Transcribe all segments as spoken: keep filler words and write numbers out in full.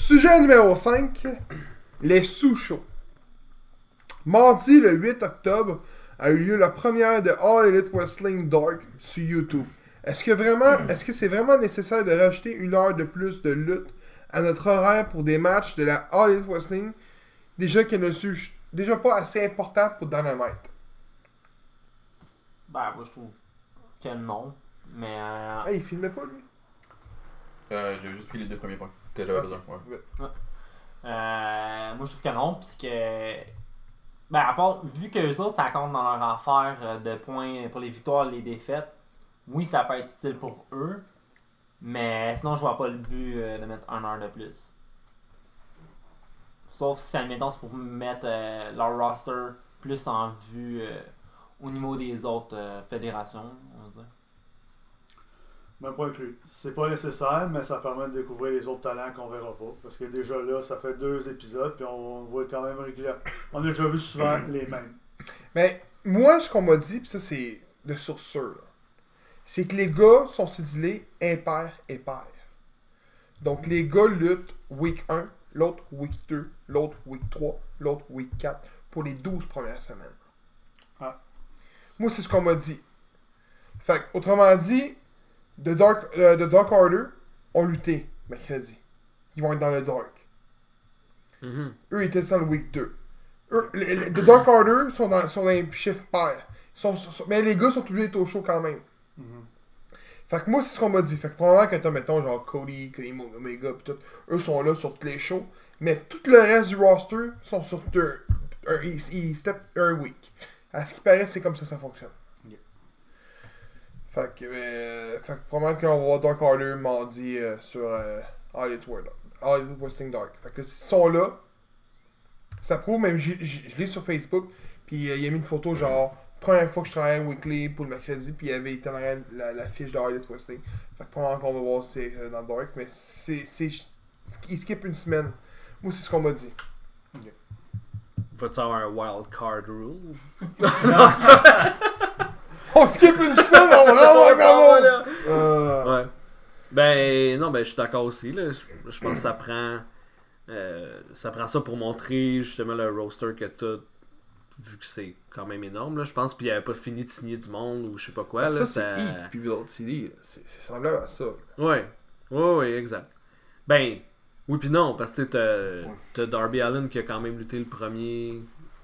Sujet numéro cinq. Les sous-shows. Mardi, le huit octobre, a eu lieu la première de All Elite Wrestling Dark sur YouTube. Est-ce que vraiment, est-ce que c'est vraiment nécessaire de rajouter une heure de plus de lutte à notre horaire pour des matchs de la All Elite Wrestling déjà qui ne sont déjà pas assez important pour Dynamite? Ben, moi je trouve que non. Mais. Euh... Ah, il filmait pas lui? Euh, j'ai juste pris les deux premiers points que j'avais besoin. Ouais. Ouais. Euh, moi je trouve que non, puisque. Ben, à part, vu que eux autres ça compte dans leur affaire de points pour les victoires et les défaites, oui, ça peut être utile pour eux. Mais sinon, je vois pas le but euh, de mettre une heure de plus. Sauf si, admettons, c'est pour mettre euh, leur roster plus en vue euh, au niveau des autres euh, fédérations, on va dire. Même pas inclus. C'est pas nécessaire, mais ça permet de découvrir les autres talents qu'on verra pas. Parce que déjà là, ça fait deux épisodes, puis on voit quand même régulièrement. On a déjà vu souvent les mêmes. Mais moi, ce qu'on m'a dit, pis ça c'est de source sûre, c'est que les gars sont cédulés impair et pair. Donc les gars luttent week un, l'autre week deux, l'autre week trois, l'autre week quatre pour les douze premières semaines. Ah. Moi, c'est ce qu'on m'a dit. Fait que, autrement dit, The Dark, euh, The Dark Order ont lutté mercredi. Ils vont être dans le Dark. Mm-hmm. Eux, ils étaient dans le week deux. Eux, les, les, The Dark Order sont dans, sont dans un chiffre pair. Sont, sont, mais les gars sont obligés d'être au show quand même. Mm-hmm. Fait que moi, c'est ce qu'on m'a dit. Fait que probablement que t'as, mettons, genre Cody, Cody Omega, pis tout, eux sont là sur tous les shows. Mais tout le reste du roster sont sur deux. Un, ils, ils step un week. À ce qui paraît, c'est comme ça ça fonctionne. Yeah. Fait que, euh, fait que probablement qu'on va voir Dark Order mardi euh, sur euh, All Elite World. All Elite Wrestling Dark. Fait que s'ils sont là, ça prouve, même je l'ai sur Facebook, puis euh, il a mis une photo genre. Première fois que je travaillais weekly pour le mercredi, puis il y avait été la, la, la fiche de All Elite Wrestling. Fait que probablement qu'on va voir c'est euh, dans le Dark, mais c'est. c'est il skip une semaine. Moi, c'est ce qu'on m'a dit. Okay. Faut-tu avoir un wild card rule? On skip une semaine, on va vraiment euh... Ouais. Ben, non, ben, je suis d'accord aussi, là. Je, je pense que ça prend. Euh, ça prend ça pour montrer justement le roster que t'as. Vu que c'est quand même énorme, là, je pense, puis il avait pas fini de signer du monde ou je sais pas quoi. Ah, là, ça, ça... c'est Heat, puis Velocity, c'est semblable à ça. Ouais, ouais, ouais, exact. Ben, oui puis non, parce que t'as, t'as Darby Allin qui a quand même lutté le premier,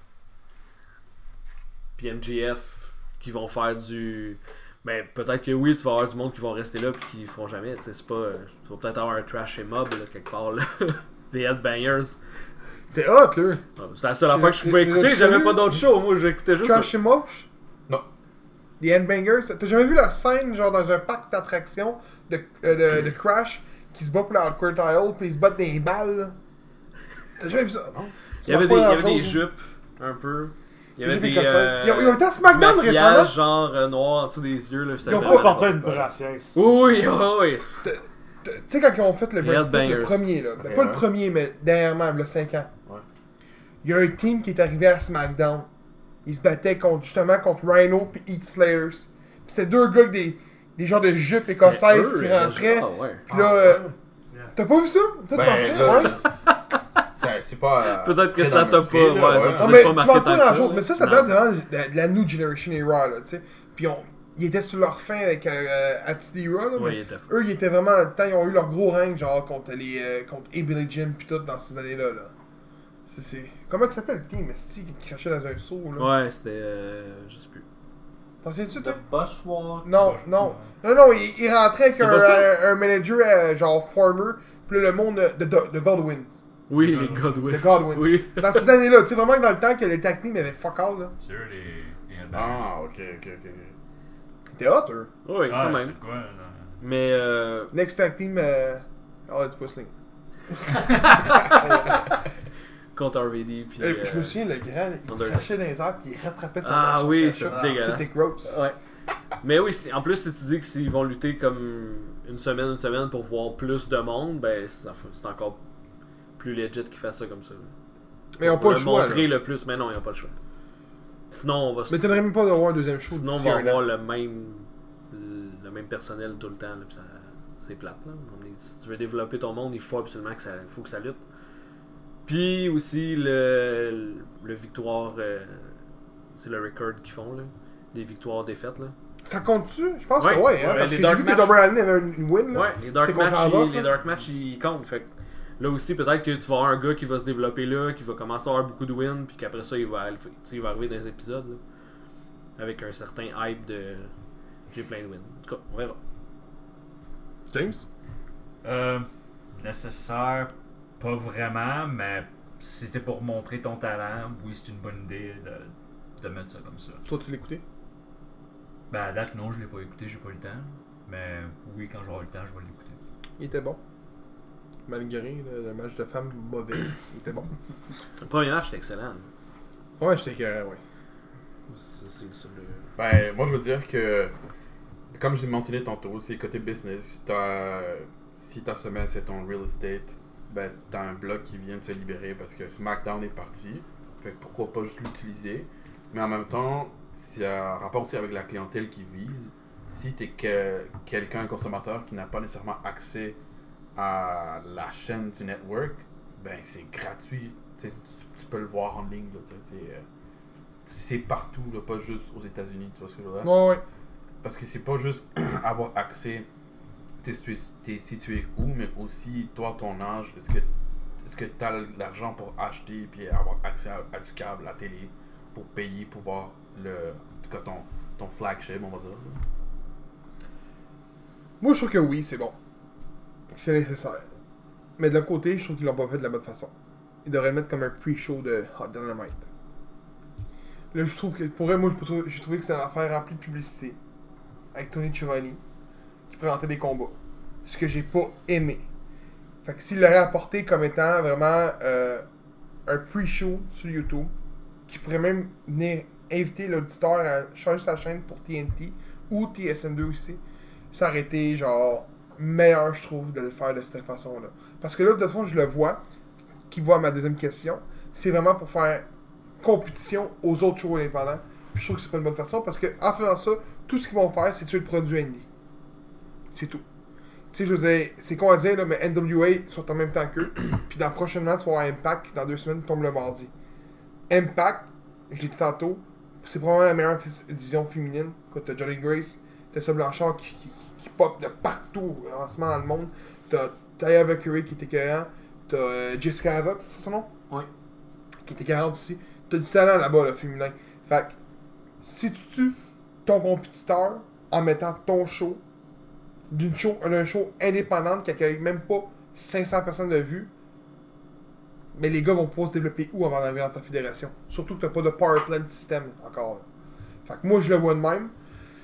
puis M J F qui vont faire du... Ben, peut-être que oui, tu vas avoir du monde qui vont rester là puis qui feront jamais, tu sais, c'est pas... Tu vas peut-être avoir un trash et mob, là, quelque part, là. Des headbangers. T'es hot, là! C'est la seule fois que je pouvais écouter, j'avais pas d'autres shows, moi j'écoutais juste... Trash et Mosh? Non. Les Headbangers, t'as jamais vu la scène, genre dans un parc d'attractions de, euh, de, de Crash, qui se bat pour la Hardcore Tile, puis ils se battent des balles, là? T'as jamais vu ça? Non? Il y avait des, il y avait des jupes, un peu. Il y avait des... Euh, ils, ont, ils ont été à SmackDown récemment! genre euh, noir en dessous des yeux, là. Ils ont pas porté une brassière. Oui, oui, oui. Tu sais, quand ils ont fait le Brad Pitt, le premier, là. Okay, pas ouais. le premier, mais dernièrement, il y a cinq ans. Ouais. Il y a un team qui est arrivé à SmackDown. Ils se battaient contre, justement contre Rhino et Heath Slayers. Puis c'était deux gars avec des, des genres de jupes écossaises qui rentraient. Ah, ouais. Puis là, euh, t'as pas vu ça? Toi, Ben, t'as vu ça? là, Ouais. c'est, c'est pas. Euh, Peut-être que très ça dans t'a l'esprit, pas. là, Ouais, ça ouais. t'a Non, mais pas tu marqué vois tant pas que ça. grand-chose. Mais ça, ça Non. date vraiment de, de la New Generation Era, là, tu sais. Puis on, ils étaient sur leur fin avec euh, Attitude Era, là. Ouais, mais il était fou. eux, ils étaient vraiment. Dans le temps, ils ont eu leur gros règne, genre, contre les. Euh, contre Billy Jim pis tout, dans ces années-là, là. C'est, c'est... Comment il s'appelle le team, Esti, qui crachait dans un seau, là? Ouais, c'était. Euh, je sais plus. T'en souviens-tu, toi? Le Bushwalk. Non, non. Non, non, il, il rentrait avec C'était un, pas ça? un, un manager, euh, genre, farmer, pis là, le monde de, de, de Godwin. Oui, les Godwins. De Godwin. Oui. C'est dans ces années-là, tu sais, vraiment que dans le temps que les tag team avaient fuck all, là. C'est eux les. les Ah, ok, ok, ok. C'était hot, eux. Oui, ah, quand même. c'est quoi, là? Mais. Euh... Next tag team, euh. All Elite Wrestling. Contre R V D. Puis, Euh, euh, je me souviens, le grand, il Thunder. crachait dans les airs, puis il rattrapait son Ah son oui, crachat. c'est dégueulasse. C'était gross. Ouais. Mais oui, si- en plus, si tu dis que s'ils vont lutter comme une semaine, une semaine pour voir plus de monde, ben ça fait- c'est encore plus legit qu'ils fassent ça comme ça. Mais ils ont Pour pas le choix, montrer là. le plus, mais non, ils n'ont pas le choix. Sinon, on va se- Mais t'aimerais même pas d'avoir un deuxième show sinon on d'ici va un avoir an. le même le même personnel tout le temps, là, puis ça, c'est plate. Là. On est- si tu veux développer ton monde, il faut absolument que ça, faut que ça lutte. Puis aussi, le, le victoire, euh, c'est le record qu'ils font, là, des victoires-défaites. Là. Ça compte-tu? Je pense Ouais, que ouais, hein, ouais, parce les que j'ai dark vu que match. Darby Allin avait une une win. Là. Ouais, les dark, C'est contre match, Havoc, ils, les là. dark match, ils comptent. Fait que là aussi, peut-être que tu vas avoir un gars qui va se développer là, qui va commencer à avoir beaucoup de wins, puis qu'après ça, il va, tu sais, il va arriver dans les épisodes là, avec un certain hype de j'ai plein de wins. En tout cas, on verra. James? Euh, nécessaire, pas vraiment, mais si c'était pour montrer ton talent, oui, c'est une bonne idée de, de mettre ça comme ça. Toi, tu l'écoutais? Ben, à date, non, je l'ai pas écouté, j'ai pas eu le temps. Mais oui, quand j'aurai le temps, je vais l'écouter. Il était bon. Malgré le, le match de femmes mauvais. Il était bon. Le premier match, c'était excellent. Ouais, j'étais que ouais. C'est, c'est, c'est le... Ben, moi, je veux dire que, comme je l'ai mentionné tantôt, c'est côté business. T'as, si ta semaine, c'est ton real estate, ben, t'as un bloc qui vient de se libérer parce que SmackDown est parti. Fait que pourquoi pas juste l'utiliser. Mais en même temps, c'est un rapport aussi avec la clientèle qui vise. Si t'es que, quelqu'un, un consommateur, qui n'a pas nécessairement accès à la chaîne du network, ben, c'est gratuit. Tu, sais, tu, tu peux le voir en ligne. Là, tu sais, c'est, euh, c'est partout, là, pas juste aux États-Unis, tu vois ce que je veux dire? Ouais, ouais. Parce que c'est pas juste avoir accès, t'es situé, t'es situé où, mais aussi toi, ton âge, est-ce que est-ce que t'as l'argent pour acheter puis avoir accès à, à du câble, à la télé, pour payer, pour voir le, en tout cas ton, ton flagship, on va dire. Là. Moi, je trouve que oui, c'est bon. C'est nécessaire. Mais de l'autre côté, je trouve qu'ils l'ont pas fait de la bonne façon. Ils devraient le mettre comme un pre-show de Hot Dynamite. Là, je trouve que, pour vrai, moi, j'ai trouvé que c'était une affaire remplie de publicité. Avec Tony Schiavone, qui présentait des combats. Ce que j'ai pas aimé. Fait que s'il l'aurait apporté comme étant vraiment euh, un pre-show sur YouTube, qui pourrait même venir inviter l'auditeur à changer sa chaîne pour T N T ou T S N deux aussi, ça aurait été genre meilleur, je trouve, de le faire de cette façon-là. Parce que là, de toute façon, je le vois, qui voit ma deuxième question, c'est vraiment pour faire compétition aux autres shows indépendants. Puis je trouve que c'est pas une bonne façon parce que en faisant ça, tout ce qu'ils vont faire, c'est tuer le produit indie. C'est tout. Tu sais, je veux dire, c'est con à dire, là, mais N W A sont en même temps qu'eux. Puis dans prochainement, tu vas avoir Impact qui, dans deux semaines, tombe le mardi. Impact, je l'ai dit tantôt, c'est probablement la meilleure f- division féminine. Écoute, t'as Johnny Grace, t'as Tessa Blanchard qui, qui, qui pop de partout en ce moment dans le monde. T'as Taya Valkyrie qui est écœurant. T'as euh, Jessica Havoc, c'est ça son nom? Oui. Qui est écœurante aussi. T'as du talent là-bas, là, féminin. Fait que, si tu tues ton compétiteur en mettant ton show d'une show, d'un show indépendante qui accueille même pas cinq cents personnes de vue, mais les gars vont pouvoir se développer où avant d'arriver dans ta fédération? Surtout que t'as pas de power plant système encore. Là. Fait que moi je le vois de même.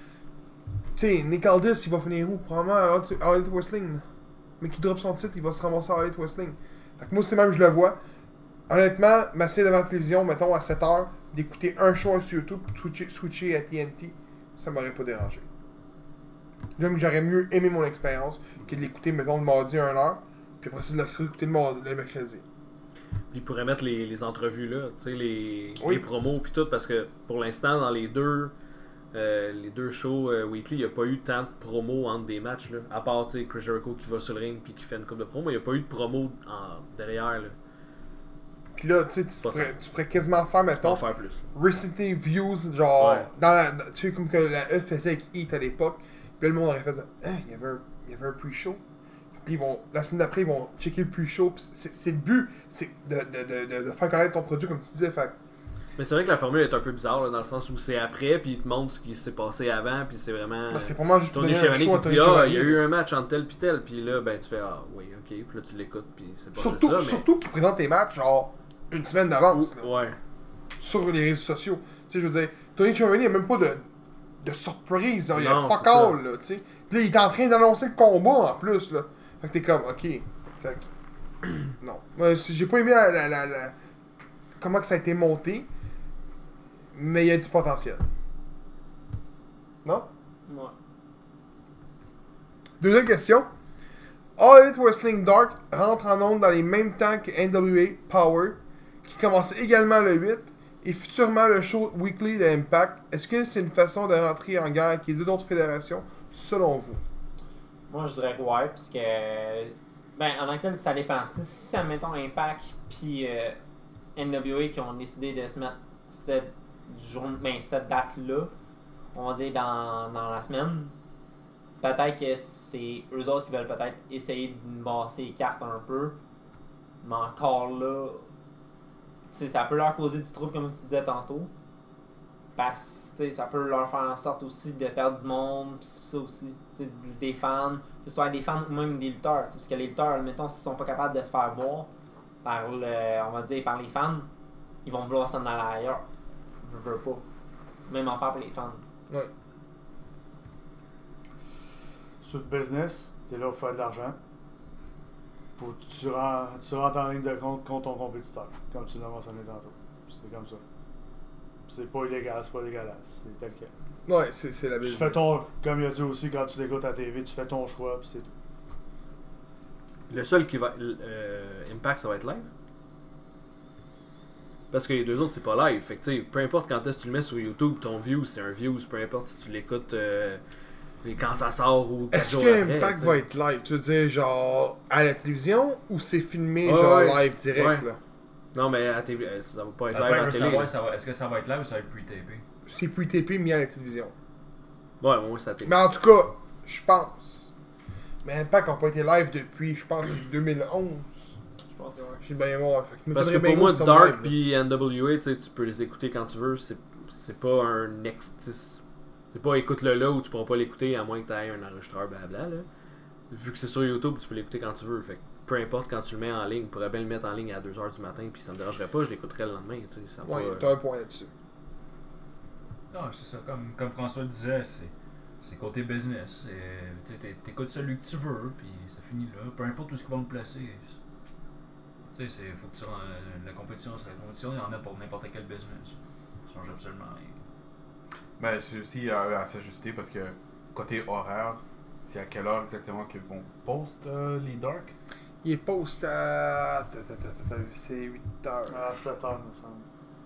Tu sais, Nick Aldis, il va finir où? Probablement à All Elite Wrestling. Là. Mais qui drop son titre, il va se ramasser à All Elite Wrestling. Fait que moi c'est même je le vois. Honnêtement, m'asseoir devant la télévision, mettons à sept heures, d'écouter un show sur YouTube, switcher, switcher à T N T, ça m'aurait pas dérangé. Même j'aurais mieux aimé mon expérience que de l'écouter, mettons, le mardi à une heure, puis après ça de l'écouter le, mardi, le mercredi. Ils pourraient mettre les, les entrevues là, tu sais, les, Oui. les promos puis tout, parce que pour l'instant, dans les deux euh, les deux shows euh, weekly, il n'y a pas eu tant de promos entre des matchs, là. À part, tu sais, Chris Jericho qui va sur le ring puis qui fait une coupe de promos, il n'y a pas eu de promo en, derrière, là. Puis là, tu sais, tu Pas pourrais, tu pourrais quasiment faire, On mettons, va en faire plus. recently views, genre, Ouais. dans la, tu sais, comme que la E faisait avec Heat à l'époque, puis là, le monde aurait fait, hein, il y avait un, il y avait un pre-show. Puis ils vont, la semaine d'après, ils vont checker le pre-show, puis c'est, c'est le but, c'est de, de, de, de, de faire connaître ton produit, comme tu disais, fait Mais c'est vrai que la formule est un peu bizarre, là, dans le sens où c'est après, puis il te montre ce qui s'est passé avant, puis c'est vraiment... ben, c'est pour moi juste Tony donner un Schiavone show à qui Tony dit « Ah, Schiavone. il y a eu un match entre tel puis tel », puis là, ben, tu fais « Ah, oui, ok », puis là, tu l'écoutes, puis c'est pas Surtout, ça, mais... surtout qu'ils présentent tes matchs, genre, une semaine d'avance, là, Ouais. sur les réseaux sociaux. Tu sais, je veux dire, Tony Schiavone, il n'y a même pas de, de surprise, là, il y a Non, fuck c'est all, là, tu sais. Puis là, il est en train d'annoncer le combat, en plus, là. Fait que t'es comme, ok. Fait que... non. Moi, si- j'ai pas aimé la, la, la, la- comment que ça a été monté, mais il y a du potentiel. Non? Ouais. Deuxième question. All Elite Wrestling Dark rentre en onde dans les mêmes temps que N W A Power, qui commence également le huit, et futurement le show weekly de Impact. Est-ce que c'est une façon de rentrer en guerre avec les deux autres fédérations, selon vous? Moi, je dirais que ouais, parce que. Ben, en tant que tel, ça dépend. T'sais, si ça, mettons, Impact puis euh, N W A qui ont décidé de se mettre cette, journée, ben, cette date-là, on va dire dans, dans la semaine, peut-être que c'est eux autres qui veulent peut-être essayer de basser les cartes un peu. Mais encore là, t'sais, ça peut leur causer du trouble, comme tu disais tantôt. Parce que ça peut leur faire en sorte aussi de perdre du monde, pis ça aussi, des fans, que ce soit des fans ou même des lutteurs. Parce que les lutteurs, mettons, s'ils sont pas capables de se faire voir par le, on va dire, par les fans, ils vont vouloir s'en aller ailleurs. Je veux pas. Même en faire pour les fans. Ouais. Sur le business, t'es là pour faire de l'argent. Pour, tu, rentres, tu rentres en ligne de compte contre ton compétiteur, comme tu l'as mentionné tantôt. C'est comme ça. C'est pas illégal, c'est pas légal, c'est tel quel. Ouais, c'est, c'est la Tu business. fais ton, comme il a dit aussi quand tu l'écoutes à la T V, tu fais ton choix, puis c'est tout. Le seul qui va. Euh, Impact, ça va être live. Parce que les deux autres, c'est pas live. Fait que tu sais, peu importe quand est-ce que tu le mets sur YouTube, ton view, c'est un view. Peu importe si tu l'écoutes euh, quand ça sort ou quatre Est-ce jours que après, Impact t'sais. va être live? Tu veux dire, genre, à la télévision ou c'est filmé, Ouais, genre, ouais. live direct, Ouais. là? Non, mais à la T V, euh, ça va pas être Enfin, live à je la veux télé. savoir, là. ça va- est-ce que ça va être là ou ça va être pre-tapé? C'est pre-tapé mis à la télévision. Ouais, moi, c'est à la télé. Mais en tout cas, je pense. Mais Impact n'a pas été live depuis, je pense, deux mille onze. Je pense que ouais. J'ai bien voir. Fait que Parce que m'étonnerait pour moi, bien gros Dark live, là. puis N W A, tu sais, tu peux les écouter quand tu veux. C'est, c'est pas un next. C'est c'est pas écoute-le là où tu pourras pas l'écouter à moins que tu aies un enregistreur blabla. Là. Vu que c'est sur YouTube, tu peux l'écouter quand tu veux. Fait que peu importe quand tu le mets en ligne, tu pourrais bien le mettre en ligne à deux heures du matin puis ça me dérangerait pas, je l'écouterais le lendemain. Tu sais, ça va Ouais, pas- t'as un point là-dessus. Non, c'est ça. Comme, comme François le disait, c'est, c'est côté business. C'est- tu sais, t'é- T'écoutes celui que tu veux, puis ça finit là. Peu importe où ils vont le placer. Tu sais, c'est- faut que tu rends- la compétition, c'est la compétition, il y en a pour n'importe quel business. Ça change absolument rien. Ben, c'est aussi à, à s'ajuster parce que côté horaire, c'est à quelle heure exactement qu'ils vont post euh, les Dark? Il est post à. Attends, attends, attends, attends, c'est huit heures. À sept heures, me semble.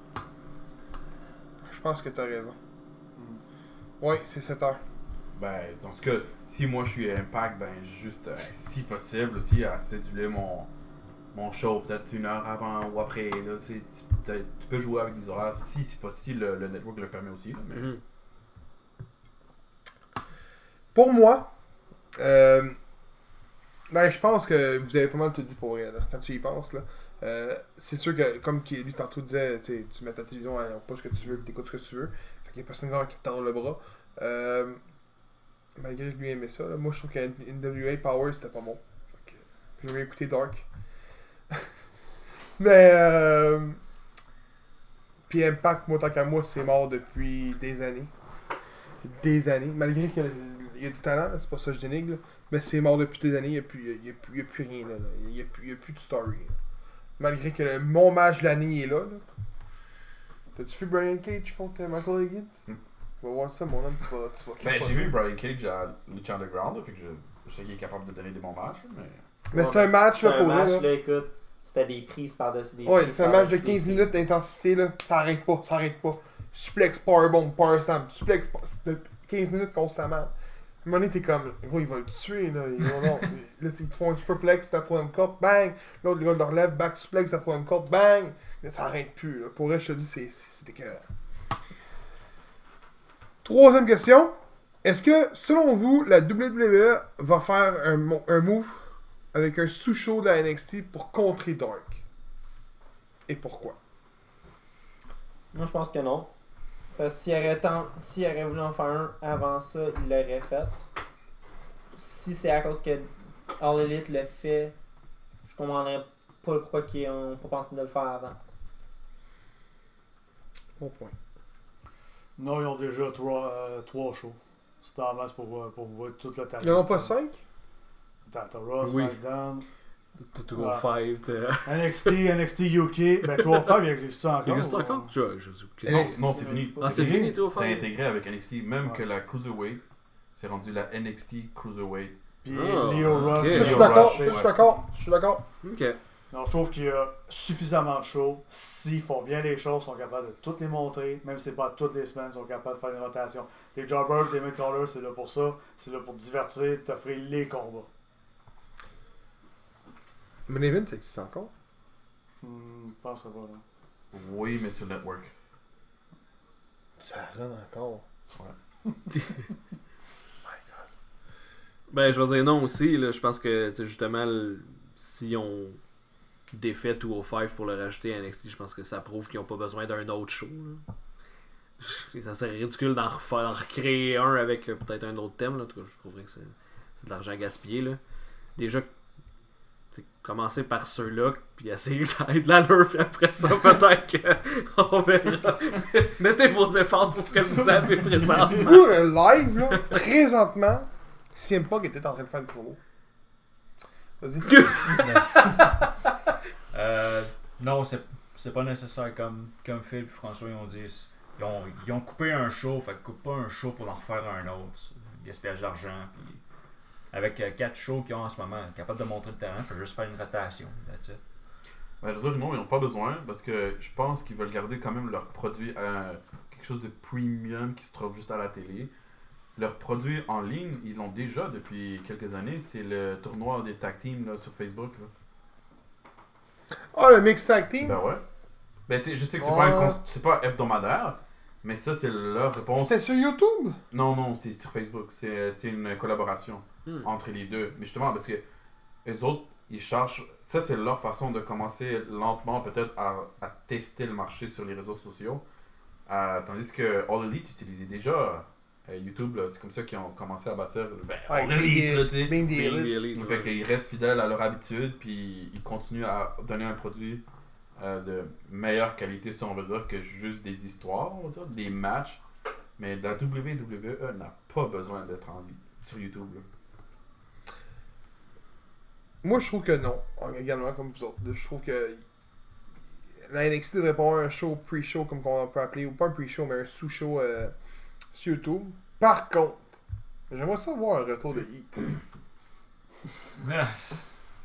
Je pense que t'as raison. Hmm. Ouais, c'est sept heures. Ben, dans ce cas, si moi je suis Impact, ben, juste, euh, si possible aussi, à céduler mon, mon show peut-être une heure avant ou après. Là, c'est, tu, peut-être- tu peux jouer avec des horaires si, si, pas- si le, le network le permet aussi. Là, mais... Mhm. Pour moi, euh, ben, je pense que vous avez pas mal tout dit pour vrai, là, quand tu y penses. Là. Euh, c'est sûr que, comme qui- lui tantôt disait, tu tu mets ta télévision à pas ce que tu veux, tu écoutes ce que tu veux. Fait qu'il y a personne vraiment qui te tend le bras. Euh, malgré que lui aimait ça, là, moi je trouve que N W A Power c'était pas bon. Fait que j'ai écouté Dark. Mais, euh, puis Impact, moi tant qu'à moi, c'est mort depuis des années. Des années. Malgré qu'il y a du talent, là, c'est pas ça que je dénigre, là, mais c'est mort depuis des années, il n'y a, plus- il y a, plus- il y a plus rien là. là. Il n'y a, plus- il y a plus de story. là. Malgré que le- mon match de l'année il est là. là. T'as-tu vu Brian Cage contre Michael Higgins? Hmm. Tu vas voir ça, mon homme, tu vas, tu vas Ben, capoter. j'ai vu Brian Cage à Lucha Underground, là, fait que je, je sais qu'il est capable de donner des bons matchs, mais... Mais c'est un match là C'était pour un vrai. match, là. là, écoute, c'était des prises par-dessus des Ouais, prises c'est un match de par-dessus des quinze prises. minutes d'intensité là. Ça arrête pas, ça arrête pas. Suplex, powerbomb, power slam, suplex, power- c'est de quinze minutes constamment. À un moment donné, t'es comme, gros, il va le tuer, là. Ils vont, non. Là, ils te font un superplex, c'est la troisième corde, bang! L'autre, le gars le relève, back suplex, c'est la troisième corde, bang! Là, ça arrête plus, là. Pour vrai, je te dis, c'est, c'est, c'est écœurant. Troisième question. Est-ce que, selon vous, la W W E va faire un, mo- un move avec un sous-show de la N X T pour contrer Dark? Et pourquoi? Moi, je pense que non. Parce que s'il aurait, tant... s'il aurait voulu en faire un avant ça, il l'aurait fait. Si c'est à cause que All Elite le fait, je comprendrais pas pourquoi ils n'ont pas pensé de le faire avant. Bon point. Non, ils ont déjà trois, euh, trois shows. C'est en masse pour, euh, pour voir tout le talent. Ils n'en ont pas cinq? Attends, t'as Raw, Oui. SmackDown, T'as tout au five, t'as- N X T, N X T U K. Ben, trois five, il existe encore? Il existe ou- encore? Je, je sais Et- Non, non, c'est fini. Ah, c'est fini, tout au C'est five? intégré avec N X T, même Ouais. que la Cruiserweight, c'est rendu la N X T Cruiserweight. Puis Ah, Leo ok. Rush. Ça, je suis Leo d'accord, Rush, ça, je suis ouais. d'accord, je suis d'accord. Ok. Non, je trouve qu'il y a suffisamment de shows. S'ils font bien les choses, ils sont capables de toutes les montrer, même si c'est pas toutes les semaines, ils sont capables de faire une rotation. Les jobbers, les mid-callers, c'est là pour ça. C'est là pour divertir, t'offrir les combats. Main Event, ça existe encore? Hmm, je pense pas, là. Oui, mais sur le network. Ça rend encore. Ben, je vais dire non aussi. Là. Je pense que, tu sais, justement, le- si on défait deux cent cinq pour le rajouter à N X T, je pense que ça prouve qu'ils n'ont pas besoin d'un autre show. Là. Ça serait ridicule d'en, refaire, d'en recréer un avec euh, peut-être un autre thème. Là. En tout cas, je trouverais que c'est, c'est de l'argent gaspillé. Là. Déjà, t'sais, commencer par ceux-là, puis essayer que ça ait de l'allure, puis après ça, peut-être qu'on verra. Mettez vos efforts sur ce que vous avez présentement. Vous, un live, là, présentement, C M Punk était en train de faire une promo. Vas-y. Yes. euh, non, c'est, c'est pas nécessaire comme, comme Phil et François ils ont dit. Ils ont, ils ont coupé un show, fait que coupe pas un show pour en refaire un autre. Gaspillage d'argent. Puis avec euh, quatre shows qu'ils ont en ce moment, capable de montrer le talent, faut juste faire une rotation. That's it. Ben, je veux dire, non, ils n'ont pas besoin parce que je pense qu'ils veulent garder quand même leur produit à quelque chose de premium qui se trouve juste à la télé. Leurs produits en ligne, ils l'ont déjà depuis quelques années. C'est le tournoi des tag teams là, sur Facebook. Là. Ah, le Mixed Tag Team? Ben ouais. Ben, tu sais, je sais que c'est, Ouais. pas un cons- c'est pas hebdomadaire, mais ça, c'est leur réponse. C'était sur YouTube? Non, non, c'est sur Facebook. C'est, c'est une collaboration Hmm. entre les deux. Mais justement, parce que les autres, ils cherchent. Ça, c'est leur façon de commencer lentement, peut-être, à, à tester le marché sur les réseaux sociaux. Euh, tandis que All Elite utilisait déjà euh, YouTube. Là. C'est comme ça qu'ils ont commencé à bâtir. Ben, Ouais, All Elite, là, tu sais. Being the Being the Elite. Elite, Fait ouais. qu'ils restent fidèles à leur habitude, puis ils continuent à donner un produit euh, de meilleure qualité, si on veut dire, que juste des histoires, on va dire, des matchs. Mais la W W E n'a pas besoin d'être en ligne sur YouTube. Là. Moi, je trouve que non. Également, comme vous autres. Je trouve que la N X T devrait pas avoir un show pre-show, comme on peut appeler, ou pas un pre-show, mais un sous-show euh, sur YouTube. Par contre, j'aimerais ça voir un retour de Heat. Yes.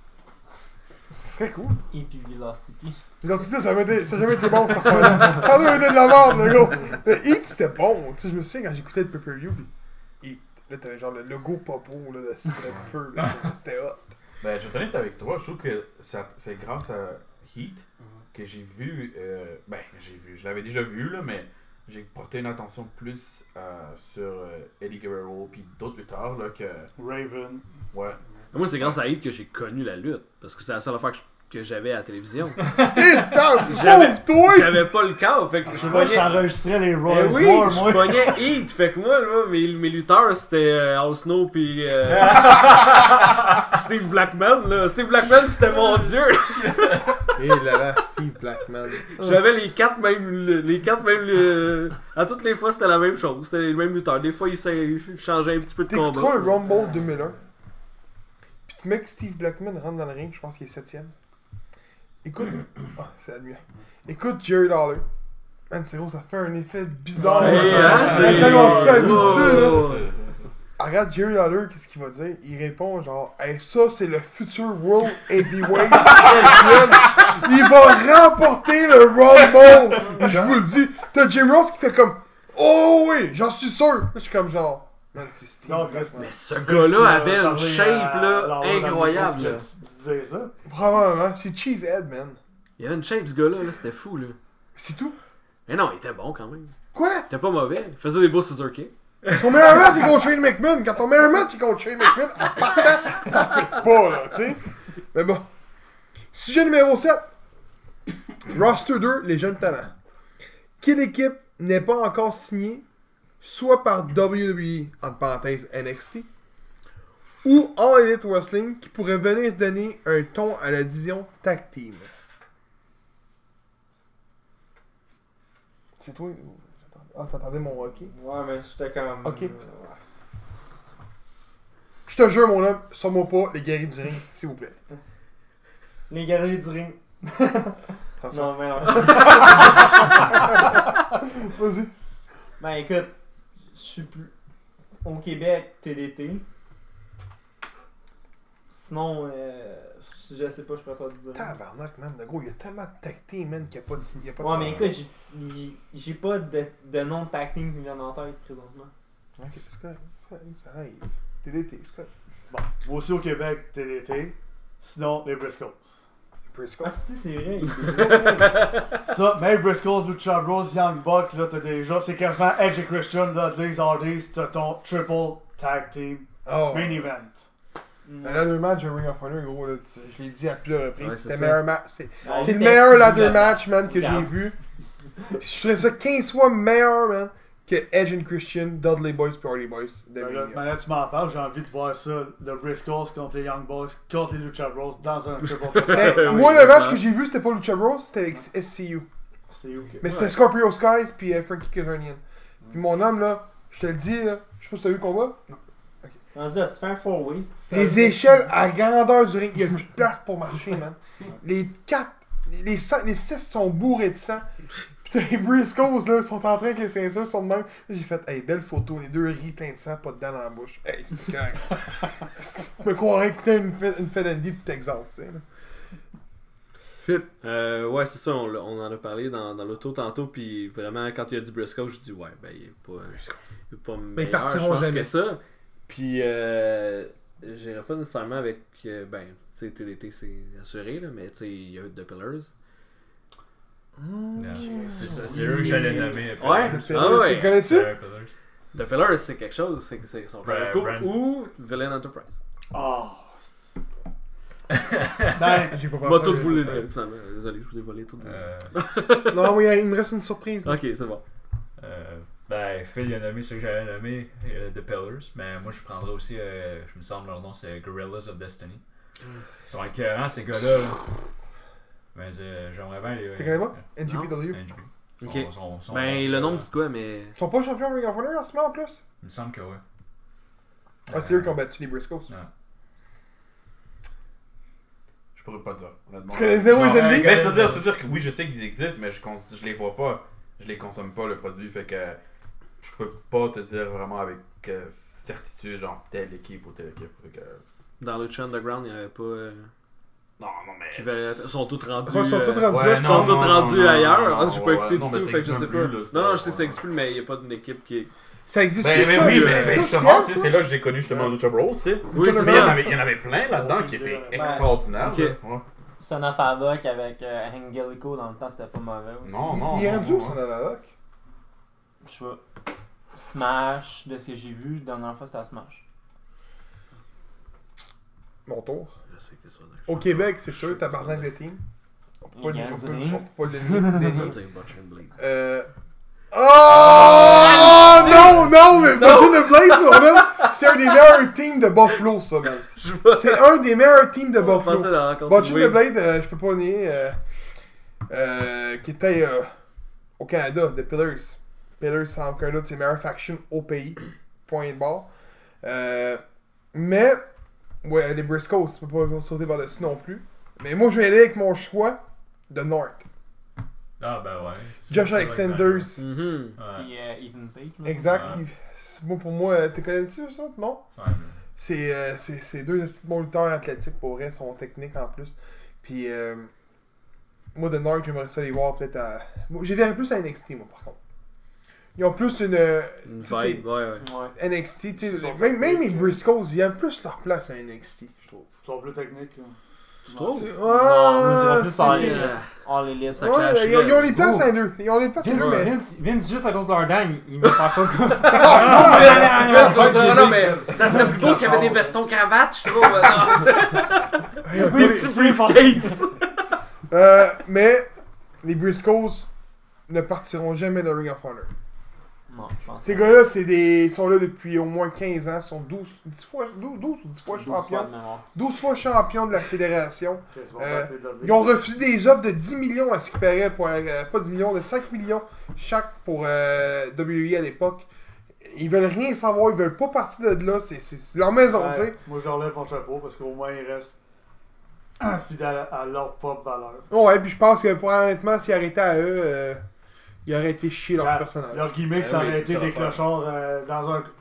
Ce serait cool. Et puis Velocity. L'identité, ça n'a jamais, été- ça a jamais été bon, cette affaire-là. Ça a jamais été de la merde, le gars. Le Heat, c'était bon. Tu sais, je me souviens quand j'écoutais le pay-per-view, pis Heat. Là, t'avais genre le logo popo, là, de, de feu, là. C'était- C'était hot. Ben, je vais être honnête avec toi, je trouve que ça, c'est grâce à Heat que j'ai vu, euh, ben, j'ai vu, je l'avais déjà vu, là, mais j'ai porté une attention plus euh, sur euh, Eddie Guerrero puis d'autres lutteurs, là, que, Raven. ouais. Moi, c'est grâce à Heat que j'ai connu la lutte. Parce que c'est la seule affaire que, je- que j'avais à la télévision. Hé, t'as J'avais- pauvre toi! J'avais pas le câble. Fait que je C'est moi, je pognais. t'enregistrais les Eh Royals oui, War, je moi. pognais Heat. Fait que moi, là, mes, mes lutteurs, c'était euh, Al Snow pis euh, Steve Blackman. Là. Steve Blackman, c'était mon dieu. Et là là, Steve Blackman. J'avais les quatre mêmes. Les quatre mêmes. euh, à toutes les fois, c'était la même chose. C'était les mêmes lutteurs. Des fois, ils s'est- changeaient un petit peu de combat. T'écouteras un Rumble deux mille un. Puis le mec Steve Blackman rentre dans le ring, je pense qu'il est septième. Écoute. Ah, c'est la lumière. Écoute Jerry Lawler. Man, c'est gros, ça fait un effet bizarre. Hey, ça. hein, Mais c'est- tellement on s'habitue, là. Oh. Regarde Jerry Lawler, qu'est-ce qu'il va dire? Il répond genre, hey, ça c'est le futur World Heavyweight Champion. Il va remporter le Rumble. Je vous le dis. T'as Jim Ross qui fait comme, oh oui, j'en suis sûr. Là, je suis comme genre, man, c'est Steve Non, Blackman. mais Ce gars-là avait une Parler shape à- là, à Laura incroyable. Danilo, Là. puis Tu tu disais ça. Probablement, c'est Cheesehead, man. Il avait une shape, ce gars-là, là, c'était fou. Là. C'est tout. Mais non, il était bon quand même. Quoi? Il était pas mauvais. Il faisait des beaux scissor kicks. Son meilleur match, c'est contre Shane McMahon. Quand ton meilleur match, c'est contre Shane McMahon, en partant, ça fait pas, là, tu sais. Mais bon. Sujet numéro sept. Roster deux, les jeunes talents. Quelle équipe n'est pas encore signée, soit par W W E, entre parenthèses N X T, ou All Elite Wrestling, qui pourrait venir donner un ton à la division Tag Team? C'est toi? Ah, t'entendais mon hockey? Ouais, mais j'étais comme. Ok. euh, Je te jure, mon homme, sors-moi pas les guerriers du ring, s'il vous plaît. Les guerriers du ring. François. Non, mais non. Vas-y. Ben écoute, je suis plus. Au Québec, T D T. Sinon, euh, Je, je sais pas, je pourrais pas te dire. Tabarnak, man. Le gros, il y a tellement de tag team, man, qu'il n'y a pas de. Il y a pas de Ouais, mais écoute, j'ai- j'ai pas de, de nom de tag team qui me vient en tête présentement. Ok, c'est correct. c'est correct, Ça arrive. T D T, c'est correct. Bon, moi aussi au Québec, T D T. Sinon, les Briscoes. Briscoe. Ah, si, c'est vrai. Ça, même Briscoes, Lucha Bros, Young Buck, là, t'as déjà. C'est quasiment Edge et Christian, Dudley's, Hardys, t'as ton triple tag team Oh. main event. Le ladder match de Ring of Honor, gros, là, tu- je l'ai dit à plusieurs reprises, Ouais, c'était c'est le ça. meilleur match. C'est Ouais, c'est le il meilleur était ladder si match, man, que j'ai Regarde. vu. Puis je trouvais ça quinze fois meilleur, man, que Edge and Christian, Dudley Boys puis Hardy Boys de Ben là, Mania. maintenant, tu m'en parles, j'ai envie de voir ça, de Briscoes contre les Young Bucks, contre les Lucha Bros, dans un triple threat. Mais Oui, moi, le match exactement. que j'ai vu, c'était pas Lucha Bros, c'était avec S C U. C'est ok. Mais c'était Scorpio Skies puis euh, Frankie Kazarian. Puis mon homme, là, je te le dis, là, je sais pas si t'as vu le combat. On se dit, tu fais un four way. Les échelles à grandeur du ring, il y a plus de place pour marcher, man. Les quatre, les, cinq, les six sont bourrés de sang. Putain, les Briscoes, là, sont en train que les ceintures sont de même. Là, j'ai fait, hey, belle photo, les deux rient plein de sang, pas de dents dans la bouche. Hey, c'est correct. Je me croirais écouter une, fête- une Fed Andy du Texas, tu sais, là. Shit. Euh, ouais, c'est ça, on, l'a- on en a parlé dans, dans l'auto tantôt, puis vraiment, quand il a dit Briscoe, je dis ouais, ben, il est pas, il est pas meilleur, partiront je pense, jamais. que ça. Puis, euh, j'irai pas nécessairement avec, euh, ben, tu sais, T D T, c'est assuré, là, mais tu sais, il y a The Pillars. Non, C'est ça, c'est eux que j'allais nommer. Ouais. The Ah Pillars, ouais. tu connais-tu? Ouais, Pillars. The Pillars, c'est quelque chose, c'est que c'est son Brand- frère couple Brand- ou Villain Enterprise. Oh, c'est- ben, J'ai pas Moi, pensé à tout vous le ça. dire, finalement. Désolé, je vous ai volé tout. Euh, Non, oui, il me reste une surprise. là. Ok, c'est bon. euh, ben, Phil il a nommé ceux que j'allais nommer, euh, The Pillars, mais moi je prendrais aussi, euh, je me semble leur nom c'est Gorillas of Destiny. Ils sont écœurants ces gars-là. là. Mais euh, j'aimerais bien les. T'es connais pas? euh, N G P W. N G P. Ils Ok. sont- sont- sont bons, Ben, ces le nom gars-là. me dit quoi, mais. Ils sont pas champions Ring of Honor en ce moment en plus? Il me semble que oui. Ah, c'est eux qui ont battu les Briscoes. Je pourrais pas dire. honnêtement. Tu connais zéro Non, les N B? Mais c'est-à-dire, c'est-à-dire que oui, je sais qu'ils existent, mais je, cons- je les vois pas. Je les consomme pas, le produit. Fait que je peux pas te dire vraiment avec euh, certitude, genre telle équipe ou telle équipe. Fait que... Dans le Underground, il n'y en avait pas. euh, Non, non, mais. qui veulent- Ils sont tous rendus. Ils sont tous euh, rendus ouais, là. Ils non, sont tous non, rendus non, ailleurs. non, Ah, j'ai pas ouais, écouté non, du mais tout, ça fait que je existe sais même pas. plus, là, Non, non, ça, je sais que ça ouais. existe plus, mais il n'y a pas d'une équipe qui est. Ça existe Ben, ça, ben oui, le- mais, c'est mais justement, officiel, tu sais, ça? c'est là que j'ai connu justement Lucha Bros, tu sais. Oui, c'est Mais il y en ça. avait, il y en avait plein là-dedans qui étaient extraordinaires. Ok. là. Ouais. Son of Havoc avec euh, Angelico dans le temps, c'était pas mauvais aussi. Non, non. Il est non, rendu où, non. son Avaloc? Je sais pas. Smash, de ce que j'ai vu, la dernière fois c'était à Smash. Mon tour. Je sais que ça. Au Québec, c'est sûr, tabarnak de team. On peut pas le Il y a on du peut- ring. on peut pas le dénier. On va dénier. dire Butcher and Blade. Euh... Oh non, non, mais Butcher the Blaze, mon homme, c'est un des meilleurs teams de Buffalo, ça, man. C'est un des meilleurs teams de On Buffalo. pensait la rencontre. Butcher the Blade, euh, je peux pas nier, euh, euh, qui était euh, au Canada, The Pillars. Pillars, c'est encore une de ses meilleures factions au pays. Point de barre. Euh, mais, ouais, les Briscoes, tu peux pas sauter par-dessus non plus. Mais moi, je vais aller avec mon choix de North. Ah, ben ouais. C'est- Josh c'est Alexander. Mhm. Ouais. Puis euh, Ethan Page. là. Exact. Ouais. il- c'est- moi, pour moi, euh, t'es connais-tu ça? Non? Ouais, mais- C'est euh, c'est- c'est deux petits bons lutteurs athlétiques pour vrai, sont techniques en plus. Puis, euh, moi, de North, j'aimerais ça les voir peut-être à. Moi, je les verrais plus à N X T, moi, par contre. Ils ont plus une. euh, Une tu sais, vibe, ouais, ouais. Ouais. c'est N X T, tu sais. Ils sont Même, même les techniques, Briscoes, ils aiment plus leur place à N X T, je trouve. ils sont plus techniques. là. Tu trouves? C'est- Non, on dirait Ouais, plus c'est- en c'est- ligne. All Elite. Ça clash, Ouais, ils ont, ils ont les là. places Oh. à deux. Ils ont les places à Vince, deux, mais. Vince, Vince, juste à cause de leur dame, il, il me fait faire fuck off. Ah, Tu vas dire, non, mais ça ça serait plutôt s'il y avait des vestons cravates, je trouve. Non, mais- Des petits briefcases. Euh, mais les Briscoes ne partiront jamais de Ring of Honor. Non, je pense Ces pas. gars-là, c'est des... ils sont là depuis au moins quinze ans. Ils sont douze, dix fois, douze, douze ou dix fois douze fois champions. de mémoire. douze fois champions de la fédération. Ok, ils vont Euh, battre les Dudley. Ils ont refusé des offres de dix millions à ce qui paraît. Pour, euh, pas dix millions, de cinq millions chaque pour euh, W W E à l'époque. Ils veulent rien savoir. Ils veulent pas partir de là. C'est c'est leur maison, tu Ouais, sais. moi, je leur lève mon chapeau parce qu'au moins, ils restent fidèles à leur propre valeur. Ouais, puis je pense que pour honnêtement, s'ils arrêtaient à eux, euh, ils auraient été chier leur Leur- personnage. Leur gimmick, Ben ça oui, aurait c'est été ça des l'affaire. clochards euh, dans un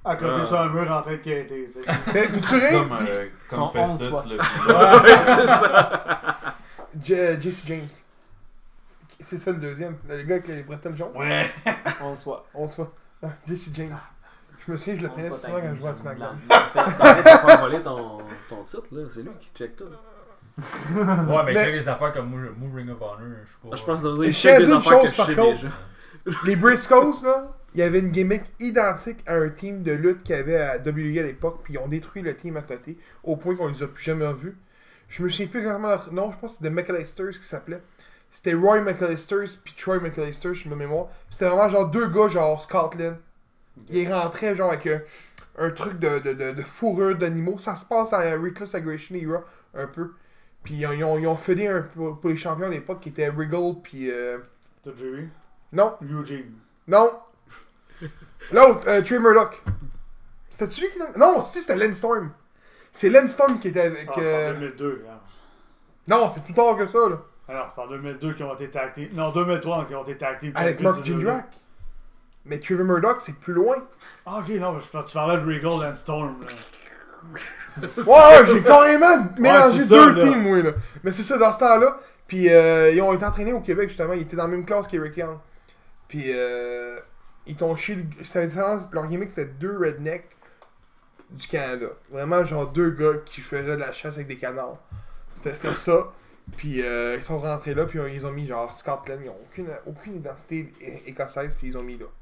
À côté Ah. sur un mur en train de quêter, tu sais. Mais Couturé, Comme, euh, comme Son onze Festus, fois. le Ouais, c'est ça. J- Jesse James. C'est ça le deuxième. Le gars avec les bretelles jaunes. Ouais. On le soit. On se voit. Ah, Jesse James. Je me souviens, je le On prenais se voit souvent ta quand je jouais à gueule, SmackDown. blanc. T'arrêtes de faire voler ton, ton titre, là. C'est lui qui check tout. Ouais, mais, Mais- tu sais, les affaires comme moi, moi, Ring of Honor, je suis pas. Ah, je pense que ça veut Et dire je check sais des une affaires que chose, je par sais contre. déjà. Les Briscoes, là, il y avait une gimmick identique à un team de lutte qu'il y avait à W W E à l'époque, puis ils ont détruit le team à côté, au point qu'on les a plus jamais revus. Je me souviens plus exactement leur nom, je pense que c'était The McAllisters qui s'appelait. C'était Roy McAllisters puis Troy McAllister, je me mémoire. C'était vraiment genre deux gars genre Scotland. Ils rentraient genre avec euh, un truc de, de, de, de fourrure d'animaux. Ça se passe dans la Ruthless Aggression era un peu. Puis ils ont, ils ont, ils ont fédé un pour, pour les champions à l'époque qui étaient Regal puis euh... T'as Jerry? non, Eugene. non. L'autre, euh, Trey Murdoch. C'était-tu lui qui... Non, si, c'était Len Storm. C'est Len Storm qui était avec... Ah, c'est euh, en deux mille deux, hein. Non, c'est plus tard que ça, là. Alors, c'est en deux mille deux qu'ils ont été tag team. Non, deux mille trois qu'ils ont été tag team. Avec champions, Mark ces deux-là. Jindrak. Mais Trevor Murdoch, c'est plus loin. Ah, ok, non, mais je, tu parlais de Regal and Storm. Là. Ouais, ouais, j'ai carrément mélangé c'est ça, deux là. teams, moi, là. Mais c'est ça, dans ce temps-là. Puis, euh, ils ont été entraînés au Québec, justement. Ils étaient dans la même classe qu'Eric Young. Puis, euh, ils t'ont chié. le- C'était une différence. Leur gimmick, c'était deux rednecks du Canada. Vraiment, genre deux gars qui faisaient de la chasse avec des canards. C'était c'était ça. Puis, euh, ils sont rentrés là, puis euh, ils ont mis genre Scotland. Ils n'ont aucune, aucune identité é- écossaise, puis ils ont mis là.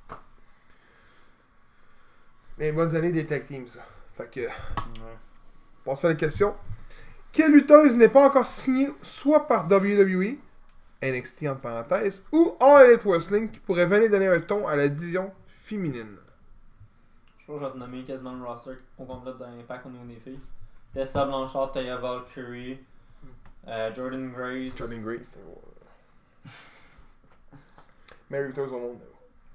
Les bonnes années des tag teams, ça. Fait que. Ouais. Passons à la question. Quelle lutteuse n'est pas encore signée soit par W W E, N X T entre parenthèses, ou All Elite Wrestling qui pourrait venir donner un ton à la division féminine? Je crois que je vais te nommer quasiment le roster au complet d'Impact au niveau des filles. Tessa Blanchard, Taya Valkyrie, euh, Jordan Grace. Jordan Grace, c'était ouais. Meilleure lutteuse au monde.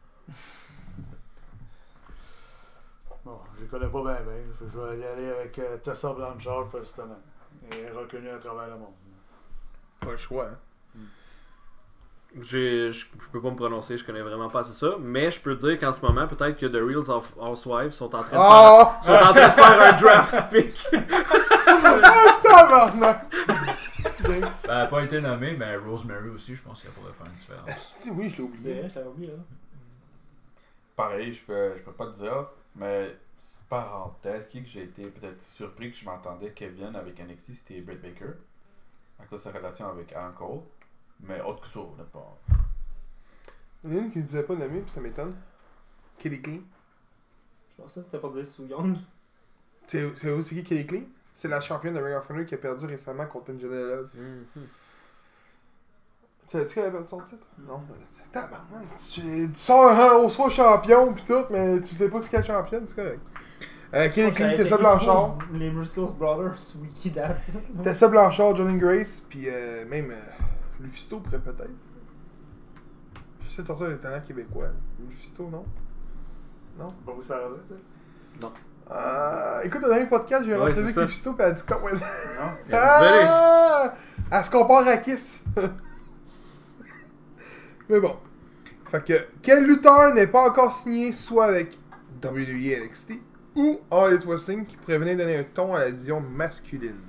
Bon, je les connais pas bien, bien. Fait que je vais y aller avec euh, Tessa Blanchard pour justement. Elle est reconnue à travers le monde. Pas le choix, hein. J'ai- Je je peux pas me prononcer, je connais vraiment pas assez ça. Mais je peux te dire qu'en ce moment, peut-être que The Reals of Housewives sont en train de faire, Ah! sont en train de faire un draft pick. Ah, ça marche! Ben, elle n'a pas été nommée, mais Rosemary aussi, je pense qu'elle pourrait faire une différence. Ah, si, oui, je l'ai oublié. C'est vrai, je l'avais oublié là. Pareil, je peux, je peux pas te dire, mais parenthèse, qui que j'ai été peut-être surpris que je m'entendais Kevin avec N X T, c'était Britt Baker, à cause de sa relation avec Adam Cole. Mais autre que ça, on n'a pas. Il y en a une qui ne vous a pas nommé, puis ça m'étonne. Kelly Clean. Je pensais que c'était pour dire Soo Young. C'est c'est aussi qui Kelly Clean? C'est la championne de Ring of Honor qui a perdu récemment contre Angela Love. Mhm. Savais-tu qu'elle avait perdu son titre? Non. Tabarnak, tu, tu sors un haut soit champion pis tout, mais tu sais pas c'est quelle championne, c'est correct. Euh, Kelly Clean, Tessa Blanchard. Les Briscoes Brothers, Wiki That's it. là. Tessa Blanchard, Jordan Grace, pis euh, même euh, Lufisto pourrait peut-être. Je sais, t'as un talent québécois. Lufisto, non? Non? Pas vous s'arrêter, tu sais. Euh, écoute, dans le dernier podcast, j'ai Ouais, rencontré c'est avec ça. Lufisto pis elle a dit comme ouais. Non? Ah! Elle se compare à Kiss. Mais bon. Fait que, quel lutteur n'est pas encore signé soit avec W W E N X T ou All Elite Wrestling qui pourrait venir donner un ton à la division masculine?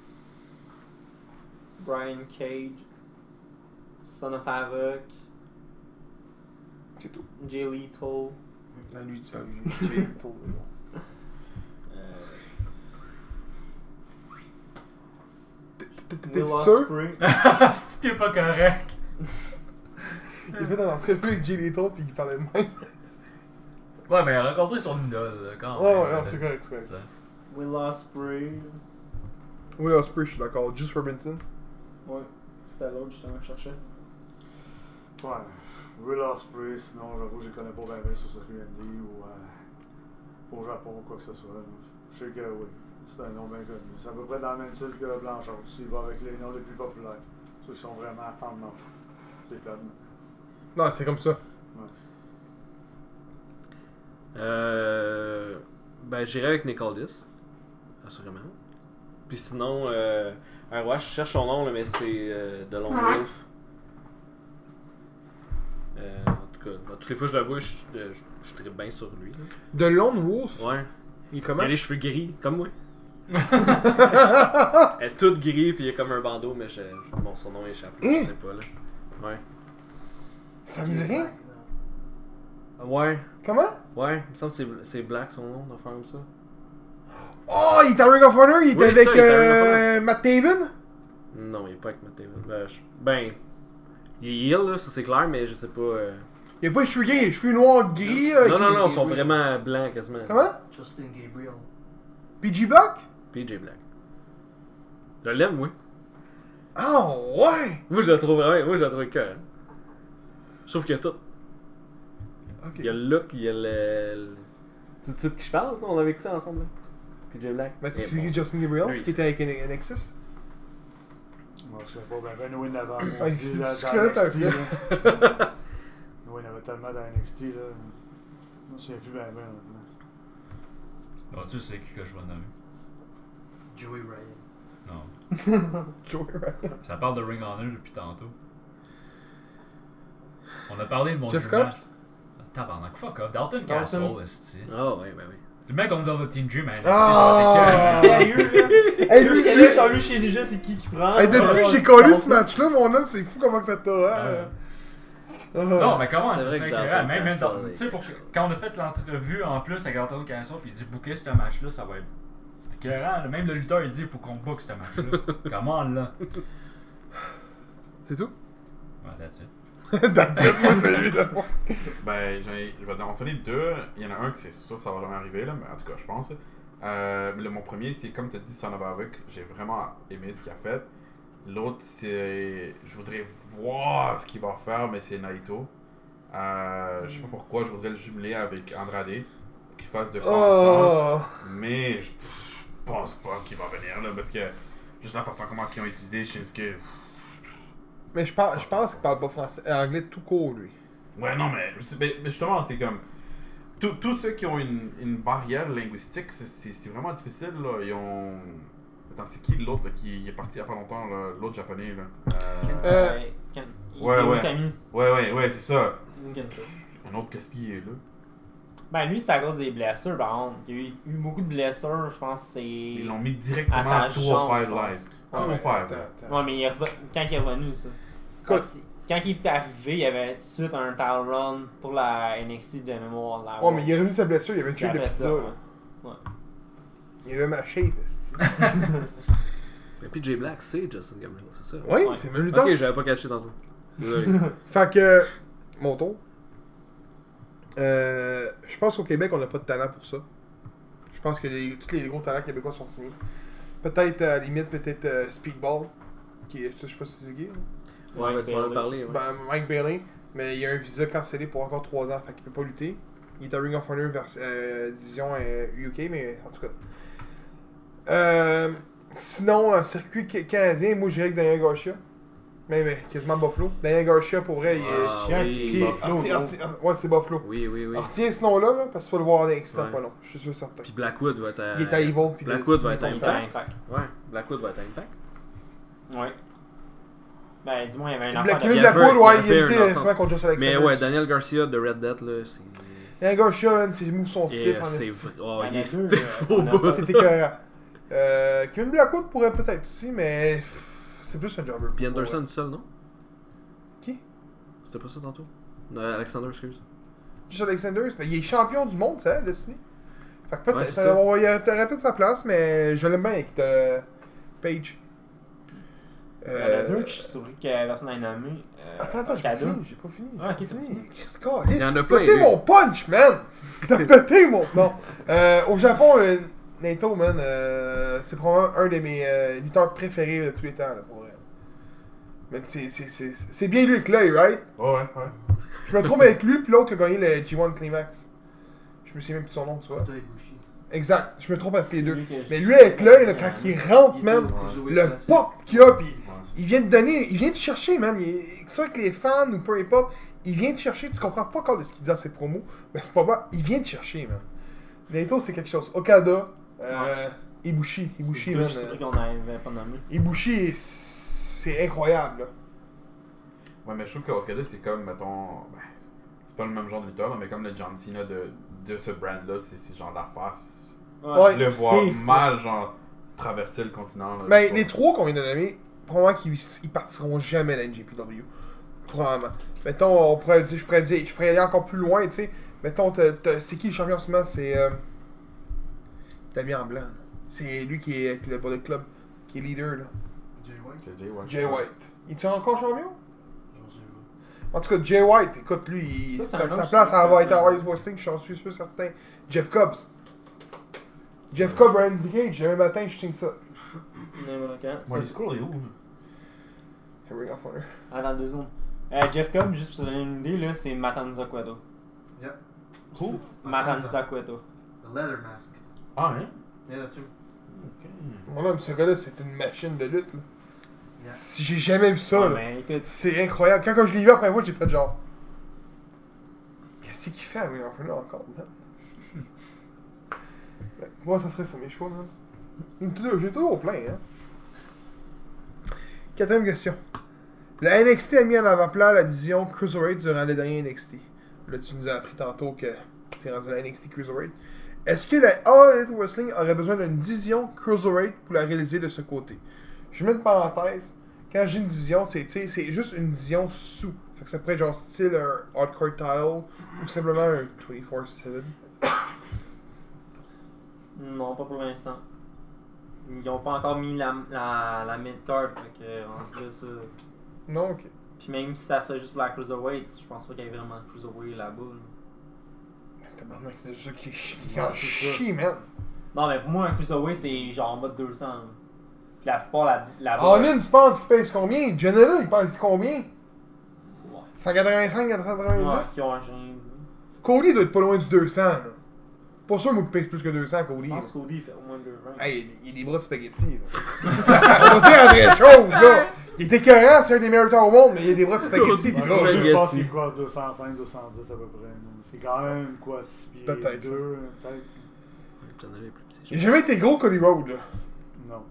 Brian Cage, Son of Havoc, C'est tout. Jay Lethal. Dans lui, dans lui, j'ai tout. Euh, T'es Will sûr? Ospreay. C'est qui est pas correct. Il a fait une entrevue avec Jay Lethal pis il parlait de même. Ouais, mais elle a rencontré son idole, là, quand Ouais, même. ouais, non, c'est correct, c'est correct. Ça. Will Ospreay. Will Ospreay, je suis d'accord. Juice Robinson. Ouais, c'était l'autre justement que je cherchais. Ouais. Will Ospreay, sinon, j'avoue, je les connais pas bien, bien sur circuit N D ou euh, au Japon ou quoi que ce soit. Là. Je sais que oui, c'est un nom bien connu. C'est à peu près dans le même style que Blanchard. Il va avec les noms les plus populaires. Ceux qui sont vraiment en nom. C'est plate. Non, c'est comme ça. Euh, ben, j'irai avec Nick Aldis. Assurément. Puis sinon, euh, un roi, je cherche son nom, là, mais c'est euh, The Lone Wolf. Euh, en tout tout cas, toutes les fois que je le vois, je, je, je, je tripe bien sur lui. Là. De Lone Wolf, Ouais. il est Il comment? a les cheveux gris, comme moi. Elle est toute gris, puis il est comme un bandeau, mais je, je- bon, son nom échappe. là, Hein? Je sais pas, là. Ouais. Ça me dit rien. Ouais, Comment? ouais, il me semble que c'est, c'est Black son nom, d'affaire comme ça. Oh, il était à Ring of Honor, il était Oui, avec ça, il était à Ring of euh, Matt Taven? Non, il est pas avec Matt Taven. Ben, je- ben, il est heel, là, ça c'est clair, mais je sais pas. euh, Il a pas les cheveux gris, il a les cheveux noirs gris. Là, Non, qui- non, non, ils sont vraiment blancs quasiment. Comment? Justin Gabriel. P G Black? P J Black. Je l'aime, oui. Ah, ouais! Moi, je le trouve vraiment. Moi, je le trouve cœur. Je trouve qu'il y a tout. Ok. Il y a le look, il y a le. le- Tu sais de qui je parle? On avait écouté ensemble, là. P J Black. Mais Mais c'est bon. Justin Gabriel Lui, qui était avec N- Nexus? Moi, je sais pas, ben, ben, Noé d'avant. Ah, On il- dit il- dans il- dans il- N X T, il- là. Noé, il y en avait tellement dans N X T, là. Je me souviens plus bien, bien, honnêtement. Non, tu sais qui que je vais nommer. Joey Ryan. Non. Joey Ryan. Ça parle de Ring of Honor depuis tantôt. On a parlé de mon Jeff jeu Cobbs? match. Tabarnak, fuck off. Dalton Dalton. Castle, esti. Ah, ouais, ben oui. Du mec comme Velveteen Dream, man. Ah! Sérieux, là? Hey, Là, lui, j'étais là, j'ai vu chez Ninja, c'est qui qui prend. hey, depuis Ah, que j'ai ouais, collé pardon. ce match-là, mon homme, c'est fou comment que ça t'a. hein? Ah. Non, mais comment C'est c'est vrai ça que que Dalton même, même Castle, dans- il- tu sais, pour que- quand on a fait l'entrevue en plus avec Dalton Castle, puis il dit booker ce match-là, ça va être écœurant, là. Même le lutteur, il dit il faut qu'on book ce match-là. Comment là? C'est tout? Ouais, that's it. That's it, moi, c'est lui, d'abord. Ben, j'en ai- je vais en mentionner deux. Il y en a un que c'est sûr que ça va jamais arriver, là, mais en tout cas, je pense. Euh, mais le, mon premier, c'est comme tu as dit, Son of Havoc. J'ai vraiment aimé ce qu'il a fait. L'autre, c'est. Je voudrais voir ce qu'il va faire, mais c'est Naito. Euh, je sais pas pourquoi, je voudrais le jumeler avec Andrade. Qu'il fasse de quoi ensemble. Oh. Mais je, je pense pas qu'il va venir, là, parce que juste la façon comment ils ont utilisé Shinsuke. pff, Mais je pense, je pense qu'il parle pas français, euh, anglais tout court, lui. Ouais, non, mais, mais, mais justement, c'est comme. Tous tous ceux qui ont une, une barrière linguistique, c'est- c'est c'est vraiment difficile, là. Ils ont. Attends, c'est qui l'autre là, qui est parti il y a pas longtemps, là, l'autre japonais, là euh... Euh, Ouais, Ken- Ouais, Hideo ouais. Itami. Ouais, ouais, ouais, c'est ça. Kenta. Un autre gaspillé, là. Ben, lui, c'est à cause des blessures, par contre. Il y a eu, eu beaucoup de blessures, je pense que c'est. Ils l'ont mis directement À sa à jambe, deux cent cinq je pense. live. Ah, deux ouais, cent cinq, attends, là. attends. Ouais, mais il est reven- quand il est revenu, ça. Parce que quand il est arrivé, il y avait tout de suite un title run pour la N X T de mémoire. Là, Oh, mais il est revenu de sa blessure, il avait une Puis shape après depuis ça. ça, là. ouais. Il avait ma shape, esti. Mais P J Black, c'est Justin Gabriel, c'est ça? Oui, Ouais. c'est le même lutteur. Ok, j'avais pas catché tantôt. Désolé. Fait que, mon tour. Euh, je pense qu'au Québec, on n'a pas de talent pour ça. Je pense que les- tous les gros talents québécois sont signés. Peut-être, à la limite, peut-être euh, Speedball, qui est, je sais pas si c'est gay. hein. Ouais, Ouais, tu vas en Bailey. parler. Ouais. Ben, Mike Bailey, mais il a un visa cancellé pour encore trois ans, fait qu'il peut pas lutter. Il est à Ring of Honor vers, euh, division euh, U K, mais en tout cas. Euh, sinon, un circuit ca- canadien, moi j'irais avec Daniel Garcia. Mais, mais quasiment Buffalo. Daniel Garcia, pour vrai, il est. Ah, chiant, oui. Puis, Buffalo, Arti- gros. Arti- ouais, c'est Buffalo. Oui, oui, oui. Alors, retiens ce nom-là, là, parce qu'il faut le voir en X T Ouais. pas long. Je suis sûr certain. Puis Blackwood va être à. Il est à Evil. Puis Blackwood le- va être à il est C'était Impact. un impact. Ouais, Blackwood va être à Impact. Ouais. Ben, dis-moi, il y avait un Black- enfant Kevin de Black- Blackwood, Blackwood, ouais, il il a a fait lutté un récemment contre Josh Alexander. Mais ouais, Daniel Garcia de Red Death, là, c'est. Daniel Garcia, man, ses moves sont stiff Yeah, en c'est esti. vrai. Oh, Ben, il est les deux, stiff euh, au on a bout. pas- C'était écœurant. Euh, Kevin Blackwood pourrait peut-être aussi, mais pff, c'est plus un jobber. Puis Anderson seul, non? Qui? C'était pas ça tantôt? Non, Alexander, excuse. Josh Alexander, mais il est champion du monde, ça, Destiny. Fait que Ouais, peut-être, c'est ça. on va y aurait peut-être sa place, mais je l'aime bien avec euh, Page. Il y en a deux que je suis surpris que personne n'a nommé. Euh, Attends, attends, j'ai pas Okada. fini, j'ai pas fini. j'ai Ah, ok, pas t'as fini. fini. Chris Callis, Il y en a t'as plein, pété lui. mon punch, man! T'as pété mon... Non. Euh, au Japon, euh, Naito, man, euh, c'est probablement un de mes euh, lutteurs préférés de tous les temps, là, pour vrai. Mais c'est- c'est- c'est c'est bien lui avec l'œil, right? Ouais, ouais, ouais. Je me trompe avec lui, puis l'autre qui a gagné le G un Climax. Je me souviens même plus de son nom, tu vois. Kota Ibushi. Exact, je me trompe avec les deux. Celui que je- Mais lui avec l'œil, là, quand il rentre, Il man, était au Cruiserweight le Classic. pop qu'il a, pis Ouais. il vient de donner, il vient de chercher, man. Il, que ça avec les fans ou peu importe, il vient de chercher, tu comprends pas encore de ce qu'il dit dans ses promos, mais c'est pas vrai, il vient de chercher, man. Naito, c'est quelque chose. Okada, euh, Ibushi, Ibushi, C'est deux, man. je suis euh, surpris qu'on n'avait pas nommé. Ibushi, c'est incroyable, là. Ouais, mais je trouve que Okada, c'est comme, mettons. Ben, c'est pas le même genre de lutteur, là, mais comme le John Cena de, de ce brand-là, c'est ce genre d'affaires. Ouais, Je le vois c'est mal, genre, traverser le continent. Là, Mais je les sais trois qu'on vient de nommer, probablement qu'ils ils partiront jamais à la N J P W. Probablement. Mettons, on pourrait dire, je pourrais dire, je pourrais aller encore plus loin, tu sais. Mettons, t'as- t'as- c'est qui le champion en ce moment? C'est. Euh, il est habillé en blanc. là. C'est lui qui est avec le Bullet Club, qui est leader, là. Jay pas. White. C'est Jay White. Jay White. Il est encore champion? J'en sais pas. En tout cas, Jay White, écoute, lui, il- Ça, c'est sa, un sa autre place, ça va style, être à ouais. Harley Wrestling, j'en suis sûr certain. Jeff Cobbs. Jeff Cobb, Brian Cage, demain matin, je signe ça. N'importe quand. Moi, Ça, c'est cool, il est où? Ring of Honor. Attends deux secondes. Euh, Jeff Cobb, juste pour te donner une idée, là, c'est Matanza Cueto. Yep. Who? Matanza Cueto. The leather mask. Ah, hein? Yeah, that's who. Ok. Mon homme, ce gars-là, c'est une machine de lutte. Là. Yeah. Si j'ai jamais vu ça, Ouais, là. mais écoute, C'est incroyable. Quand, quand je l'ai vu après moi, j'ai fait genre. Qu'est-ce qu'il fait à Ring of Honor encore, man? Fait que Moi, ça serait ça mes choix, man. J'ai toujours plein, hein. Quatrième question. La N X T a mis en avant-plan la division Cruiserweight durant le dernier N X T. Là, tu nous as appris tantôt que c'est rendu la N X T Cruiserweight. Est-ce que la All Elite Wrestling aurait besoin d'une division Cruiserweight pour la réaliser de ce côté? Je mets une parenthèse. Quand j'ai une division, c'est tu sais, c'est juste une division sous. Fait que ça pourrait être genre style un hardcore tile ou simplement un vingt-quatre sept. non, pas pour l'instant. Ils ont pas encore mis la, la, la mid-card, fait que on dit là ça. Non, ok. Puis même si ça serait juste pour la Cruiserweight, je pense pas qu'il y ait vraiment de Cruiserweight là-bas. là. Tabarnak, c'est ça qui est chi- qui Ouais, en c'est ça. chie, man. Non, mais pour moi, un Cruiserweight, c'est genre en mode deux cents. là. Puis la plupart là- là-bas. En une, tu penses qu'il pèse combien? Janela, il pèse combien? Ouais. cent quatre-vingt-cinq, cent quatre-vingt-dix? Ouais, qui ont un gêne. Cody doit être pas loin du deux cents, là. Pas sûr, moi, qu'il pèse plus que deux cents, Cody. Je là. pense que Cody il fait au moins deux vingt. Hey, il y a des bras de spaghetti, là. On va dire la vraie chose, là. Il était écœurant, c'est un des meilleurs lutteurs au monde, mais il y a des bras de spaghetti, pis Ouais, là. Cody, je pense Spaghetti. qu'il est quoi, deux cent cinq, deux cent dix à peu près. C'est quand même quoi, six pieds Peut-être. deux, peut-être. John Elliott est plus petit. Il a jamais été gros, Cody Rhodes, là. Non.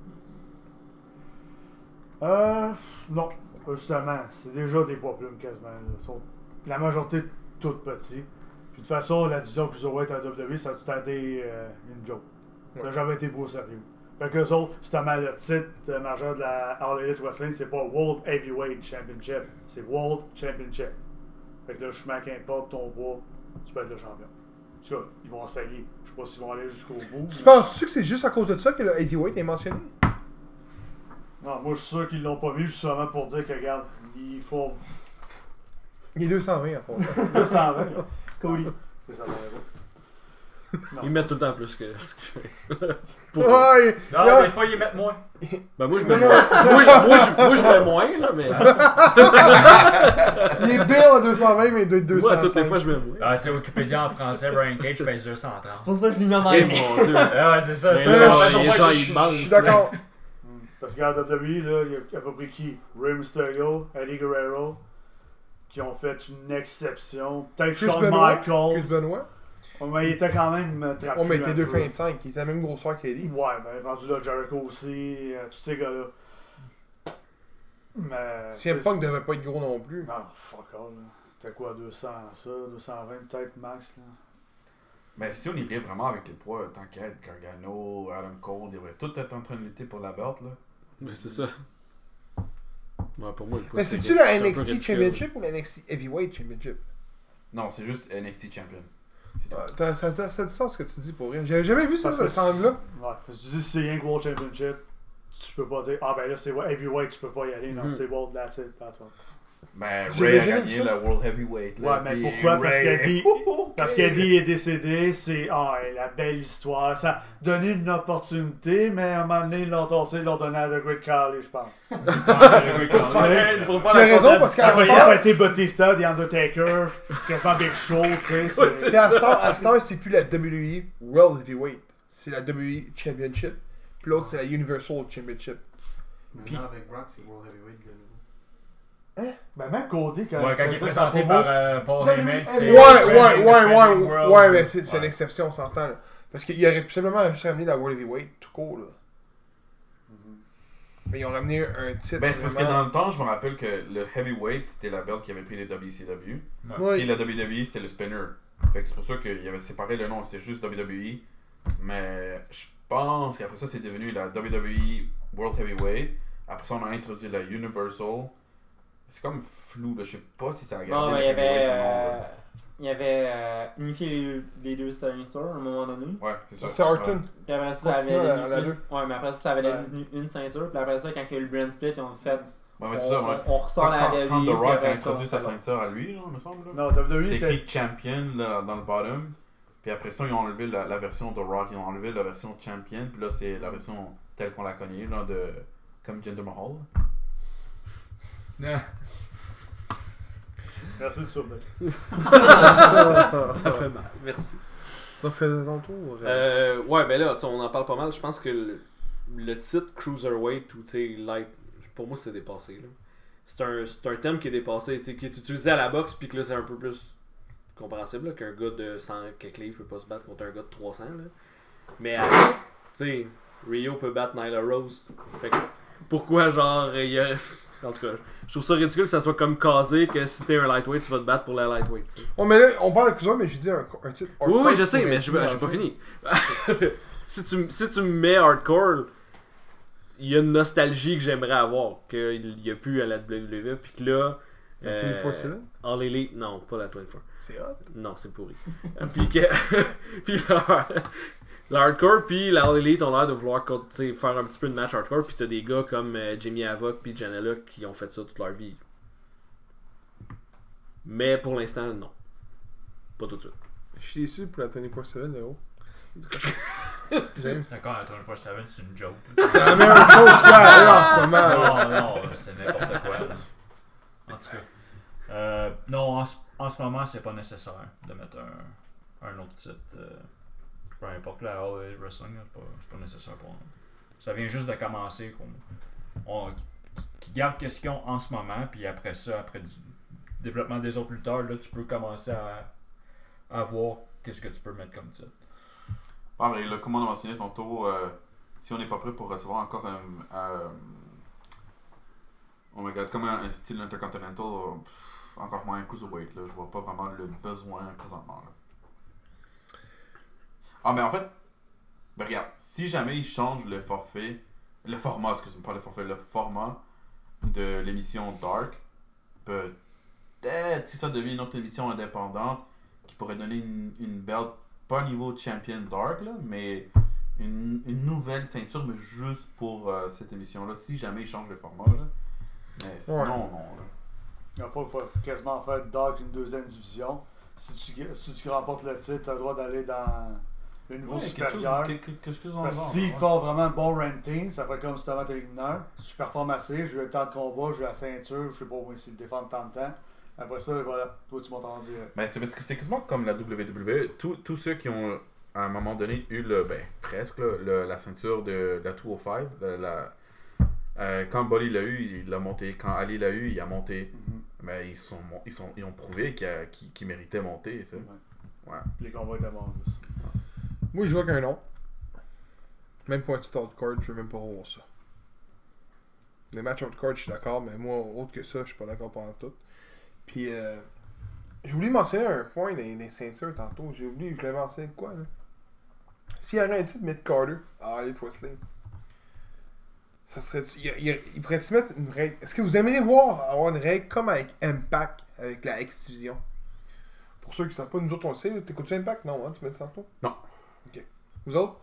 Euh. Non. Justement, c'est déjà des poids plumes quasiment. là. Ils sont la majorité toutes petits. Puis de toute façon, la division Cruiserweight à W W E, ça a tout été euh, une joke. Ça n'a Ouais. jamais été beau au sérieux. Fait qu'eux autres, justement, le titre euh, majeur de la All Elite Wrestling, c'est pas World Heavyweight Championship, c'est World Championship. Fait que là, justement, qu'importe ton poids, tu peux être le champion. En tout cas, ils vont essayer. Je sais pas s'ils vont aller jusqu'au bout. Tu mais- penses-tu que c'est juste à cause de ça que le heavyweight est mentionné? Non, moi, je suis sûr qu'ils l'ont pas mis justement pour dire que, regarde, il faut Il est deux cent vingt, en fait. deux cent vingt. Cody. C'est ça, non. Ils mettent tout le temps plus que ce que je fais. Pour- Ouais! Non, Yeah. des fois, ils mettent moins. Ben moi je mets moins. moi, je, moi, je, moi je mets moins là, mais Il est bien en deux cent vingt, mais il doit être deux cent cinq. moi toutes les fois je mets moins. Ah, tu sais, Wikipédia en français, Brian Cage pèse deux cent C'est trente. pour ça que je l'ai mis en Eh anglais. mon dieu. Ah, ouais, c'est ça. Mais C'est là, ça, genre, la raison il est pour genre laquelle il je- mange. Je suis d'accord. Parce qu'à W W E, là, il y a à peu près qui Rey Mysterio, Eddie Guerrero, qui ont fait une exception. Peut-être Chris Shawn Benoit. Michaels. Chris Benoit. Ouais, mais il était quand même euh, trapu. On mettait un deux peu. vingt-cinq. Il était la même grosseur qu'Eddie. Ouais, ben rendu là, Jericho aussi, euh, tous ces gars-là. Mais. C M c'est- Punk devait pas être gros non plus. Non, fuck all, là. T'as quoi, deux cents, ça, deux cent vingt peut-être max, là. Mais si on irait vraiment avec les poids, tant qu'à être Gargano, Adam Cole, ils devraient tous être en train de lutter pour la belt, là. Mais c'est ça. Ouais, pour moi le poids, Mais c'est c'est-tu c'est la un N peu X T ridicule. Championship ou la N X T Heavyweight Championship? Non, c'est juste N X T Champion. C'est tout. Ouais, t'as- Ça ça- ça a du sens ce que tu dis pour rien. J'avais jamais vu ça, Parce ce que semble-là. Ouais, parce que tu dis si c'est rien que World Championship, tu peux pas dire, ah ben là c'est Heavyweight, tu peux pas y aller, non, Mhm. c'est World, that's it, that's all. Ben, J'avais Ray a jamais gagné vu ça. la World Heavyweight, là. Ouais, mais puis pourquoi? Parce Ray- qu'Eddie Ok. parce qu'Eddie est décédé, c'est ah, la belle histoire. Ça a donné une opportunité, mais à un moment donné, ils l'ont tossé, ils l'ont donné à The Great Khali, je pense. Ah, c'est le gars qui- Ouais, pour T'as raison, parce qu'à Après Star- ça, ça a été Batista, The Undertaker, quasiment Big Show, tu sais. c'est- Mais à Star, à Star, c'est plus la W W E World Heavyweight. C'est la W W E Championship. Puis l'autre, c'est la Universal Championship. Maintenant, avec Brock, c'est World Heavyweight de nouveau. Ben, même Cody, quand, Ouais, quand il est faisait sa présenté promo, par euh, Paul Ouais, Heyman, ouais, c'est. ouais, ouais, ouais, World. ouais, ouais, mais c'est c'est Ouais. l'exception, on s'entend. là. Parce qu'il aurait pu simplement juste ramener la World Heavyweight tout court, là. Mhm. Mais ils ont ramené un titre. Ben, c'est parce que vraiment- dans le temps, je me rappelle que le heavyweight, c'était la belt qui avait pris les W C W. Oui. Et la W W E, c'était le spinner. Fait que c'est pour ça qu'il avait séparé le nom, c'était juste W W E. Mais je pense qu'après ça, c'est devenu la W W E World Heavyweight. Après ça, on a introduit la Universal. C'est comme flou, là. Je sais pas si ça a gardé Non, le mais il y avait. heavyweight ou non, euh, là. Il y avait euh, unifié les, les deux ceintures à un moment donné. Ouais, c'est ça. C'est Orton. Puis après ça, ça avait Continue à- à la devenu deux. une... Ouais, mais après ça, ça avait Ouais. devenu une ceinture. Puis après ça, quand il y a eu le brand split, ils ont fait. Ouais, mais on, c'est ça, ouais. on, on ressort la Quand, W quand The W E. Rock puis a après ça, introduit on sa fait- ceinture à lui, là, il me semble. Là. Non, W W E C'est était. écrit Champion là, dans le bottom. Puis après ça, ils ont enlevé la, la version de Rock, ils ont enlevé la version Champion. Puis là, c'est la version telle qu'on la connaît, là, de, comme Jinder Mahal. Ah, Merci de souvenir. Ça fait mal, merci. Donc c'est ton tour. euh, Euh, ouais, ben là, tu sais, on en parle pas mal. Je pense que le, le titre Cruiserweight ou tu sais, Light, pour moi, c'est dépassé. Là. C'est un, c'est un thème qui est dépassé, tu sais, qui est utilisé à la boxe, puis que là, c'est un peu plus compréhensible là, qu'un gars de cent quelques livres peut pas se battre contre un gars de trois cents. Là. Mais, euh, tu sais, Rio peut battre Nyla Rose. Fait que, pourquoi, genre, il y a. En tout cas, je trouve ça ridicule que ça soit comme casé que si t'es un lightweight, tu vas te battre pour la lightweight. Tu sais. Oh, mais là, on parle de Cruiser, mais j'ai dit un, un titre. Oui, hardcore oui, je sais, pourrait mais être je mis j'ai dans pas le fini. si, tu, si tu me mets hardcore, il y a une nostalgie que j'aimerais avoir, qu'il n'y a plus à la W W E, puis que là. La euh, vingt-quatre sept? All Elite, non, pas la vingt-quatre. C'est hot. Non, c'est pourri. Euh, puis que. puis là. Le hardcore puis la All Elite ont l'air de vouloir tu sais, faire un petit peu de match hardcore, puis t'as des gars comme euh, Jimmy Havoc puis Janela qui ont fait ça toute leur vie. Mais pour l'instant, non. Pas tout de suite. Je suis déçu pour la vingt-quatre sept, là-haut. James. D'accord, la vingt-quatre sept, c'est une joke. C'est la meilleure chose qu'il y a ailleurs en ce moment. là. Non, non, c'est n'importe quoi. Là. En tout cas. Euh, non, en, ce- en ce moment, c'est pas nécessaire de mettre un, un autre titre. Euh, peu importe la All Elite Wrestling, là, c'est pas, c'est pas nécessaire pour nous. Ça vient juste de commencer. qu'on- On, qui garde qu'est-ce qu'ils ont en ce moment, puis après ça, après du développement des autres lutteurs, là, tu peux commencer à, à voir qu'est-ce que tu peux mettre comme titre. Pareil, là, comme on a mentionné tantôt, euh, si on n'est pas prêt pour recevoir encore un. un oh my god, comme un, un style intercontinental, euh, pff, encore moins un cruiserweight, là, je vois pas vraiment le besoin présentement. Là. Ah, mais en fait, ben regarde, si jamais ils changent le forfait, le format, excuse-moi, pas le forfait, le format de l'émission Dark, peut-être si ça devient une autre émission indépendante qui pourrait donner une, une belt, pas niveau champion Dark, là, mais une, une nouvelle ceinture, mais juste pour euh, cette émission-là, si jamais ils changent le format. Là. Mais sinon, Ouais. non. Là. Il faut faut quasiment faire Dark une deuxième division. Si tu, si tu remportes le titre, tu as le droit d'aller dans le niveau Ouais, quelque chose- supérieur. quelque- quelque chose dans Parce le que genre, s'ils ouais. font vraiment un bon ranking, ça ferait comme si tu avais un mineur. Si je performe assez, j'ai le temps de combat, j'ai la ceinture, je sais pas moi s'ils le défendent tant de temps. Après ça, voilà, toi tu montes en direct. Ben, c'est parce que c'est quasiment comme la W W E. Tous tous ceux qui ont, à un moment donné, eu le, ben, presque là, le- la ceinture de la deux cent cinq, la, la- euh, quand Bolly l'a eu, il l'a monté. Quand Ali l'a eu, il a monté. Mhm. Mais ils, sont, mon- ils, sont, ils ont prouvé qu'il a- qu'il qu'il méritait monter. tu sais. Ouais. Les combats étaient bons aussi. Moi, je vois qu'un nom. Même pas un petit hardcore, je veux même pas revoir ça. Les matchs hardcore, je suis d'accord, mais moi, autre que ça, je suis pas d'accord pendant tout. Puis, euh, j'ai oublié de mentionner un point des, des ceintures tantôt. J'ai oublié, je l'ai mentionné de quoi, là. S'il y avait un titre Mitt Carter à Elite Wrestling, ça serait. Il, il, il pourrait-tu mettre une règle. Est-ce que vous aimeriez voir avoir une règle comme avec Impact, avec la X-Division? Pour ceux qui ne savent pas, nous autres on le sait, là. T'écoutes-tu Impact? Non, hein, tu m'as dit tantôt? Non. Ok. Vous autres?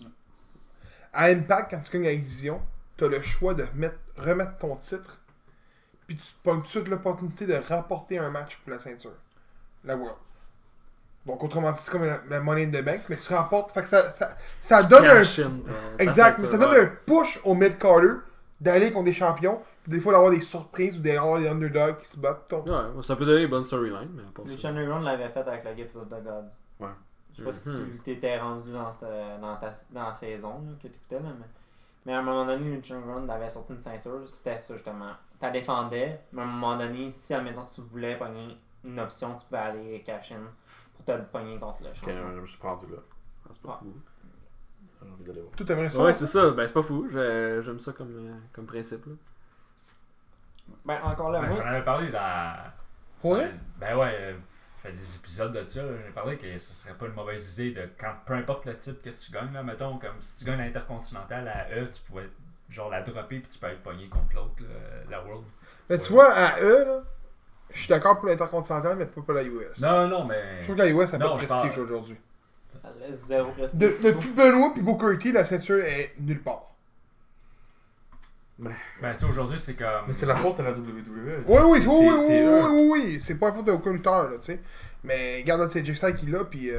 À Impact, quand tu gagnes la X-Division, t'as le choix de mettre, remettre ton titre, puis tu te pognes tout de suite l'opportunité de remporter un match pour la ceinture. La World. Donc, autrement dit, c'est comme la, la Money in the Bank, mais tu remportes. Fait que ça, ça, ça donne un. Cash in, euh, Exact, ta mais ça ceinture, donne ouais. un push au mid-carter d'aller contre des champions, puis des fois d'avoir des surprises ou d'avoir des underdogs qui se battent. Donc, Ouais, ça peut donner une bonne storyline, mais pas Les ça. Underground l'avaient fait avec la Gift of the Gods. Ouais. Je sais pas si Mhm. tu t'étais rendu dans, cette, dans, ta, dans la saison là, que tu écoutais, là, mais, mais à un moment donné, le Underground avait sorti une ceinture, c'était ça justement. Tu la défendais, mais à un moment donné, si admettons tu voulais pogner une option, tu pouvais aller cash in pour te le pogner contre le Ok, champion. je me suis rendu là. Ah, c'est pas Ah. cool. J'ai envie d'aller voir. Tout aimerait ça. Ouais, c'est ça. Ben, c'est pas fou. J'ai- J'aime ça comme, euh, comme principe. Là. Ben, encore là, Ben, moi. J'en avais parlé dans. Ouais? Ben ouais, euh, fait des épisodes de ça. J'ai parlé que ce serait pas une mauvaise idée de quand peu importe le titre que tu gagnes, là, mettons, comme si tu gagnes l'Intercontinental à E, tu pouvais genre la dropper puis tu peux être pogné contre l'autre, là, la World. Mais tu vois, à eux, là, je suis d'accord pour l'Intercontinental, mais pas pour la U S. Non, non, mais. Je trouve que la U S a pas Non, de je prestige parle- aujourd'hui. Ça laisse zéro prestige. De- Depuis Benoît puis Booker T, la ceinture est nulle part. Ben, tu sais, aujourd'hui, c'est comme. Mais c'est la faute à la W W E. Oui, oui, oui, C'est- oui, c'est oui, eux. oui, oui, oui, c'est pas la faute d'aucun lutteur, là, tu sais. Mais regarde, là, c'est Jake Styles qui l'a, puis euh,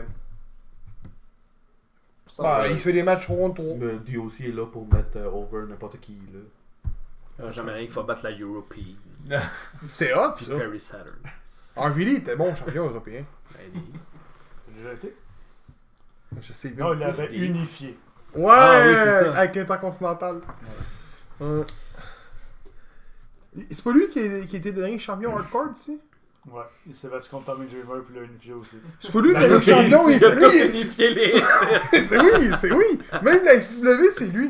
Ça, bah, euh, il fait des matchs trois contre trois. Le D O C est là pour mettre euh, over n'importe qui. Là. Euh, Jamais rien qu'il faut battre la European. C'était hot, Puis ça. Perry Saturn. Harvey Lee était bon champion européen. Ben, il- J'ai déjà été. Je sais bien. Non, il l'avait Des- unifié. Ouais, Ah oui, c'est ça. avec l'Intercontinental. Ouais. C'est pas lui qui, est- qui était le dernier champion hardcore, tu sais? Ouais, il s'est battu contre Tommy Dreamer puis l'a unifié aussi. C'est pas lui le La dernier European, champion, il- Il a c'est tout lui! unifié les. C'est oui, c'est oui! Même la S W, c'est lui!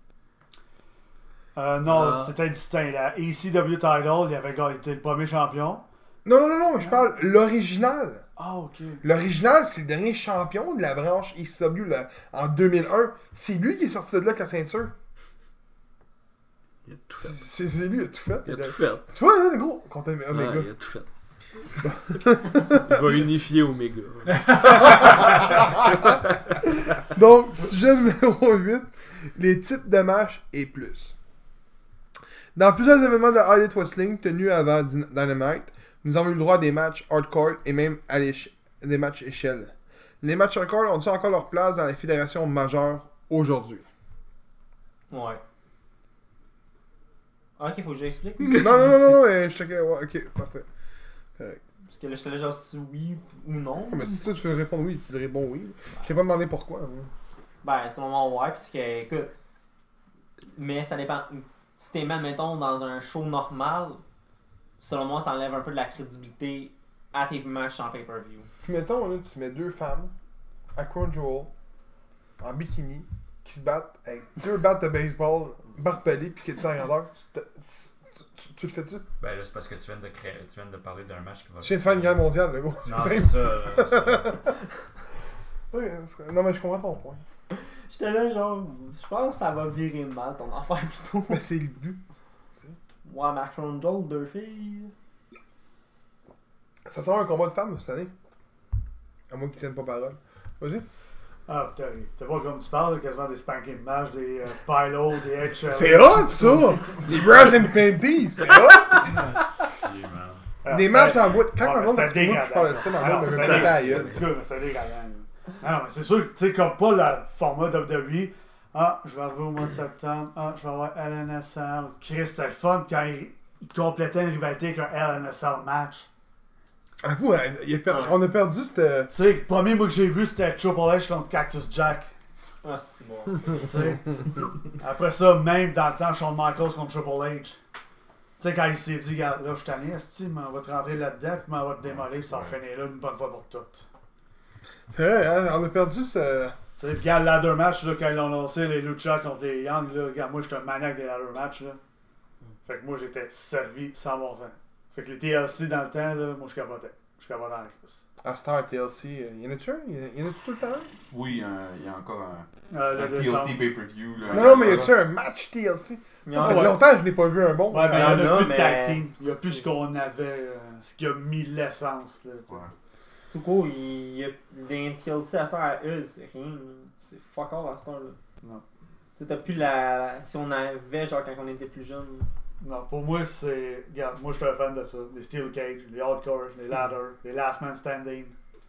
Euh, non, Ah. c'était distinct. La E C W title, il avait gagné- été le premier champion. Non, non, non, non, je parle l'original. Ah, ok. L'original, c'est le dernier champion de la branche E C W là, en deux mille un. C'est lui qui est sorti de là avec la ceinture. Il a tout C'est fait. c'est- c'est lui, il a tout fait. Il a Il a- tout fait. Tu vois, là, le gros, quand t'aimes Ouais, Omega. il a tout fait. Il va unifier Omega. Donc, sujet numéro huit, les types de matchs et plus. Dans plusieurs événements de All Elite Wrestling tenus avant Dyn- Dynamite, nous avons eu le droit à des matchs hardcore et même à l'éche- des matchs échelle. Les matchs hardcore ont-ils encore leur place dans les fédérations majeures aujourd'hui? Ouais. Ah, ok, faut que j'explique. Non, non, non, non, non, mais je sais que... ouais, ok, parfait. Correct. Parce que là, j'étais là, genre, si oui ou non. Ah, mais si toi tu veux répondre oui, tu dirais bon oui. Je t'ai pas demandé pourquoi. Hein. Ben, c'est le moment ouais, parce que, écoute. Mais ça dépend. Si t'es mis, mettons, dans un show normal, selon moi, t'enlèves un peu de la crédibilité à tes matchs en pay-per-view. Puis mettons, là, tu mets deux femmes à Crown Jewel, en bikini, qui se battent avec deux battes de baseball barbelées puis qui est en grandeur. Tu, te- tu, tu le fais-tu? Ben là, c'est parce que tu viens de créer, tu viens de parler d'un match qui va. Tu viens de faire une guerre mondiale, le gros. Non, c'est ça. là, c'est- Ouais, c'est- non, mais je comprends ton point. J'étais là, genre, je pense que ça va virer mal ton affaire plutôt. Mais c'est le but. Ouais, Max Ronald, deux filles. Ça sera un combat de femmes cette année. À moins qu'ils tiennent pas parole. Vas-y. Ah, putain, t'as pas comme tu parles, là, quasiment des spanking match, des euh, pylos, des head shells. C'est hot, ça! Des Brass and Panties! C'est hot! Si, man. Alors, Des c'est- matchs en boîte. Quand Ouais, on mais c'était moi, je dégradant. parle de ça, ma Ah, mère me c'était fait péter la dégradant. gueule. En tout cas, mais c'était dégradant. Ah non, mais c'est sûr que, tu sais, comme pas le format W W E. Ah, je vais arriver au mois de septembre. Ah, je vais avoir L N S L. Chris, c'était le fun quand il, il complétait une rivalité avec un L N S L match. Ah, vous, hein, il a per- on a perdu cette. Tu sais, le premier mot que j'ai vu, c'était Triple H contre Cactus Jack. Ah, c'est bon. Tu sais. Après ça, même dans le temps, Shawn Michaels contre Triple H. Tu sais, quand il s'est dit, regarde, là, je suis tanné, esti, mais on va te rentrer là-dedans, puis on va te démolir, puis ça va finir là une bonne fois pour toutes. C'est vrai, hein, on a perdu ce. Tu sais, puis regarde, ladder match, là, quand ils ont lancé les Lucha contre les Young, là, regarde, moi, j'étais un maniaque des ladder match, là. Fait que moi, j'étais servi sans bon sens. Fait que les T L C dans le temps, là, moi, je capotais. Je capotais en crise. À Star T L C, euh, y en a-tu un? Y en a- y en a-tu tout le temps un? Oui, euh, il y a encore un, Euh, un le T L décembre. C pay-per-view. Là, Non, non, mais y a-tu un match T L C? Il y Ça en fait a- longtemps que je n'ai pas vu un bon. Ouais, mais il y en Il y en a a, plus de tag mais- team. Il y a plus ce qu'on avait, euh, ce qui a mis l'essence, là, tu sais. Ouais. C'est tout court, il y a des T L C à Star à eux, c'est rien. là. C'est fuck all à Star là. Non. Tu sais, t'as plus la. Si on avait, genre, quand on était plus jeune. Non, pour moi, c'est. Regarde, moi, je suis un fan de ça. Les Steel Cage, les Hardcore, les Ladder, les Last Man Standing.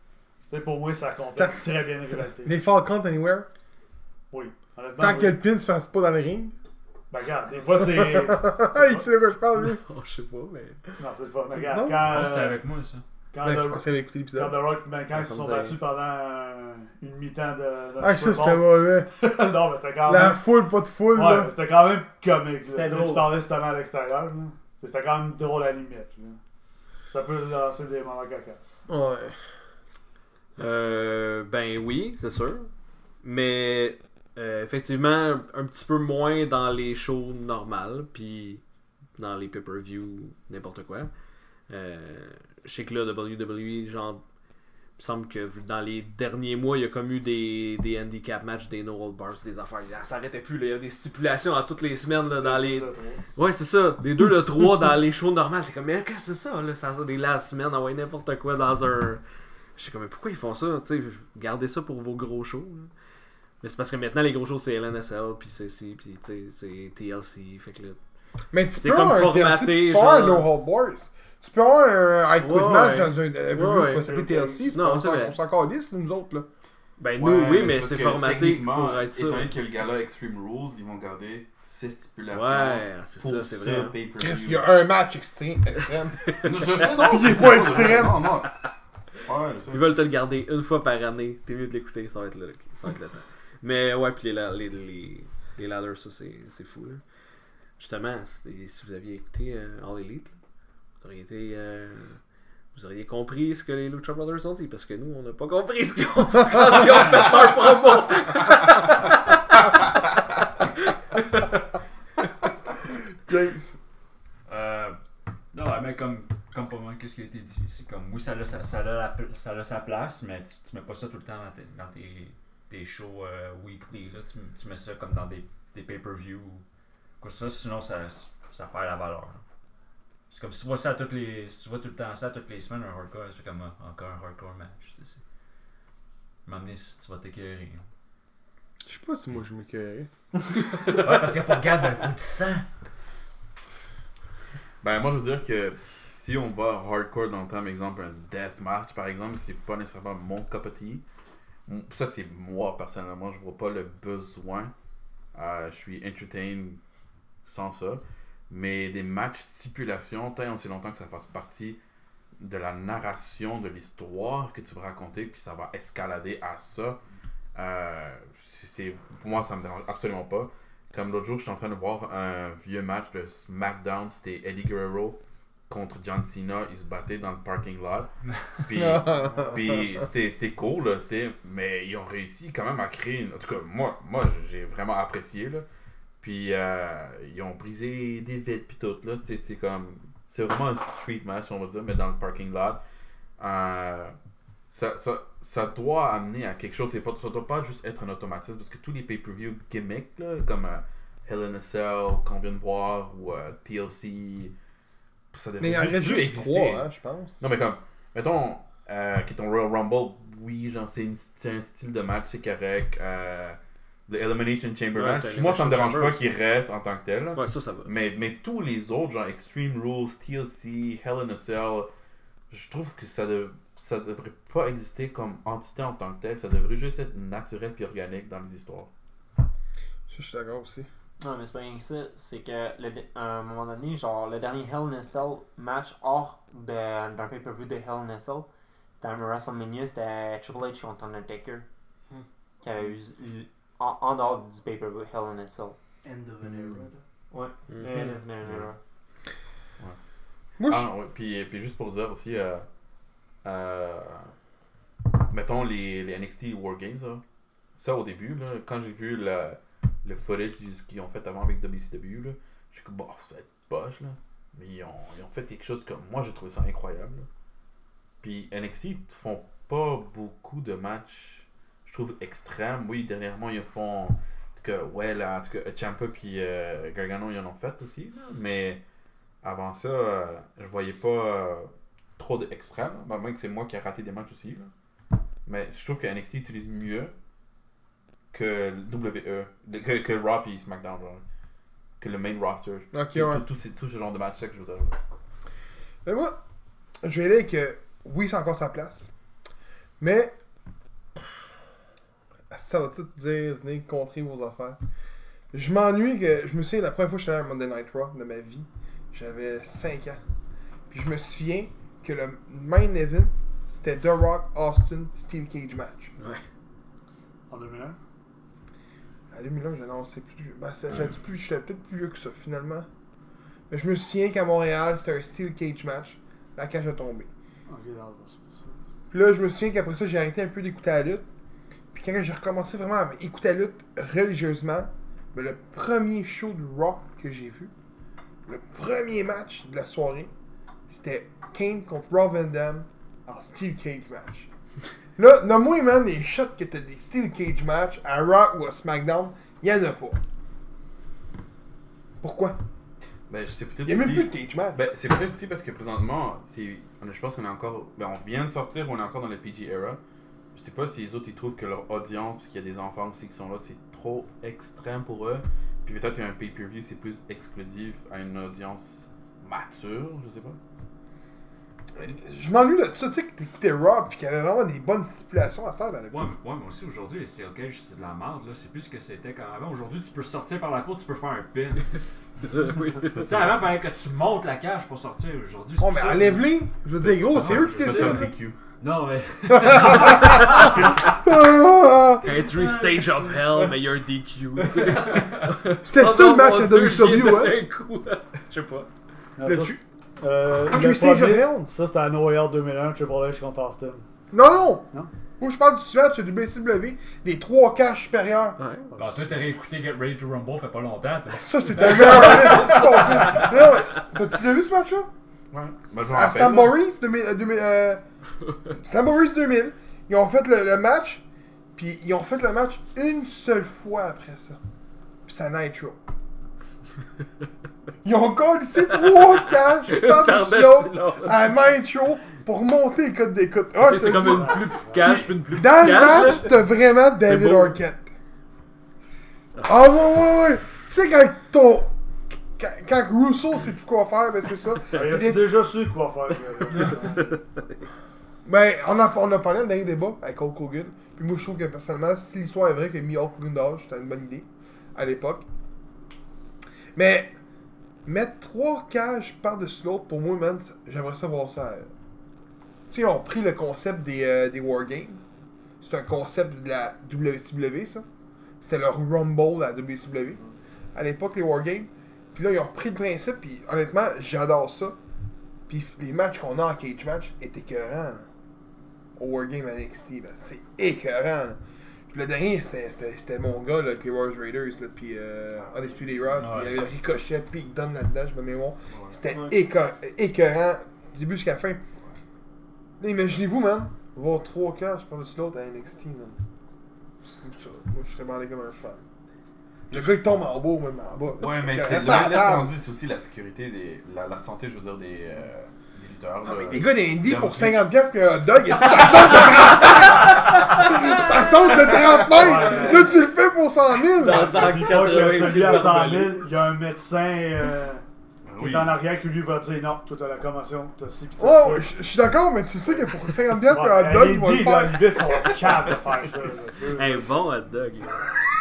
Tu sais, pour moi, ça complète très bien les rivalités. Les Fall Count Anywhere. Oui, honnêtement. Tant oui. que le pin se fasse pas dans le ring. Ben, regarde, des fois, c'est. Ah, il sait de quoi je parle, lui. Oh, je sais pas, mais. Non, c'est le fun. Mais regarde, Non. quand. Ah, c'est euh, avec moi, ça. quand, Ben, The- je pensais avec écouté quand l'épisode. The Rock, ben, quand Ouais, ils ça se me sont dit battus pendant euh, une mi-temps de. de Ah, ça, Super c'était Bowl. mauvais. Non, mais c'était quand La même. foule, pas de foule, Ouais, là. mais c'était quand même comique. C'était C'était drôle. Tu parlais justement à l'extérieur. là. C'était quand même drôle à la limite. Là. Ça peut lancer des moments cocasses. Ouais. Euh, ben oui, c'est sûr. Mais Euh, effectivement, un petit peu moins dans les shows normales, puis dans les pay-per-view, n'importe quoi. Euh, je sais que là, W W E, genre, il me semble que dans les derniers mois, il y a comme eu des, des handicap matchs, des no-hold bars, des affaires. Ça s'arrêtait plus, là. Il y a des stipulations à toutes les semaines, là, dans les... Ouais, c'est ça. Des deux de trois dans les shows normales. T'es comme, mais qu'est-ce que c'est ça, là? Ça, ça des last semaines, envoyer n'importe quoi dans un... Je sais comme, mais pourquoi ils font ça? Tu sais, gardez ça pour vos gros shows, là. Mais c'est parce que maintenant, les gros shows, c'est L N S L, puis c'est ci, puis tu sais, c'est T L C, fait que là... Mais tu C'est peux comme avoir un formaté, T L C, tu peux avoir un genre- No Hold Bars. Tu peux avoir un I Quit Ouais, match ouais. dans un W W E Ouais, qui va s'appeler T L C. Non, on c'est s'en- vrai. on s'en calisse, nous autres, là. Ben, nous, Ouais, oui, mais mais parce c'est que formaté techniquement, pour être ça. Étant donné que le gala Extreme Rules, ils vont garder ces stipulations. Ouais, c'est pour ça, c'est ce vrai. pay-per-view. Il y a un match extrême. extrême. Non, je sais, non, Il est c'est pas extrême. Non, non. Ouais, je sais. Ils veulent te le garder une fois par année. T'es mieux de l'écouter, ça va être le, ça va être le temps. Mais ouais, puis les, la- les, les, les ladders, ça, c'est, c'est fou, là. Justement, c'était- si vous aviez écouté euh, All Elite, là, vous auriez été... euh, vous auriez compris ce que les Lucha Brothers ont dit, parce que nous, on n'a pas compris ce qu'ils ont fait quand ils ont fait leur promo. James. Euh, non, ouais, mais comme, comme pour moi, qu'est-ce qui a été dit? C'est comme, oui, ça a, ça, ça a, la, ça a sa place, mais tu, tu mets pas ça tout le temps dans tes, dans tes, tes shows euh, weekly. Là. Tu, tu mets ça comme dans des, des pay-per-view. Quoi ça, sinon ça, ça perd la valeur. Là. C'est comme si tu vois ça toutes les. Si tu vois tout le temps ça toutes les semaines, un hardcore, c'est comme un, encore un hardcore match. Tu sais. À un moment donné, tu vas t'écœurer. Je sais pas si moi je m'écœurais. Ouais, parce que pour Gab, il faut du sang. Ben, moi, je veux dire que si on va hardcore dans le temps, exemple, un deathmatch, par exemple, c'est pas nécessairement mon cup of tea. Ça, c'est moi, personnellement. Je vois pas le besoin. Euh, je suis entertained sans ça. Mais des matchs stipulation, tant aussi longtemps que ça fasse partie de la narration de l'histoire que tu vas raconter, puis ça va escalader à ça. Euh, c'est, pour moi, ça me dérange absolument pas. Comme l'autre jour, j'étais en train de voir un vieux match de SmackDown, c'était Eddie Guerrero contre John Cena, ils se battaient dans le parking lot. Puis, puis c'était, c'était cool, là, c'était, mais ils ont réussi quand même à créer une... En tout cas, moi, moi j'ai vraiment apprécié, là. Puis euh, ils ont brisé des vitres puis tout, là, c'est, c'est comme... C'est vraiment un street match, on va dire, mais dans le parking lot. Euh, ça, ça, ça doit amener à quelque chose. C'est pas, ça doit pas juste être un automatisme, parce que tous les pay-per-view gimmicks, là, comme euh, Hell in a Cell, qu'on vient de voir, ou euh, T L C, ça devrait Mais il en reste plus juste exister. trois, hein, je pense. Non, mais comme, mettons, euh, qui est ton Royal Rumble, oui, genre, c'est, une, c'est un style de match, c'est correct. Euh, le Elimination Chamber Ouais, match, t'as moi, ça me dérange Elimination pas Chamber qu'il reste en tant que tel. Ouais, ça, ça va. Mais, mais tous les autres, genre Extreme Rules, T L C, Hell in a Cell, je trouve que ça, de, ça devrait pas exister comme entité en tant que telle. Ça devrait juste être naturel puis organique dans les histoires. Ça, je suis d'accord aussi. Non, mais c'est pas rien que ça. C'est que, le, à un moment donné, genre, le dernier Hell in a Cell match hors de, d'un pay-per-view de Hell in a Cell, c'était un WrestleMania, c'était Triple H contre Undertaker. Hmm. Qui avait eu, eu- en, en dehors du pay-per-view Hell in a Cell. End of an era. là. Ouais. Mhm. Euh, non, non, non. Moi, je Ah, ouais, puis, puis juste pour dire aussi, euh, euh, mettons les, les N X T War Games, là, ça au début, là, quand j'ai vu le, le footage qu'ils ont fait avant avec W C W, là, j'ai dit, bon, ça va être poche, là. Mais ils ont, ils ont fait quelque chose comme moi, j'ai trouvé ça incroyable. Là. Puis N X T font pas beaucoup de matchs, je trouve, extrêmes. Oui, dernièrement, ils font. En tout cas, ouais, là, en tout cas, Ciampa puis euh, Gargano, ils en ont fait aussi. Là, mais avant ça, euh, je voyais pas euh, trop d'extrêmes. À moins que c'est moi qui ai raté des matchs aussi. Là. Mais je trouve que N X T utilise mieux que W E, de- que, que Raw et SmackDown. Genre, que le main roster. Ok, tout, ouais. tout, tout, ces- tout ce genre de match, c'est ça que je veux dire. Mais moi, je vais aller avec. euh, oui, c'est encore sa place. Mais. Ça va tout dire, venez contrer vos affaires. Je m'ennuie que. Je me souviens, la première fois que j'étais allé à un Monday Night Raw de ma vie, j'avais cinq ans. Puis je me souviens que le main event, c'était The Rock, Austin, Steel Cage match. En deux mille un? À deux mille un, je non, c'est plus. Ben, c'est- j'avais plus, j'étais peut-être plus vieux que ça, finalement. Mais je me souviens qu'à Montréal, c'était un Steel Cage match. La cage a tombé. Ok, non, c'est pas ça. Puis là, je me souviens qu'après ça, j'ai arrêté un peu d'écouter la lutte. Puis quand j'ai recommencé vraiment à écouter la lutte religieusement, ben, le premier show de Raw que j'ai vu, le premier match de la soirée, c'était Kane contre Rob Van Dam en Steel Cage match. Là, nomme-moi, man, les shots que t'as des Steel Cage match à Raw ou à SmackDown, y'en a pas. Pourquoi? Ben, je sais peut-être Il y a même aussi- plus de cage match. Ben, c'est peut-être aussi parce que présentement, c'est, on- je pense qu'on est encore, ben, on vient de sortir, on est encore dans le P G era. Je sais pas si les autres ils trouvent que leur audience, parce qu'il y a des enfants aussi qui sont là, c'est trop extrême pour eux. Puis peut-être qu'un pay-per-view c'est plus exclusif à une audience mature, je sais pas. Je m'ennuie de ça, tu sais, que t'écoutais Raw pis qu'il y avait vraiment des bonnes stipulations à faire dans le Ouais, mais, ouais, mais aussi aujourd'hui, les Steel Cage, c'est de la merde, là. C'est plus ce que c'était quand avant. Aujourd'hui, tu peux sortir par la porte, tu peux faire un pin. Oui. Tu sais, avant, il fallait que tu montes la cage pour sortir. Aujourd'hui, c'est Oh, plus mais ça. enlève-les! Je veux dire, gros, c'est Non, eux qui je Ça, c'est un décident. D Q. Non, mais. Ah! Entry stage of hell, meilleur D Q. tu sais. C'était Oh ça non, le match mon à Dieu, W je viens C de W, hein? un coup. Je sais pas. Non, Le ça, Q- c'est- euh, Q le Stage of premier, Hell? ça c'était à Noël deux mille un, Triple H contre Austin. Non, non! Non? Moi, je parle du match à W C W, les trois cages supérieurs. Ouais. Bon, toi, t'aurais écouté Get Ready to Rumble, fait pas longtemps. toi. Ça, c'était un meilleur match c'est ton film. Non, mais, t'as-tu déjà vu ce match-là? Ouais. Ben, je m'en À rappelle, là. Stamboris deux mille, euh, deux mille, euh, Stamboris deux mille, ils ont fait le, le match, puis ils ont fait le match une seule fois après ça. Puis c'est à Nitro. Ils ont collé ces trois cages par-dessus l'autre à Nitro pour monter les codes d'écoute. Ah, je te C'est comme dis, une plus petite cage, puis une plus petite dans le cage. match, t'as vraiment David beau. Arquette. Ah ouais, ouais, ouais. Tu sais, quand ton... Quand, quand Russo sait plus quoi faire, ben c'est ça. Il Il a est- déjà su quoi faire. ce gars-là. Ben, on a, on a parlé dans le dernier débat avec Hulk Hogan. Puis moi, je trouve que personnellement, si l'histoire est vraie qu'il a mis Hulk Hogan dehors, c'était une bonne idée à l'époque. Mais, mettre trois cages par-dessus l'autre, pour moi, man, ça- j'aimerais ça voir ça. euh. Tu sais, ils ont pris le concept des, euh, des Wargames. C'est un concept de la W C W, ça. C'était leur Rumble à la W C W. À l'époque, les Wargames. Puis là, ils ont repris le principe, puis honnêtement, j'adore ça. Puis les matchs qu'on a en cage match étaient écœurants. là. Au Wargame à N X T, là. C'est écœurant. là. Le dernier, c'était- c'était c'était mon gars, là, avec les Wars Raiders, là, puis euh, Undisputed Era, puis il y avait le Ricochet, puis il donne là-dedans, je me mémoire. C'était Ouais. écœur- écœurant du début jusqu'à la fin. Là, imaginez-vous, man, voir trois cages par-dessus l'autre à N X T, man. C'est ça. Moi, je serais bandé comme un cheval. Le gars, il tombe en bas, même en bas. Ouais, mais Il c'est reste à la là, table. là, dit, c'est aussi la sécurité, des, la, la santé, je veux dire, des, euh, des lutteurs. Ah, là. mais des gars d'Indie Bien pour aussi. cinquante piastres puis un hot dog, ça saute de trente mètres! Ça saute de trente mètres! Là, tu le fais pour cent mille! Dans, dans N'oublie pas que celui à cent quatre-vingts mille, il y a un médecin euh, qui Oui. est en arrière qui lui va dire non, toi t'as la commotion, t'as ci pis t'as Oh, ça. je je suis d'accord, mais tu sais que pour cinquante piastres puis Ouais, un hot dog, les ils vont le dés, là, faire. limite, sont capables de faire ça. là. Un bon hot dog. là.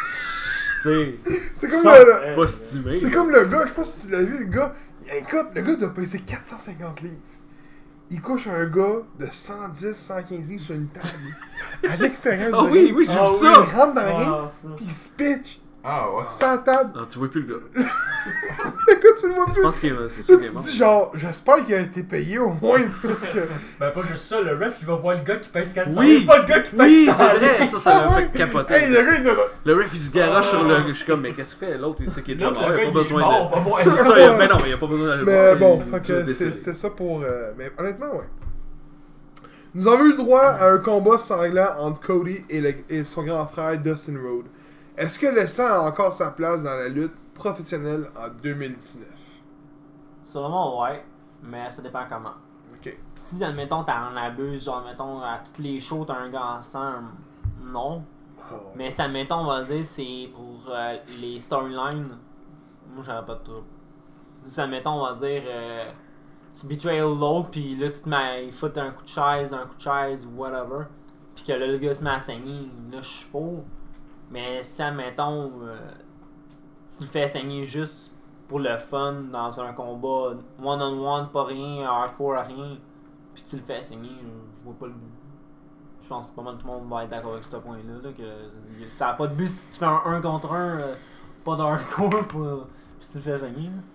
Tu C'est comme Ça, le. sais, pas stimé. C'est là. comme le gars, je sais pas si tu l'as vu, le gars. Écoute, le gars doit peser quatre cent cinquante livres. Il couche un gars de cent dix, cent quinze livres sur une table. À l'extérieur Ah du oui, ring. oui, j'ai Ah vu oui. ça. Il rentre dans le ring, Ah, ça. puis il se pitch. Ah ouais. Sans table. Non, tu vois plus le gars. Le gars, tu le vois Je plus. pense qu'il est, c'est Là, sûr tu qu'il est te mort. dis genre, j'espère qu'il a été payé au moins parce que. Ben, pas juste ça, le ref, il va voir le gars qui pèse quatre cents Oui. livres, pas le gars qui pèse Oui, c'est cent vrai, livres. ça, ça m'a fait capoter. Hey, le gars, il doit. Le ref, il se garoche sur le. Je suis comme, mais qu'est-ce qu'il fait? L'autre, il sait qu'il est déjà L'autre, mort, le il a gars, pas il est besoin mort, de. va voir. C'est ça, il a- mais non, mais il a pas besoin d'aller le Mais voir, bon, il- fait il que a c'est- décidé. c'était ça pour. euh, Mais honnêtement, ouais. Nous avons eu le droit à un combat sanglant entre Cody et, le- et son grand frère Dustin Rhodes. Est-ce que le sang a encore sa place dans la lutte professionnelle en deux mille dix-neuf? Selon moi, ouais. Mais ça dépend comment. Ok. Si, admettons, t'as un abus, genre, admettons, à toutes les shows, t'as un gars en sang, non. Mais ça, admettons, on va dire, c'est pour euh, les storylines. Moi, j'aurais pas de trouble. Si, admettons, on va dire, euh, tu betrayal l'autre, pis là, tu te mets, il fout un coup de chaise, un coup de chaise, ou whatever. Pis que là, le gars se met à saigner, là, je suis pour. Mais si, admettons, euh, tu le fais saigner juste pour le fun dans un combat one-on-one, pas rien, hardcore, rien, puis tu le fais saigner, je vois pas le but. Je pense que pas mal tout le monde va être d'accord avec ce point-là, là, que ça n'a pas de but si tu fais un un contre un, euh, pas de hardcore, pour, puis tu le fais saigner. Là.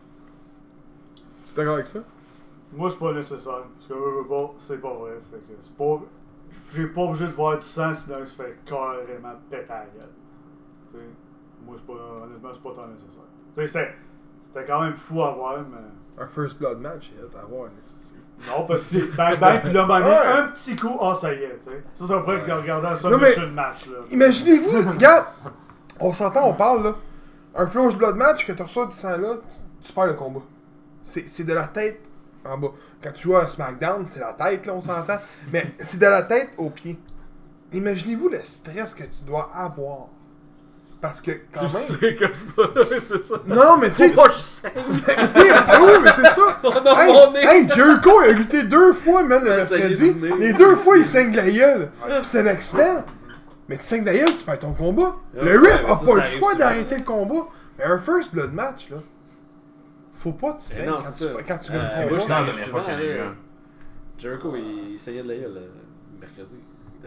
Tu es d'accord avec ça? Moi, c'est pas nécessaire. Parce que veux, veux pas, c'est pas vrai. Fait que c'est pas. j'ai pas obligé de voir du sang sinon il se fait carrément péter à la gueule. T'sais, moi, c'est pas, honnêtement, c'est pas tant nécessaire. T'sais, c'était, c'était quand même fou à voir, mais. Un First Blood match, il y a à voir, Non, parce que c'est bang bang, pis là, ben, Ouais. un petit coup, oh, ça y est, tu sais. Ça, ça va pas être regarder un Non, mais- submission match, là. t'sais. Imaginez-vous, regarde, on s'entend, on parle là. Un First Blood match, que tu reçois du sang là, tu perds le combat. C'est, c'est de la tête en bas. Quand tu joues à SmackDown, c'est la tête, là, on s'entend. Mais c'est de la tête aux pieds. Imaginez-vous le stress que tu dois avoir. Parce que, quand Tu même. sais que c'est pas. c'est ça. Non, mais tu sais. Faut pas que je saigne. oui, ah oui, mais c'est ça. Oh non, Hey, mon nez. hey, Jericho, il a lutté deux fois, man, le Il a saigné mercredi. du nez. Les deux fois, il saigne la gueule. Puis c'est un accident. Mais tu saignes la gueule, tu perds ton combat. Ouais, Le ouais, ref mais a ça, pas ça le arrive choix souvent. d'arrêter le combat. Mais un First Blood match, là, faut pas que tu saignes non, quand, c'est tu, ça. quand tu Euh, gagnes Moi, le je combat. suis dans la Ouais, dernière fois qu'il y en a eu souvent, un. Jericho, il, il saignait de la gueule le mercredi.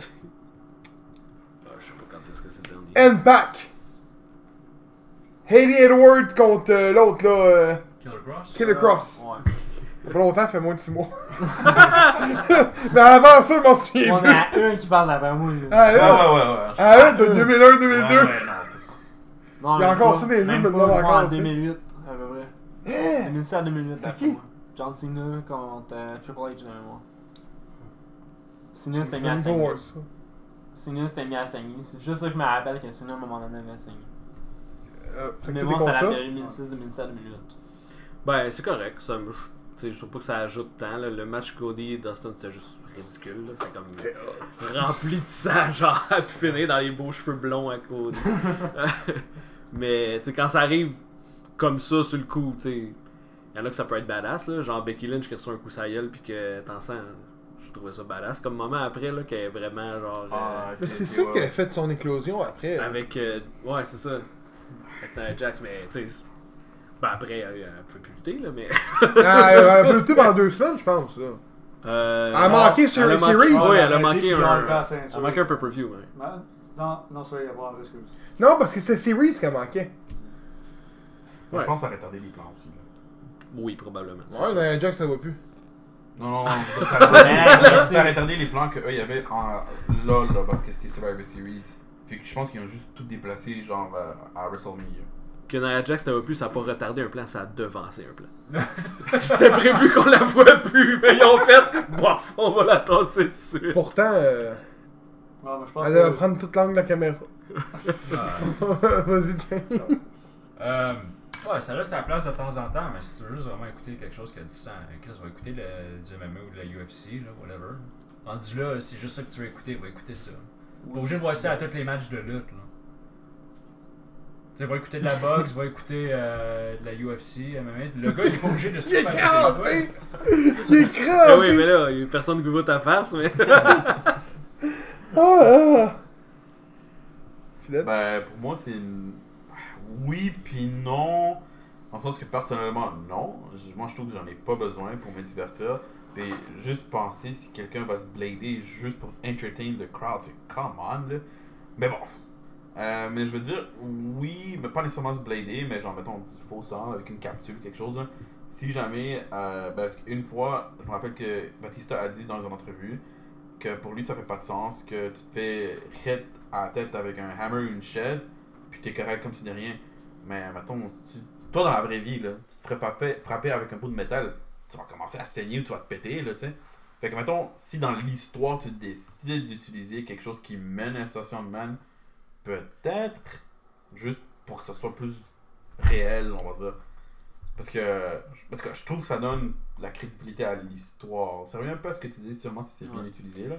Ah, je sais pas quand est-ce que c'est le dernier. And back. Hayley Edwards contre euh, l'autre, là. euh, Killer Cross? Killer Cross. Ouais. Il y a pas longtemps, ça fait moins de six mois. Mais avant ça, je m'en souviens On plus. a un qui parle d'avant moi. là. Ah, Ouais, eux, ouais, ouais, ouais. ah, eux, de deux mille un deux mille deux. Ouais, ouais, non, c'est- Non, Il y a même encore pas. ça dans les jeux, Même mais pas, non, genre encore, en tu sais. deux mille huit, à peu près. Hein? deux mille sept à deux mille huit, C'était après qui? moi. John Cena contre euh, Triple H de mémoire. Cena s'était mis à J'aime pas saigner. voir ça. Cena s'était mis à saigner. C'est juste ça que je me rappelle que Cena à un moment donné avait saigné. Euh, fait que Mais tout est moi, contre c'était ça. la deux mille six, deux mille sept, deux mille huit. Ben, c'est correct. Ça, me- je, tu sais, je trouve pas que ça ajoute tant. Là. Le match Cody et Dustin, c'était juste ridicule. là. C'est comme C'était hot. rempli de sang, genre, à pu finir dans les beaux cheveux blonds à Cody. Mais, tu sais, quand ça arrive comme ça, sur le coup, tu sais, il y en a que ça peut être badass, là. Genre Becky Lynch qui reçoit un coup sur la gueule puis que t'en sens. Je trouvais ça badass. Comme moment après, là, qu'elle est vraiment, genre. Ah, Mais ok, c'est ok, ça ouais, qui a ouais. fait son éclosion après. euh, avec. euh, ouais, c'est ça. Avec Nia Jax, mais, tu sais. Ben, après, elle, elle pouvait plus lutter, là, mais. Ah, elle a lutté pendant deux semaines, je pense. Là. Euh, Elle a manqué sur elle a les manqué- series. Oui, elle a Elle a manqué été un. puis enlevé la Elle ceinture. a manqué un pay-per-view, ouais. Non, non, non, ça, il y a pas, excuse. Non, parce que c'était Series qui manquait. Je Ouais. pense que ça a retardé les plans aussi. Là. Oui, probablement. c'est Ouais, sûr. mais Jack, ça va plus. Non, non, non. Ça a retardé, ça a retardé les plans qu'eux, il y avait en là, là, parce que c'était Survivor Series. Fait que je pense qu'ils ont juste tout déplacé, genre, euh, à WrestleMania. Que Nia Jax n'avait plus, ça n'a pas retardé un plan, ça a devancé un plan. Parce que c'était prévu qu'on la voit plus, mais ils ont fait, bof, on va la tasser dessus. Pourtant, euh, Ouais, mais je pense elle va que. prendre toute l'angle de la caméra. Ah, Vas-y, James. Euh, ouais, ça laisse sa place de temps en temps, mais si tu veux juste vraiment écouter quelque chose qui a du sang, Chris va écouter le, du M M A ou de la U F C, là, whatever. Rendu là, c'est juste ça que tu veux écouter, va écouter ça. Pas obligé de voir ça à tous les matchs de lutte, là. Tu sais, va écouter de la boxe, va écouter euh, de la U F C, M M A. Le gars, il est pas obligé de Il se est faire crampé! Il est Ah crampé! oui, mais là, il y a personne qui voit ta face, mais. Ah, ah. Fidèle? Ben, pour moi, c'est une. Oui, puis non. En sens que personnellement, non. Je- Moi, je trouve que j'en ai pas besoin pour me divertir. Puis juste penser si quelqu'un va se blader juste pour entertain the crowd, c'est come on, là. Mais bon. Euh, mais je veux dire, oui, mais pas nécessairement se blader, mais genre, mettons, du faux sang avec une capsule, quelque chose, là. Si jamais, euh, parce qu'une fois, je me rappelle que Batista a dit dans une entrevue que pour lui, ça fait pas de sens, que tu te fais hit à la tête avec un hammer ou une chaise, puis t'es correct comme si de rien. Mais mettons, tu- toi dans la vraie vie, là, tu te ferais pas fait- frapper avec un bout de métal, tu vas commencer à saigner ou tu vas te péter, là, tu sais. Fait que mettons, si dans l'histoire tu décides d'utiliser quelque chose qui mène à une situation de man, peut-être, juste pour que ça soit plus réel, on va dire. Parce que, en tout cas, je trouve que ça donne la crédibilité à l'histoire. Ça revient un peu à ce que tu dis, seulement si c'est bien Ouais. utilisé, là.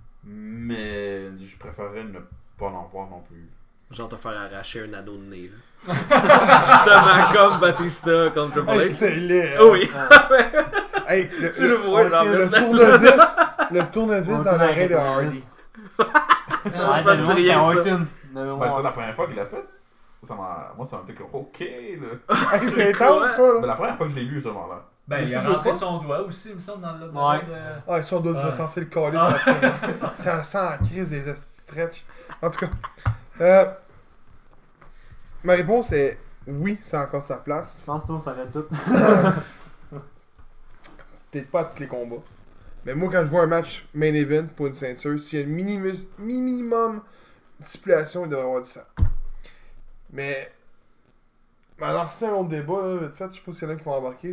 Mais je préférerais ne pas en voir non plus. Genre te faire arracher un anneau de nez, là. Justement comme Batista contre Triple Hey, H. c'était laid, hein. Oh oui! Hey, le, Tu le vois, genre, le maintenant. tournevis, le tournevis On dans tourne l'oreille avec de le Hardy. Ouais, pas de dire moi, c'était rien, ça. Orton. De Ben, mémoire. c'est la première fois qu'il l'a fait. Ça m'a... Moi, ça m'a fait que, ok, là. Hey, c'est intense, ça, Mais là. la première fois que je l'ai vu, ce moment-là. Ben, il a Deux rentré fois? son doigt aussi, il me semble, dans le. Ouais. de- Ah, ça, on doit Ouais. se censé le coller, Ah. ça. Ça sent en crise des esti stretch. En tout cas, euh, ma réponse est oui, c'est encore sa place. Je pense que ça arrête tout. Peut-être pas à tous les combats. Mais moi, quand je vois un match main event pour une ceinture, s'il y a un minimum, minimum de stipulation, il devrait y avoir du sang. Mais. Mais alors, c'est un autre débat, là, vite fait, je sais pas s'il y en a qui vont embarquer.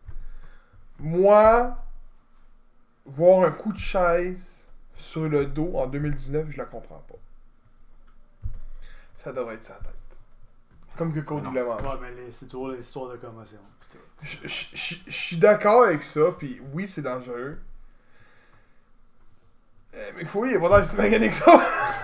Moi, voir un coup de chaise sur le dos en deux mille dix-neuf, je la comprends pas. Ça devrait être sa tête. Comme que Cody l'a mangé. Ouais, mais les- c'est toujours les histoires de commotion. Je je- je- je suis d'accord avec ça, puis oui, c'est dangereux. Euh, mais il faut il va dans si magané que ça.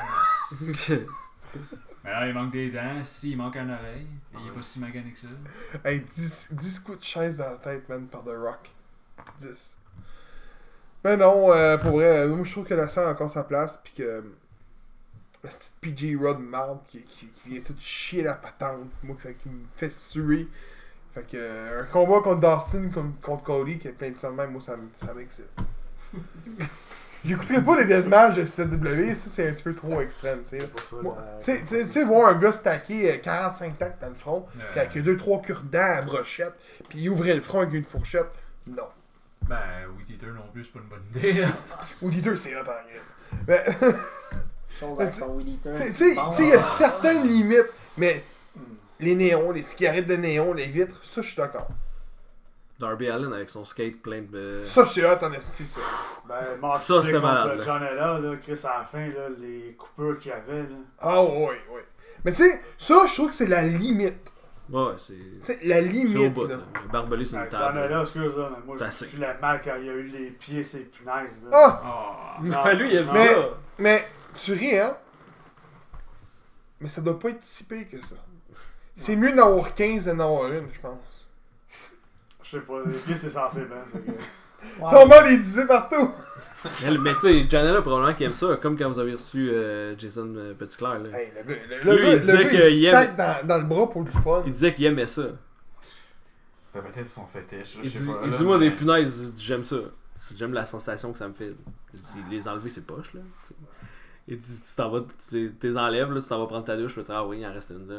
Mais là, il manque des dents. S'il manque une oreille, et il est pas si magané que ça. Hey, dix, dix coups de chaise dans la tête, man, par The Rock. dix. Mais non, euh, pour vrai, moi je trouve que la scène a encore sa place, puis que. euh, La petite P J Rod marde qui, qui, qui vient tout chier la patente. Moi, que ça qui me fait suer. Fait que. euh, un combat contre Dustin comme contre Cody qui est plein de sang de même, moi ça, m- ça m'excite. J'écouterai pas les deathmatchs de C W, ça c'est un petit peu trop extrême, tu sais. C'est pour ça, Moi, la- Tu sais- tu sais- tu sais, voir un gars stacker euh, quarante-cinq tacs dans le front, Euh, pis avec deux trois cure-dents à brochette, pis il ouvrait le front avec une fourchette, non. Ben, Wheat Eater non plus, c'est pas une bonne idée. Là. Ou Dieter, c'est hot en grise. Mais, Chose avec son Weed Eater. tu sais, c'est tu bon. sais, il y a certaines limites, mais les néons, les cigarettes de néon, les vitres, ça je suis d'accord. Darby Allin avec son skate plein de. Ça c'est hot en esti, ça. Ben, Marty Ça, c'était contre malade, là. John Ella, là, Chris, à la fin, là, les coupures qu'il y avait, là. Ah oui, oui. Mais tu sais, ça je trouve que c'est la limite. Ouais, c'est. Tu sais, la C'est au limite, bout. là. là. Barbelé sur Ben, une John table. Ella, excuse moi, mais moi, C'est je assez. suis la mal quand il a eu les pieds, ses punaises, là. Ah! Ah, Non, Lui, il aime Mais- ça. Mais, tu ris, hein? Mais ça doit pas être si pire que ça. C'est mieux d'en avoir quinze que d'en avoir une, je pense. Je sais pas, les pieds, c'est censé, ben. fait que- Ouais. Comment les diffuser partout? Mais, mais tu sais, Janela, probablement qu'il aime ça, comme quand vous avez reçu euh, Jason euh, Petitclerc. Là. Hey, le gars, le, le Lui, gars, il le disait gars, qu'il il se aime- tape dans, dans le bras pour du fun. Il disait qu'il aimait ça. Ben, peut-être son fétiche. Il je dit, sais pas. il là, dit moi, mais- des punaises, j'aime ça. C'est- J'aime la sensation que ça me fait. Je dis, les enlever, c'est poche, là. t'sais. Il dit, tu t'en vas, tu t'es enlèves, là, tu t'en vas prendre ta douche, je peux te dire, ah oui, il en reste une là.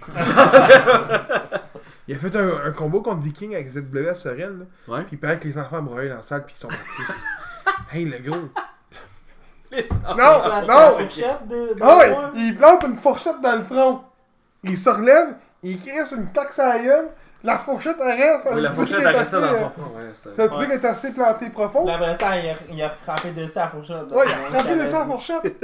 Il a fait un, un combat contre Viking avec Z W à Sorel, là. Ouais. Puis il paraît que les enfants broyaient dans la salle, puis ils sont partis. Hey, le gros. Les Non, Ah, c'est non! la fourchette de. de Ah ouais, bois. il plante une fourchette dans le front. Il se relève, il crisse une claque sur la gueule, la fourchette elle reste. ça Oui, la veut dire fourchette qu'il est a resté assez, dans euh, son front. Ouais, c'est- Ça veut dire qu'il est assez planté profond. Puis après ça, il a, il a frappé dessus à la fourchette. Ouais, il a frappé de ça à la fourchette.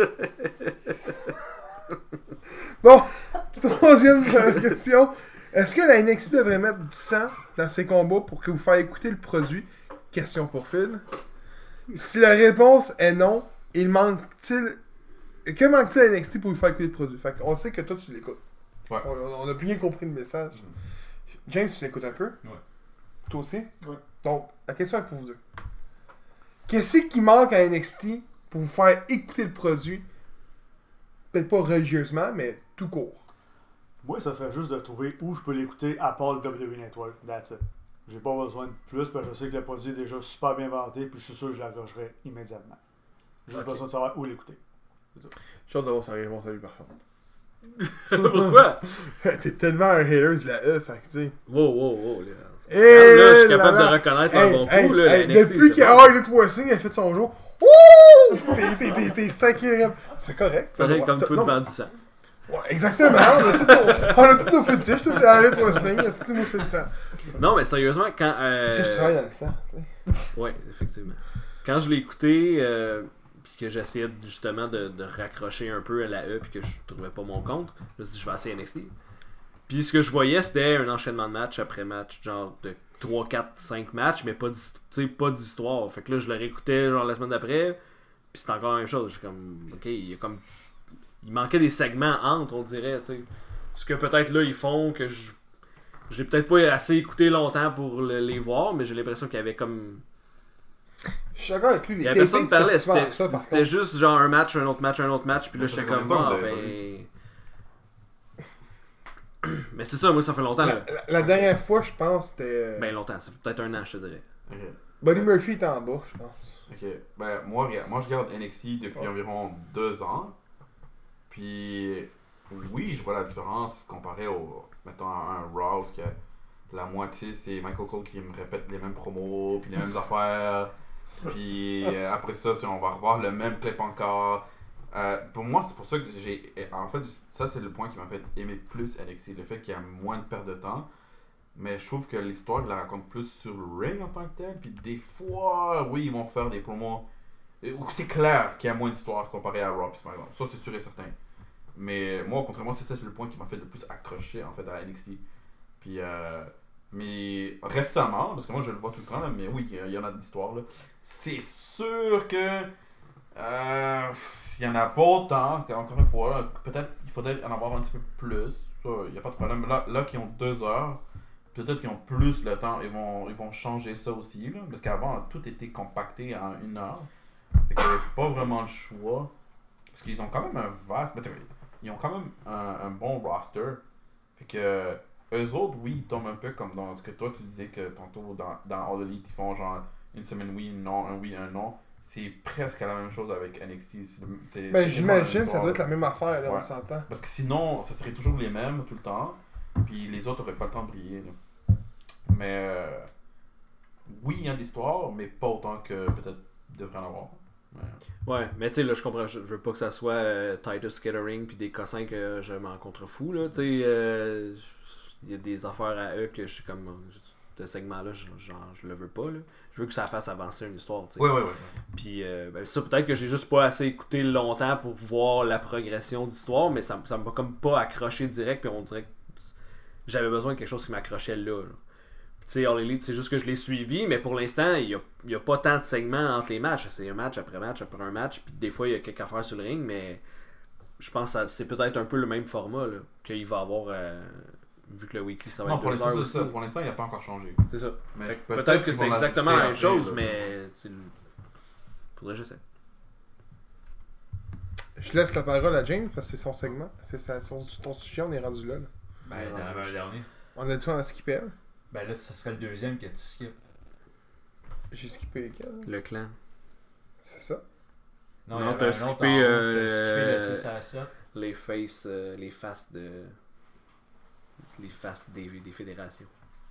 Bon, troisième euh, question. Est-ce que la N X T devrait mettre du sang dans ses combats pour que vous fassiez écouter le produit? Question pour Phil. Si la réponse est non, il manque-t-il... Que manque-t-il à N X T pour vous faire écouter le produit? Fait qu'on sait que toi, tu l'écoutes. Ouais. On, on a bien compris le message. James, tu l'écoutes un peu? Ouais. Toi aussi? Ouais. Donc, la question est pour vous deux. Qu'est-ce qui manque à N X T pour vous faire écouter le produit? Peut-être pas religieusement, mais tout court. Moi, ça serait juste de trouver où je peux l'écouter à part le W W E Network. That's it. J'ai pas besoin de plus parce que je sais que le produit est déjà super bien vanté puis je suis sûr que je l'accrocherai immédiatement. J'ai juste Ok. besoin de savoir où l'écouter. J'ai hâte d'avoir sa réponse à lui, par contre. Pourquoi? T'es tellement un hater de la E, fait que tu sais. Wow, wow, wow. Là, Eh là je suis là capable là. de reconnaître Hey, un bon hey, coup. Là, hey, la N X T, depuis c'est que bon. All Elite Wrestling a fait son jour, wouh! T'es- t'es- T'es t'es stacké, c'est correct. t'as le Pareil droit. comme T'as- toi non. devant du sang. Ouais, exactement. On a tous nos, on a tous nos fétiches, toi, c'est All Elite Wrestling. Si moi, je fais le sang. Non, mais sérieusement, quand. euh, Je travaille dans le sang, tu sais. Ouais, effectivement. Quand je l'ai écouté, euh, puis que j'essayais de- justement de, de raccrocher un peu à la E, puis que je trouvais pas mon compte, je me suis dit, je vais essayer N X T. Puis ce que je voyais, c'était un enchaînement de match après match, genre de trois, quatre, cinq matchs, mais pas d'his- tu sais, pas d'histoire. Fait que là, je le réécoutais genre la semaine d'après, puis c'était encore la même chose. J'ai comme, ok, il y a comme. Il manquait des segments entre, on dirait, tu sais. Ce que peut-être là, ils font, que je. Je l'ai peut-être pas assez écouté longtemps pour le- les voir, mais j'ai l'impression qu'il y avait comme. Je suis d'accord avec lui. Il Les y avait personne qui tapings, parlait, c'était souvent c'était ça, par c'était contre. juste genre un match, un autre match, un autre match, puis là Ça j'étais fait comme, combien de ah temps, ben. Mais c'est ça, moi ça fait longtemps La, là. la- la dernière fois, je pense, c'était. Ben longtemps, ça fait peut-être un an, je te dirais. Ok. Buddy Murphy était en bas, je pense. Ok. Ben, moi, regarde, moi, je regarde N X T depuis Ouais. environ deux ans. Puis, oui, je vois la différence comparé au, mettons, à un Raw, où la moitié, c'est Michael Cole qui me répète les mêmes promos, puis les mêmes affaires. Puis euh, après ça, si on va revoir le même clip encore. Euh, pour moi, c'est pour ça que j'ai. En fait, ça, c'est le point qui m'a fait aimer plus N X T. Le fait qu'il y a moins de perte de temps. Mais je trouve que l'histoire, il la raconte plus sur le ring en tant que tel. Puis des fois, oui, ils vont faire des promos où c'est clair qu'il y a moins d'histoire comparé à Raw, par exemple. Ça, c'est sûr et certain. Mais moi, au contraire, c'est ça c'est le point qui m'a fait le plus accrocher en fait à N X T. Puis, euh, mais récemment, parce que moi je le vois tout le temps, là, mais oui, il y en a d'histoires là. C'est sûr que euh, il y en a pas autant. Encore une fois, là, peut-être il faudrait en avoir un petit peu plus. Ça, il n'y a pas de problème. Là, là qui ont deux heures, peut-être qu'ils ont plus le temps, ils vont, ils vont changer ça aussi. Là, parce qu'avant, tout était compacté en une heure. Fait qu'il n'y avait pas vraiment le choix. Parce qu'ils ont quand même un vaste. Ils ont quand même un, un bon roster. Fait que eux autres, oui, ils tombent un peu comme dans ce que toi tu disais que tantôt dans, dans All Elite, ils font genre une semaine oui, un non, un oui, un non. C'est presque la même chose avec N X T. C'est, c'est, Ben, c'est j'imagine, ça doit être la même affaire, là, Ouais. on s'entend. Parce que sinon, ça serait toujours les mêmes tout le temps. Puis les autres n'auraient pas le temps de briller. Là. Mais euh, oui, il y a de l'histoire, mais pas autant que peut-être il devrait en avoir. Ouais. Ouais, mais tu sais, là, je comprends, je, je veux pas que ça soit euh, Titus Kettering puis des cossins que je m'en contrefous, là, tu sais, il euh, y a des affaires à eux que je suis comme, ce segment-là, je, genre, je le veux pas, là. Je veux que ça fasse avancer une histoire, tu sais. Ouais, ouais, ouais. Puis, euh, ben, ça, peut-être que j'ai juste pas assez écouté longtemps pour voir la progression d'histoire, mais ça, ça m'a comme pas accroché direct, puis on dirait que j'avais besoin de quelque chose qui m'accrochait là, là. Tu sais, All Elite, c'est juste que je l'ai suivi, mais pour l'instant, il n'y a, a pas tant de segments entre les matchs. C'est un match après match après un match, puis des fois, il y a quelques affaires sur le ring, mais je pense que c'est peut-être un peu le même format là, qu'il va avoir, euh, vu que le weekly, ça va Non, être pour deux l'instant, heures c'est aussi. ça. Pour l'instant, il n'a pas encore changé. C'est ça. Mais Fait que peut-être peut-être que qu'ils c'est vont exactement la même l'ajuster un chose, peu, mais c'est le- faudrait que j'essaie. Je laisse la parole à James parce que c'est son segment. C'est sa, son, ton sujet, on est rendu là. là. Ben, t'en avais un dernier. On a dit on a skippé elle. Ben là, ça serait le deuxième que tu skippes. J'ai skippé lesquels. là? Le clan. C'est ça. Non, Non, il y avait t'as un skippé, autre en haut, euh, t'as skippé le euh, six à sept. Les faces, euh, les faces de. Les faces des, des fédérations.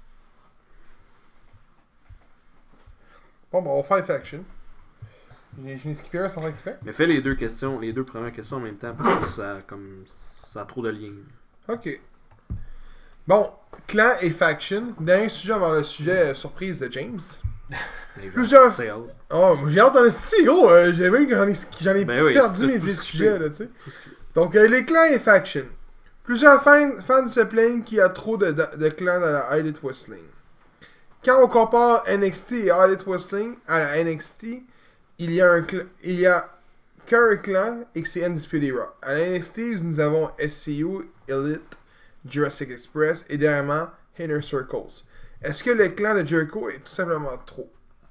Bon, ben, on va faire les factions. J'ai j'ai skippé un sans faire exprès. Mais fais les deux questions, les deux premières questions en même temps, parce que ça, comme, ça a trop de liens. Ok. Bon, clan et faction. Dernier sujet avant le sujet euh, surprise de James. Les Plusieurs- sales. Oh, j'ai hâte d'en esti, gros. Euh, j'ai même que j'en ai, j'en ai Ben oui, perdu c'est mes tout ce sujets, qui- là, tu sais. Donc, euh, les clans et factions. Plusieurs fans, fans se plaignent qu'il y a trop de, de, de clans dans la Elite Wrestling. Quand on compare N X T et Elite Wrestling à la N X T, il y a un cl- il y a qu'un clan et que c'est Undisputed Era. À la N X T, nous avons S C U, Elite, Jurassic Express et dernièrement Inner Circles. Est-ce que le clan de Jericho est tout simplement trop?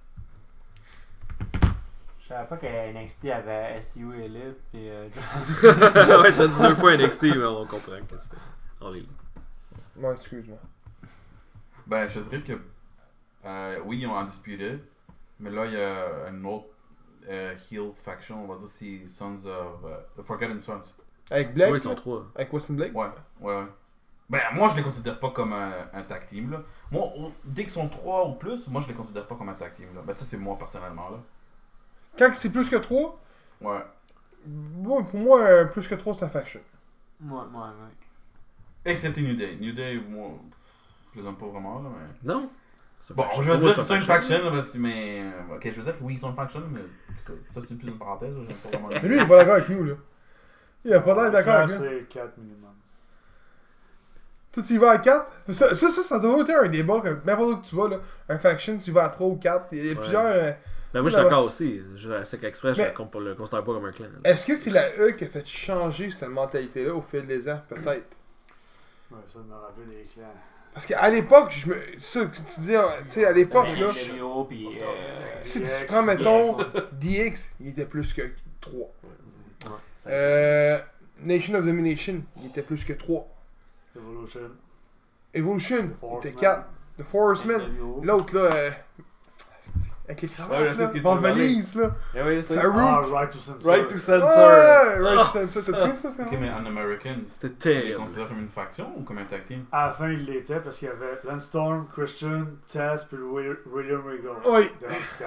Je savais pas que N X T avait S C U Elite, puis euh, Ouais, t'as dit deux fois N X T, mais on comprend que c'était. On les lit. Non, excuse-moi. Ben, je dirais que euh, oui, ils ont Undisputed, mais là, il y a un autre euh, heel faction, on va dire, c'est Sons of euh, The Forgotten Sons. Avec Black? Oui, ils sont là? trois. Avec Weston Blake? Ouais, ouais, ouais. Ben, moi, je les considère pas comme un, un tag team, là. Moi, au- dès qu'ils sont trois ou plus, moi, je les considère pas comme un tag team, là. Ben, ça, c'est moi, personnellement, là. Quand c'est plus que trois, Ouais. moi, pour moi, euh, plus que trois, c'est la faction. moi, moi, moi. Excepté New Day. New Day, moi, je les aime pas vraiment, là, mais... Non? C'est Bon, faction. je veux Pour moi, dire que c'est une faction. faction, là, parce que, mais... euh, Ok, je veux dire que oui, ils sont une faction, mais... Ça, c'est plus une parenthèse, là, j'aime pas vraiment... Mais lui, il est pas d'accord avec nous, là. Il a pas l'air d'accord Là, avec nous. c'est quatre minimum. Toi, tu y vas à quatre? Ça, ça, ça, ça doit être un débat, que n'importe où que tu vas, là. Un faction, tu y vas à trois ou quatre. Il y a Ouais. plusieurs... euh, Ben, moi, je suis d'accord aussi. Jurassic Express, je Mais- le comp- le considère pas comme un clan. là. Est-ce que c'est la E qui a fait changer cette mentalité-là au fil des ans? Peut-être. Ouais, ça me rappelle les clans. Parce qu'à l'époque, je me... Ça, que tu dis, tu sais, à l'époque, là... N W O, puis euh, Tu sais, tu D X, prends, mettons, D X, D X, il était plus que trois. ouais, ça- Euh... Nation of Domination, il était plus que trois. Evolution. Evolution, The il Force était Man. quatre. The Forest Man. N W O. L'autre, là... Euh... Avec les Ouais, cravates, je sais là, que tu en veux parler. valise, là. Eh oui, c'est Farouk. Ah, Right to Censor. Right to Censor. Ouais, right, Oh, c'est ça. ça. T'as-tu vu ça, c'est Ok, vrai? mais en American, C'était tu les terrible. considères comme une faction ou comme un tag team? À la fin, il l'était parce qu'il y avait Lance Storm, Christian, Taz puis Wi- William Regal. Oui. Devant du quatre.